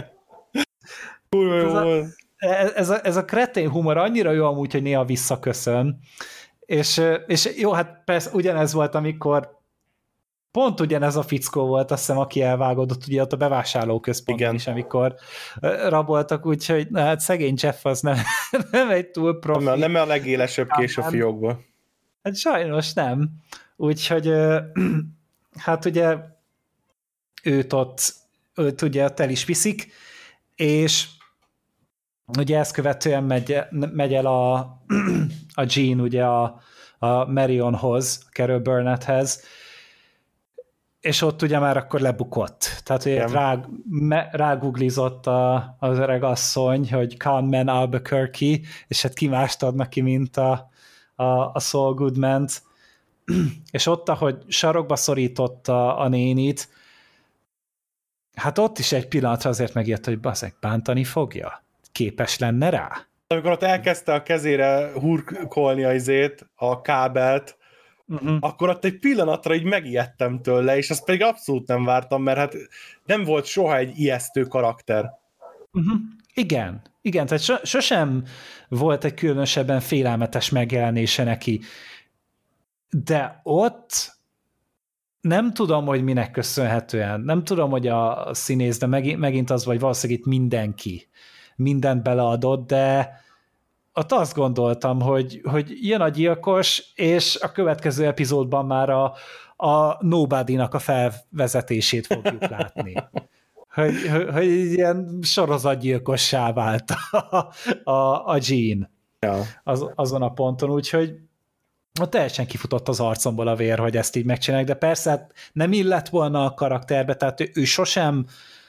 Ez a, ez, a, ez a kretén humor annyira jó amúgy, hogy néha visszaköszön. És, és jó, hát persze ugyanez volt, amikor pont ugyanez a fickó volt, azt hiszem, aki elvágódott ugye ott a bevásárlóközpontban is, amikor raboltak, úgyhogy na, hát szegény Jeff az nem, nem egy túl profi. Nem, nem a legélesebb kés a fiókban. Hát sajnos nem. Úgyhogy hát ugye őt ott, őt ugye ott el is viszik, és ugye ezt követően megy, megy el a, a Gene ugye a, a Marionhoz, a Carol Burnetthez, és ott ugye már akkor lebukott. Tehát ugye rá, me, ráguglizott a, az öreg asszony, hogy Conman Albuquerque, és hát ki mást adnak ki, mint a, a, a Saul Goodman-t, és ott, ahogy sarokba szorította a nénit, hát ott is egy pillanatra azért megjött, hogy baszeg, bántani fogja? Képes lenne rá? Amikor ott elkezdte a kezére hurkolni a izét, a kábelt, uh-huh. akkor ott egy pillanatra így megijedtem tőle, és azt pedig abszolút nem vártam, mert hát nem volt soha egy ijesztő karakter. Uh-huh. Igen, igen, tehát so- sosem volt egy különösebben félelmetes megjelenése neki. De ott nem tudom, hogy minek köszönhetően, nem tudom, hogy a színész, de megint, megint az, vagy valószínűleg itt mindenki mindent beleadott, de ott azt gondoltam, hogy, hogy jön a gyilkos, és a következő epizódban már a, a Nobody-nak a felvezetését fogjuk látni. Hogy, hogy, hogy ilyen sorozatgyilkossá vált a, a, a Jean ja. az, azon a ponton, úgyhogy ott teljesen kifutott az arcomból a vér, hogy ezt így megcsinálják, de persze hát nem illett volna a karakterbe, tehát ő, ő sosem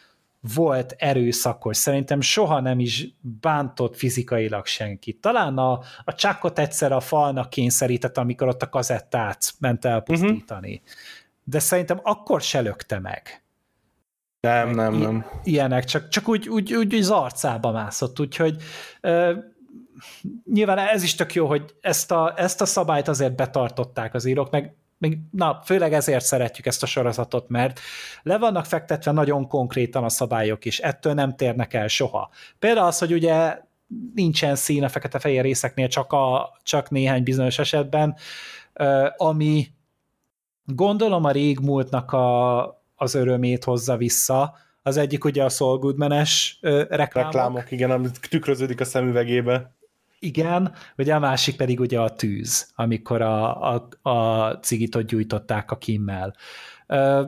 volt erőszakos, szerintem soha nem is bántott fizikailag senkit. Talán a, a Chuckot egyszer a falnak kényszerített, amikor ott a kazettát ment elpusztítani. Uh-huh. De szerintem akkor se lökte meg. Nem, nem, I- nem. Ilyenek, csak, csak úgy, úgy, úgy, úgy az arcába mászott, úgyhogy uh, nyilván ez is tök jó, hogy ezt a, ezt a szabályt azért betartották az írók, meg, meg na, főleg ezért szeretjük ezt a sorozatot, mert le vannak fektetve nagyon konkrétan a szabályok is, ettől nem térnek el soha. Például az, hogy ugye nincsen szín a fekete-fehér részeknél, csak, a, csak néhány bizonyos esetben, ami gondolom a régmúltnak a, az örömét hozza vissza. Az egyik ugye a Saul Goodman-es reklámok. Reklámok, igen, amit tükröződik a szemüvegébe. Igen, ugye a másik pedig ugye a tűz, amikor a, a, a cigitot gyújtották a Kimmel. Ö,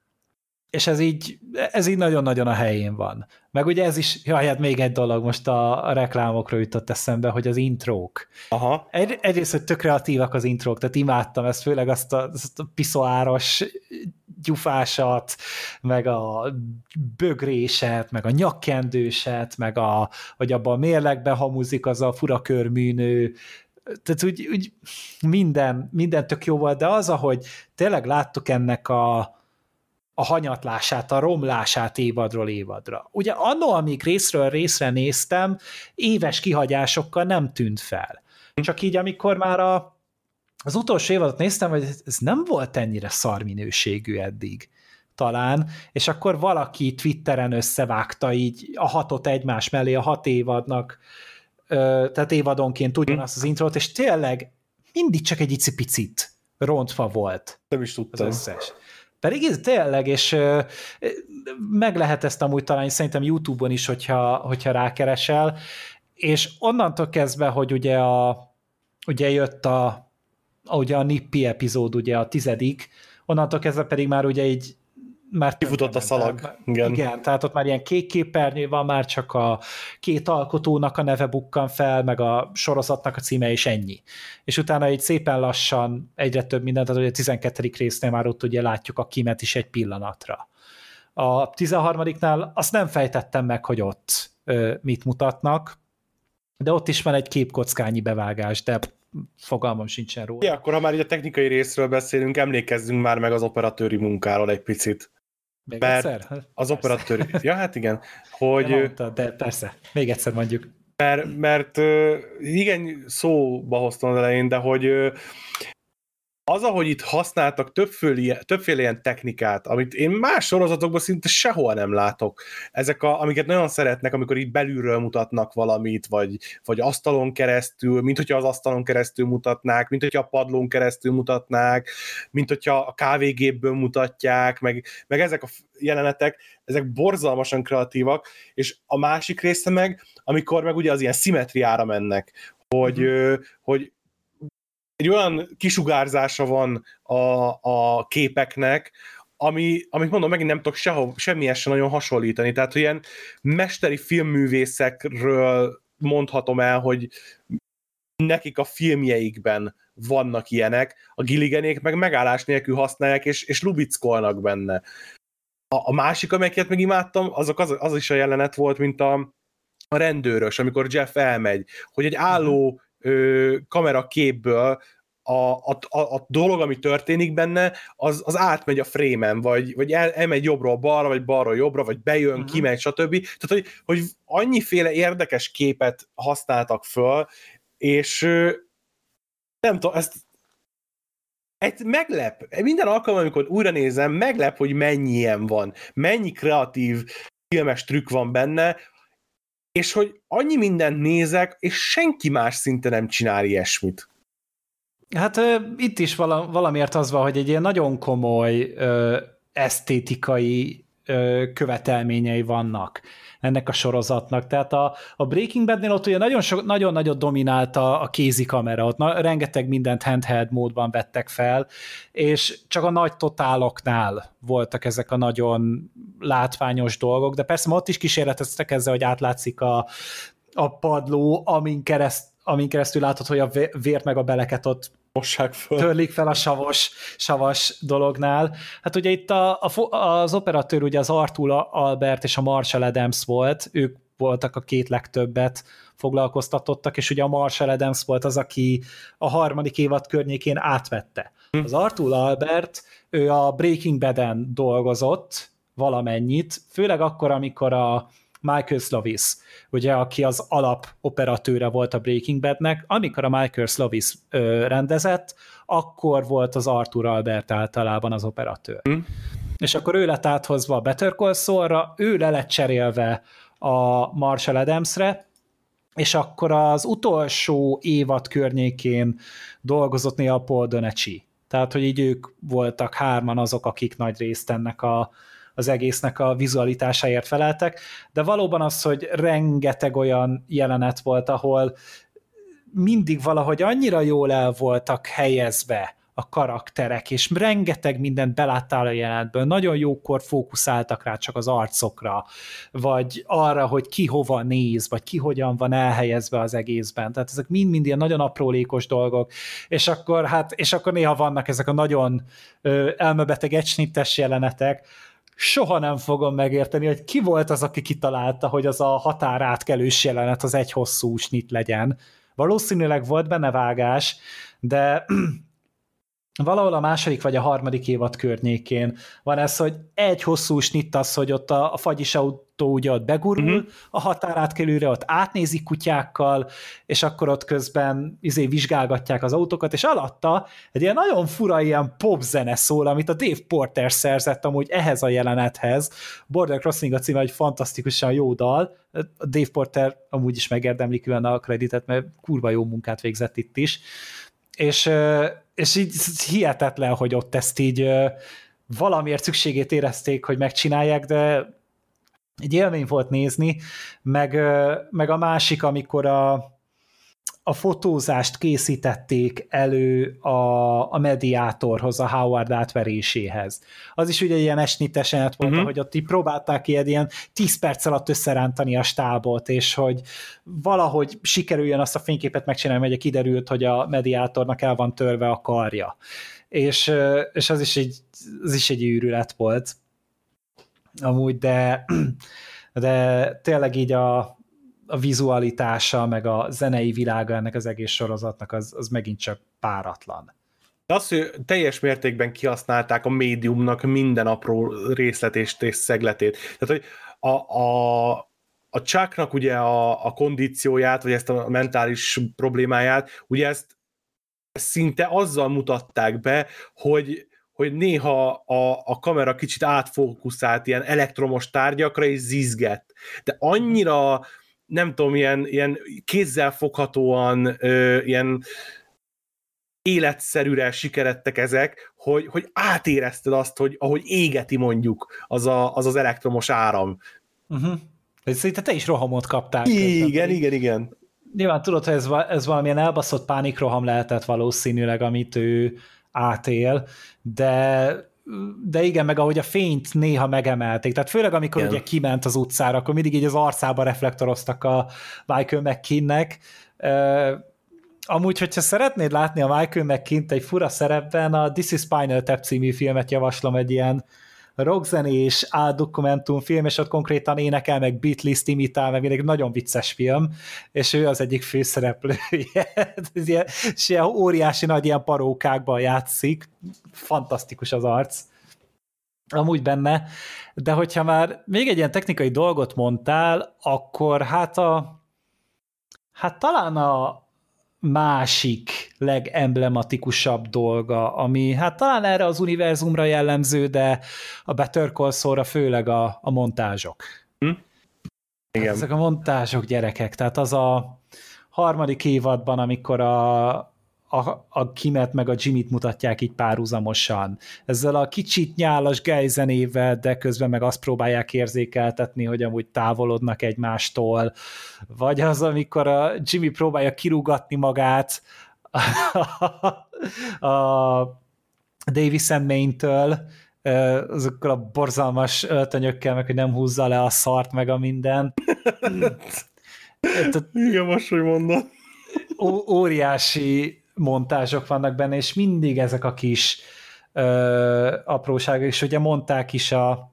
és ez így, ez így nagyon-nagyon a helyén van. Meg ugye ez is, jaj, hát még egy dolog, most a, a reklámokra jutott eszembe, hogy az intrók. Aha. Egy, egyrészt, hogy tök kreatívak az intrók, tehát imádtam ezt, főleg azt a, azt a piszoáros gyufásat, meg a bögréset, meg a nyakkendőset, meg a, hogy abban a mérlegbe hamuzik az a fura körműnő, tehát úgy, úgy minden, minden tök jó volt, de az, ahogy tényleg láttuk ennek a a hanyatlását, a romlását évadról évadra. Ugye annó, amíg részről részre néztem, éves kihagyásokkal nem tűnt fel. Csak így, amikor már a, az utolsó évadot néztem, hogy ez nem volt ennyire szarminőségű eddig talán, és akkor valaki Twitteren összevágta így a hatot egymás mellé, a hat évadnak, tehát évadonként ugyanazt az intrót, és tényleg mindig csak egy icipicit rontva volt. Nem is tudtam. Az összes. Pedig ez tényleg, és ö, meg lehet ezt amúgy találni szerintem YouTube-on is, hogyha, hogyha rákeresel, és onnantól kezdve, hogy ugye, a, ugye jött a, a, ugye a Nippy epizód, ugye a tizedik, onnantól kezdve pedig már ugye így már kifutott a szalag. Tehát, igen. igen, tehát ott már ilyen kék képernyő van, már csak a két alkotónak a neve bukkan fel, meg a sorozatnak a címe, és ennyi. És utána így szépen lassan egyre több mindent, tehát ugye a tizenkettedik résznél már ott ugye látjuk a Kimet is egy pillanatra. A tizenharmadiknál azt nem fejtettem meg, hogy ott ö, mit mutatnak, de ott is van egy képkockányi bevágás, de fogalmam sincsen róla. Ja, akkor ha már így a technikai részről beszélünk, emlékezzünk már meg az operatőri munkáról egy picit. Még Mert egyszer? az operatőri... Ja, hát igen, hogy... De, mondta, de persze, még egyszer mondjuk. Mert, mert igen, szóba hoztam az elején, de hogy az, ahogy itt használtak többféle, többféle ilyen technikát, amit én más sorozatokban szinte sehol nem látok. Ezek, a, amiket nagyon szeretnek, amikor így belülről mutatnak valamit, vagy, vagy asztalon keresztül, mint hogyha az asztalon keresztül mutatnák, mint hogyha a padlón keresztül mutatnák, mint hogyha a kávégépből mutatják, meg, meg ezek a jelenetek, ezek borzalmasan kreatívak, és a másik része meg, amikor meg ugye az ilyen szimmetriára mennek, hogy, mm. hogy egy olyan kisugárzása van a, a képeknek, ami, amit mondom, megint nem tudok sehol, semmihez sem nagyon hasonlítani. Tehát, hogy ilyen mesteri filmművészekről mondhatom el, hogy nekik a filmjeikben vannak ilyenek, a Gilliganék meg megállás nélkül használják, és, és lubickolnak benne. A, a másik, amelyeket meg imádtam, azok az, az is a jelenet volt, mint a, a rendőrös, amikor Jeff elmegy, hogy egy álló ö, kameraképből a, a, a dolog, ami történik benne, az, az átmegy a frémen, vagy, vagy el, elmegy jobbról balra, vagy balról jobbra, vagy bejön, uh-huh. kimegy, stb. Tehát, hogy, hogy annyiféle érdekes képet használtak föl, és nem tudom, ezt egy meglep, minden alkalommal, amikor újra nézem, meglep, hogy mennyi ilyen van, mennyi kreatív filmes trükk van benne, és hogy annyi mindent nézek, és senki más szinte nem csinál ilyesmit. Hát uh, itt is vala, valamiért az van, hogy egy ilyen nagyon komoly uh, esztétikai uh, követelményei vannak ennek a sorozatnak. Tehát a, a Breaking Badnél ott ugye nagyon, so, nagyon nagyot dominálta a kézikamera, ott na, rengeteg mindent handheld módban vettek fel, és csak a nagy totáloknál voltak ezek a nagyon látványos dolgok, de persze ma ott is kísérleteztek ezzel, hogy átlátszik a, a padló, amin, kereszt, amin keresztül látod, hogy a vért meg a beleket ott föl. törlik fel a savas, savas dolognál. Hát ugye itt a, a, az operatőr ugye az Arthur Albert és a Marshall Adams volt, ők voltak a két legtöbbet foglalkoztatottak, és ugye a Marshall Adams volt az, aki a harmadik évad környékén átvette. Hm. Az Arthur Albert, ő a Breaking Bad-en dolgozott valamennyit, főleg akkor, amikor a Michael Slovis, ugye, aki az alap operatőre volt a Breaking Badnek, amikor a Michael Slovis ö, rendezett, akkor volt az Arthur Albert általában az operatőr. Mm. És akkor ő lett áthozva a Better Call Saul-ra, ő le lett cserélve a Marshall Adamsre, és akkor az utolsó évad környékén dolgozott néha a Paul Donacci. Tehát, hogy így ők voltak hárman azok, akik nagy részt ennek a az egésznek a vizualitásáért feleltek, de valóban az, hogy rengeteg olyan jelenet volt, ahol mindig valahogy annyira jól el voltak helyezve a karakterek, és rengeteg mindent beláttál a jelenetből, nagyon jókor fókuszáltak rá csak az arcokra, vagy arra, hogy ki hova néz, vagy ki hogyan van elhelyezve az egészben. Tehát ezek mind-mind ilyen nagyon aprólékos dolgok, és akkor, hát, és akkor néha vannak ezek a nagyon ö, elmebeteg egysnittes jelenetek. Soha nem fogom megérteni, hogy ki volt az, aki kitalálta, hogy az a határátkelős jelenet az egy hosszú snit legyen. Valószínűleg volt benne vágás, de valahol a második vagy a harmadik évad környékén van ez, hogy egy hosszú snitt az, hogy ott a, a fagyis autó ugye ott begurul, uh-huh. a határátkelőre ott átnézik kutyákkal, és akkor ott közben izé vizsgálgatják az autókat, és alatta egy ilyen nagyon fura ilyen popzene szól, amit a Dave Porter szerzett amúgy ehhez a jelenethez. Border Crossing a címe, egy fantasztikusan jó dal. A Dave Porter amúgy is megérdemli külön a kreditet, mert kurva jó munkát végzett itt is. És, és így hihetetlen, hogy ott ezt így valamiért szükségét érezték, hogy megcsinálják, de egy élmény volt nézni, meg, meg a másik, amikor a, a fotózást készítették elő a, a mediátorhoz, a Howard átveréséhez. Az is ugye ilyen esnites eset volt, uh-huh. hogy ott így próbálták ilyen, ilyen tíz perc alatt összerántani a stábot, és hogy valahogy sikerüljön azt a fényképet megcsinálni, mert kiderült, hogy a mediátornak el van törve a karja. És, és az, is egy, az is egy őrület volt. Amúgy, de, de tényleg így a, a vizualitása, meg a zenei világa ennek az egész sorozatnak, az, az megint csak páratlan. De az, hogy teljes mértékben kihasználták a médiumnak minden apró részletést és szegletét. Tehát, hogy a, a, a Chucknak ugye a, a kondícióját, vagy ezt a mentális problémáját, ugye ezt, ezt szinte azzal mutatták be, hogy hogy néha a, a kamera kicsit átfókuszált ilyen elektromos tárgyakra, és zizgett. De annyira, nem tudom, ilyen, ilyen kézzelfoghatóan, ö, ilyen életszerűre sikeredtek ezek, hogy, hogy átérezted azt, hogy ahogy égeti mondjuk az a, az, az elektromos áram. Uh-huh. Szerintem te is rohamot kaptál. Igen, közben. igen, igen. Nyilván tudod, hogy ez, ez valamilyen elbaszott pánikroham lehetett valószínűleg, amit ő átél, de, de igen, meg ahogy a fényt néha megemelték, tehát főleg amikor igen. ugye kiment az utcára, akkor mindig így az arcába reflektoroztak a Michael McKean-nek. Uh, amúgy, hogyha szeretnéd látni a Michael McKean-t egy fura szerepben, a This is Spinal Tap című filmet javaslom, egy ilyen rockzenés áldokumentumfilm, és ott konkrétan énekel, meg beatlist imitál, meg mindig nagyon vicces film, és ő az egyik főszereplője. ilyen, és ilyen óriási nagy ilyen parókákban játszik, fantasztikus az arc. Amúgy benne, de hogyha már még egy ilyen technikai dolgot mondtál, akkor hát a hát talán a másik legemblematikusabb dolga, ami hát talán erre az univerzumra jellemző, de a Better Call Saul-ra főleg a, a montázsok. Hm? Igen. Ezek a montázsok, gyerekek, tehát az a harmadik évadban, amikor a A, a Kimet meg a Jimmyt mutatják így párhuzamosan. Ezzel a kicsit nyálas gejzenével, de közben meg azt próbálják érzékeltetni, hogy amúgy távolodnak egymástól. Vagy az, amikor a Jimmy próbálja kirúgatni magát a Davis and Maine-től, azokkal a borzalmas öltönyökkel, meg hogy nem húzza le a szart, meg a minden. Igen, most, hogy mondod. Ó- óriási montázsok vannak benne, és mindig ezek a kis ö, apróságok, és ugye mondták is a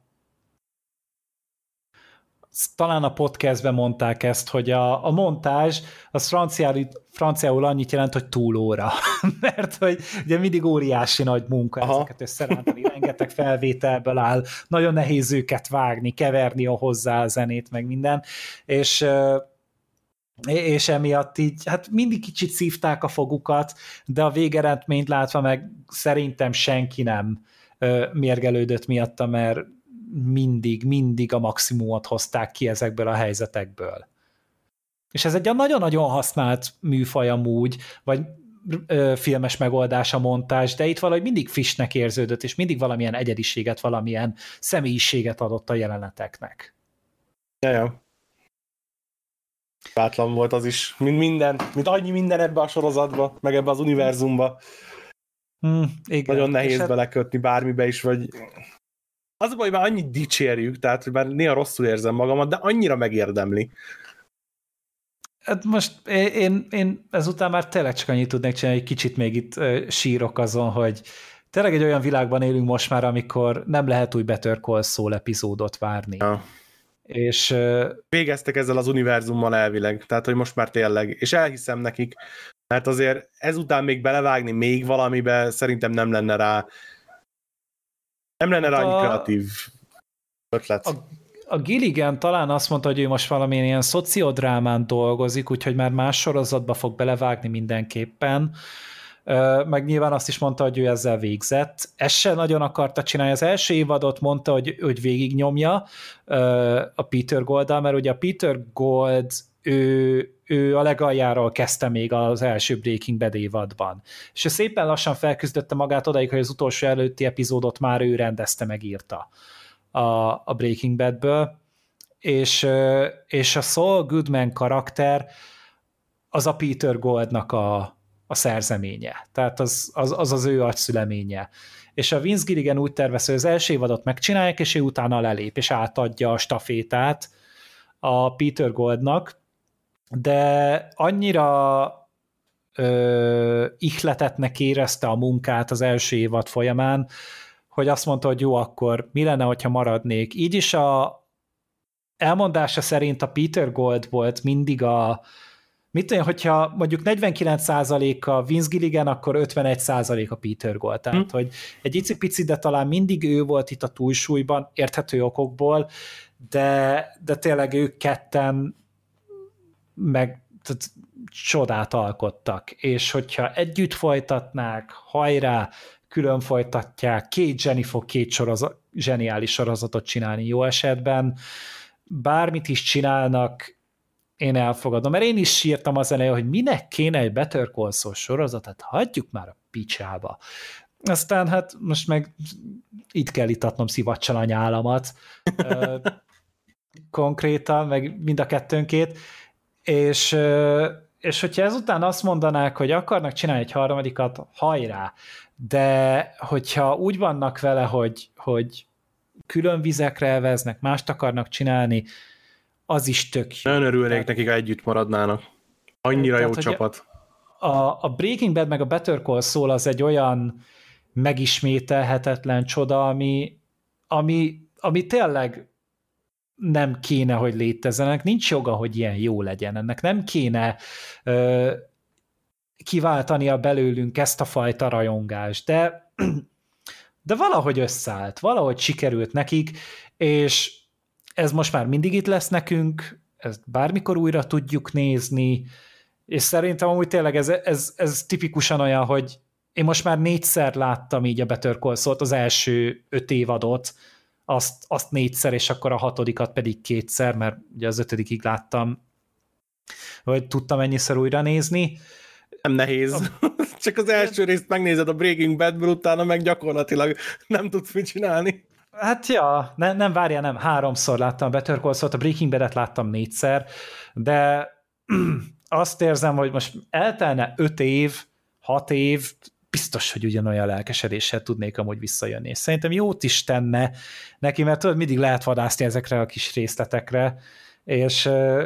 talán a podcastben mondták ezt, hogy a, a montázs az franciául, franciául annyit jelent, hogy túlóra. Mert hogy ugye mindig óriási nagy munka. Aha. Ezeket összerántani, rengeteg felvételből áll, nagyon nehéz őket vágni, keverni a hozzá a zenét, meg minden, és és emiatt így, hát mindig kicsit szívták a fogukat, de a végeredményt látva meg szerintem senki nem ö, mérgelődött miatta, mert mindig, mindig a maximumot hozták ki ezekből a helyzetekből. És ez egy nagyon-nagyon használt műfaj amúgy, vagy ö, filmes megoldás a montázs, de itt valahogy mindig frissnek érződött, és mindig valamilyen egyediséget, valamilyen személyiséget adott a jeleneteknek. Jaja. Bátlan volt az is, mint minden, mint annyi minden ebbe a sorozatba, meg ebbe az univerzumba. Hmm, igen. Nagyon nehéz hát... belekötni bármibe is, vagy... Az a baj, hogy már annyit dicsérjük, tehát hogy már néha rosszul érzem magamat, de annyira megérdemli. Hát most én, én ezután már tényleg csak annyit tudnék csinálni, hogy kicsit még itt sírok azon, hogy tényleg egy olyan világban élünk most már, amikor nem lehet új Better Call Saul epizódot várni. Ja. És végeztek ezzel az univerzummal elvileg, tehát hogy most már tényleg, és elhiszem nekik, mert azért ezután még belevágni még valamibe szerintem nem lenne rá nem lenne rá annyi kreatív ötlet. A, a Gilligan talán azt mondta, hogy ő most valamilyen ilyen szociodrámán dolgozik, úgyhogy már más sorozatba fog belevágni mindenképpen, meg nyilván azt is mondta, hogy ő ezzel végzett. Ezt se nagyon akarta csinálni. Az első évadot mondta, hogy, hogy végignyomja a Peter Golddal, mert ugye a Peter Gold ő, ő a legaljáról kezdte még az első Breaking Bad évadban. És ő szépen lassan felküzdötte magát odaig, hogy az utolsó előtti epizódot már ő rendezte, megírta a, a Breaking Badből. És, és a Saul Goodman karakter az a Peter Goldnak a a szerzeménye. Tehát az az, az az ő agyszüleménye. És a Vince Gilligan úgy tervez, hogy az első évadot megcsinálják, és ő utána lelép, és átadja a stafétát a Peter Goldnak, de annyira ö, ihletetnek érezte a munkát az első évad folyamán, hogy azt mondta, hogy jó, akkor mi lenne, hogyha maradnék. Így is a elmondása szerint a Peter Gold volt mindig a mit tudom, hogyha mondjuk negyvenkilenc százalék a Vince Gilligan, akkor ötvenegy százalék a Peter Gold. Tehát, hmm. hogy egy icipici, de talán mindig ő volt itt a túlsúlyban, érthető okokból, de, de tényleg ők ketten meg tehát, csodát alkottak. És hogyha együtt folytatnák, hajrá, külön folytatják, két zseni fog két sorozat, zseniális sorozatot csinálni jó esetben, bármit is csinálnak, én elfogadom, mert én is sírtam az elején, hogy minek kéne egy Better Call Saul sorozatot, hagyjuk már a picsába. Aztán hát most meg itt kell itatnom szivacsal a nyálamat, konkrétan, meg mind a kettőnkét, és, és hogyha ezután azt mondanák, hogy akarnak csinálni egy harmadikat, hajrá, de hogyha úgy vannak vele, hogy, hogy külön vizekre elveznek, mást akarnak csinálni, az is tök jó. Nagyon örülnék tehát, nekik, ha együtt maradnának. Annyira tehát, jó csapat. A, a Breaking Bad meg a Better Call Saul az egy olyan megismételhetetlen csoda, ami, ami, ami tényleg nem kéne, hogy létezzenek, nincs joga, hogy ilyen jó legyen. Ennek nem kéne ö, kiváltania belőlünk ezt a fajta rajongást, de, de valahogy összeállt, valahogy sikerült nekik, és ez most már mindig itt lesz nekünk, ezt bármikor újra tudjuk nézni, és szerintem amúgy tényleg ez, ez, ez tipikusan olyan, hogy én most már négyszer láttam így a Better Call Saul-t, az első öt évadot, azt, azt négyszer, és akkor a hatodikat pedig kétszer, mert ugye az ötödikig láttam, hogy tudtam ennyiszer újra nézni. Nem nehéz. Csak az első részt megnézed a Breaking Badből, utána meg gyakorlatilag nem tudsz mit csinálni. Hát ja, ne, nem várjál, nem, háromszor láttam a Better Call Saul-t, a Breaking Bad-et láttam négyszer, de azt érzem, hogy most eltelne öt év, hat év, biztos, hogy ugyanolyan lelkesedéssel tudnék amúgy visszajönni. És szerintem jót is tenne neki, mert tudod, mindig lehet vadászni ezekre a kis részletekre, és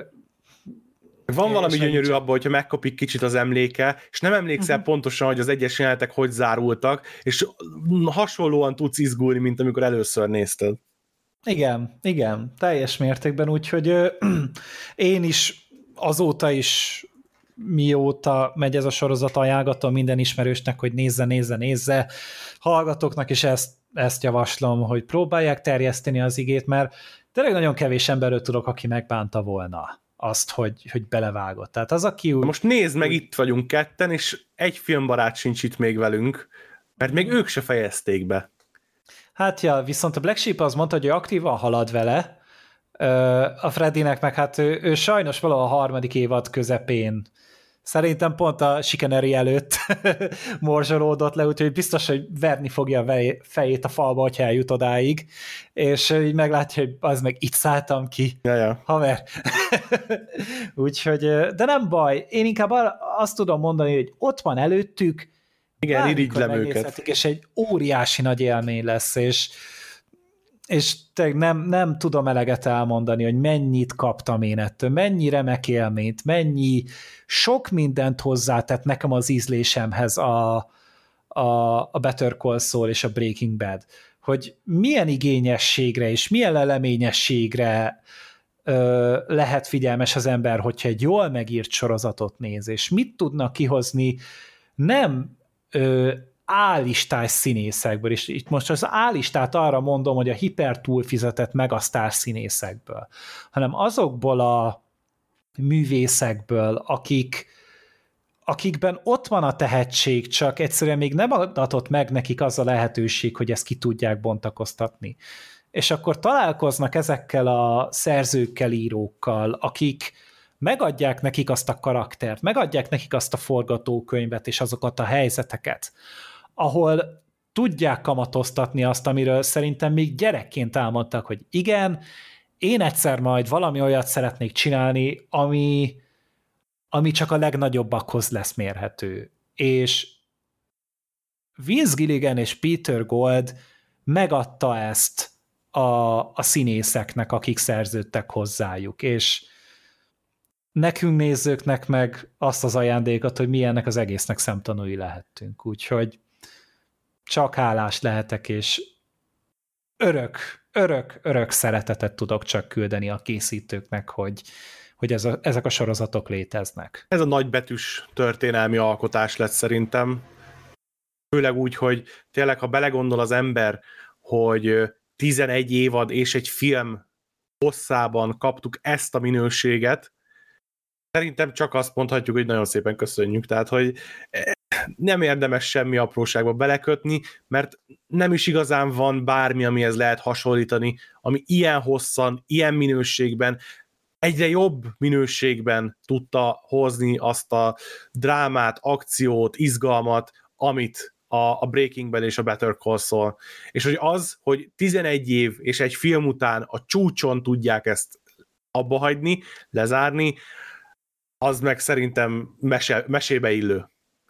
van és valami gyönyörű csak... abban, hogyha megkopik kicsit az emléke, és nem emlékszel uh-huh. pontosan, hogy az egyes jelenetek hogy zárultak, és hasonlóan tudsz izgulni, mint amikor először nézted. Igen, igen, teljes mértékben, úgyhogy ö, én is azóta is mióta megy ez a sorozat, ajánlgatom minden ismerősnek, hogy nézze, nézze, nézze. Hallgatóknak is ezt, ezt javaslom, hogy próbálják terjeszteni az igét, mert tényleg nagyon kevés emberről tudok, aki megbánta volna azt, hogy, hogy belevágott. Tehát az, aki úgy... Most nézd meg, itt vagyunk ketten, és egy filmbarát sincs itt még velünk, mert még ők se fejezték be. Hát ja, viszont a Black Sheep az mondta, hogy ő aktívan halad vele, a Freddynek meg hát ő, ő sajnos valahol a harmadik évad közepén, szerintem pont a Chicanery előtt morzsolódott le, úgyhogy biztos, hogy verni fogja a fejét a falba, hogyha eljut odáig, és így meglátja, hogy az meg itt szálltam ki. Ja, ja. Haver. Úgyhogy, de nem baj, én inkább azt tudom mondani, hogy ott van előttük, igen, irigylem őket. És egy óriási nagy élmény lesz, és és nem, nem tudom eleget elmondani, hogy mennyit kaptam én ettől, mennyi remek élményt, mennyi sok mindent hozzátett nekem az ízlésemhez a, a, a Better Call Saul és a Breaking Bad, hogy milyen igényességre és milyen leleményességre ö, lehet figyelmes az ember, hogyha egy jól megírt sorozatot néz, és mit tudnak kihozni nem ö, A-listás színészekből, és itt most az A-listát arra mondom, hogy a hiper túlfizetett megasztár színészekből, hanem azokból a művészekből, akik, akikben ott van a tehetség, csak egyszerűen még nem adatott meg nekik az a lehetőség, hogy ezt ki tudják bontakoztatni. És akkor találkoznak ezekkel a szerzőkkel, írókkal, akik megadják nekik azt a karaktert, megadják nekik azt a forgatókönyvet és azokat a helyzeteket, ahol tudják kamatoztatni azt, amiről szerintem még gyerekként elmondtak, hogy igen, én egyszer majd valami olyat szeretnék csinálni, ami, ami csak a legnagyobbakhoz lesz mérhető. És Vince Gilligan és Peter Gould megadta ezt a, a színészeknek, akik szerződtek hozzájuk, és nekünk nézőknek meg azt az ajándékot, hogy mi ennek az egésznek szemtanúi lehettünk. Úgyhogy csak hálás lehetek, és örök, örök, örök szeretetet tudok csak küldeni a készítőknek, hogy, hogy ez a, ezek a sorozatok léteznek. Ez a nagybetűs történelmi alkotás lett szerintem. Főleg úgy, hogy tényleg, ha belegondol az ember, hogy tizenegy évad és egy film hosszában kaptuk ezt a minőséget, szerintem csak azt mondhatjuk, hogy nagyon szépen köszönjük. Tehát, hogy nem érdemes semmi apróságba belekötni, mert nem is igazán van bármi, amihez lehet hasonlítani, ami ilyen hosszan, ilyen minőségben, egyre jobb minőségben tudta hozni azt a drámát, akciót, izgalmat, amit a, a Breaking Bad és a Better Call Saul. És hogy az, hogy tizenegy év és egy film után a csúcson tudják ezt abba hagyni, lezárni, az meg szerintem mese, mesébe illő.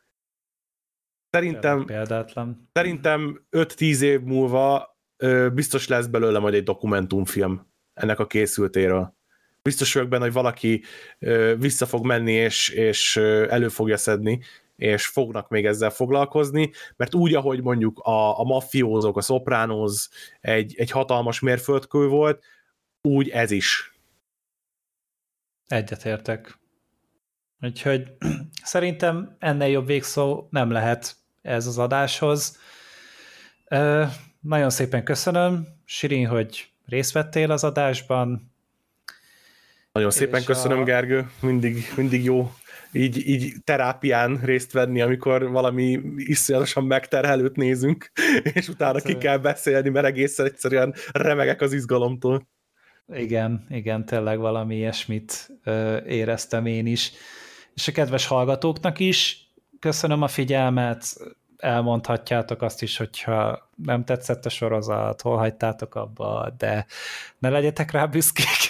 Szerintem, szerintem öt-tíz év múlva ö, biztos lesz belőle majd egy dokumentumfilm ennek a készültéről. Biztos vagyok benne, hogy valaki ö, vissza fog menni, és, és ö, elő fogja szedni, és fognak még ezzel foglalkozni, mert úgy, ahogy mondjuk a, a maffiózók, a Sopranos egy, egy hatalmas mérföldkő volt, úgy ez is. Egyetértek. Úgyhogy szerintem ennél jobb végszó nem lehet ez az adáshoz. Ö, nagyon szépen köszönöm, Sirin, hogy részt vettél az adásban. Nagyon szépen köszönöm, a... Gergő, mindig, mindig jó így, így terápián részt venni, amikor valami iszonyatosan megterhelőt nézünk, és utána ki kell beszélni, mert egészen egyszerűen remegek az izgalomtól. Igen, igen, tényleg valami ilyesmit ö, éreztem én is. És a kedves hallgatóknak is köszönöm a figyelmet, elmondhatjátok azt is, hogyha nem tetszett a sorozat, hol hagytátok abba, de ne legyetek rá büszkék.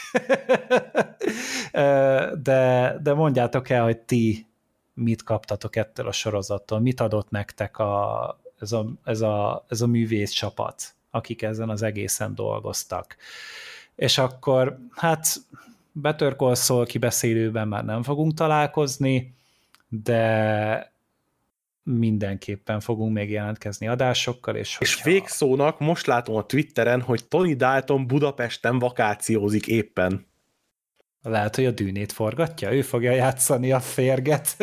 de, de mondjátok el, hogy ti mit kaptatok ettől a sorozattól, mit adott nektek a, ez, a, ez, a, ez a művész csapat, akik ezen az egészen dolgoztak. És akkor, hát Better Call Saul kibeszélőben már nem fogunk találkozni, de mindenképpen fogunk még jelentkezni adásokkal. És, és hogyha... végszónak most látom a Twitteren, hogy Tony Dalton Budapesten vakációzik éppen. Lehet, hogy a dűnét forgatja? Ő fogja játszani a férget.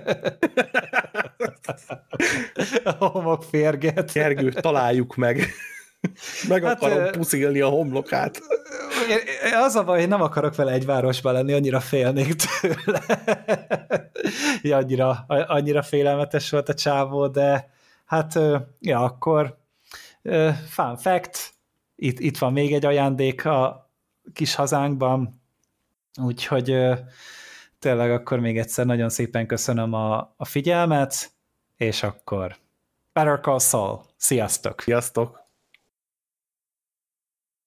A homok férget. Gergő, találjuk meg. Meg hát, akarom uh, puszilni a homlokát. Az a baj, hogy nem akarok vele egy városban lenni, annyira félnék tőle. Ja, annyira, annyira félelmetes volt a csávó, de hát, ja, akkor fun fact, itt, itt van még egy ajándék a kis hazánkban, úgyhogy tényleg akkor még egyszer nagyon szépen köszönöm a, a figyelmet, és akkor Better Call Saul. Sziasztok! Sziasztok!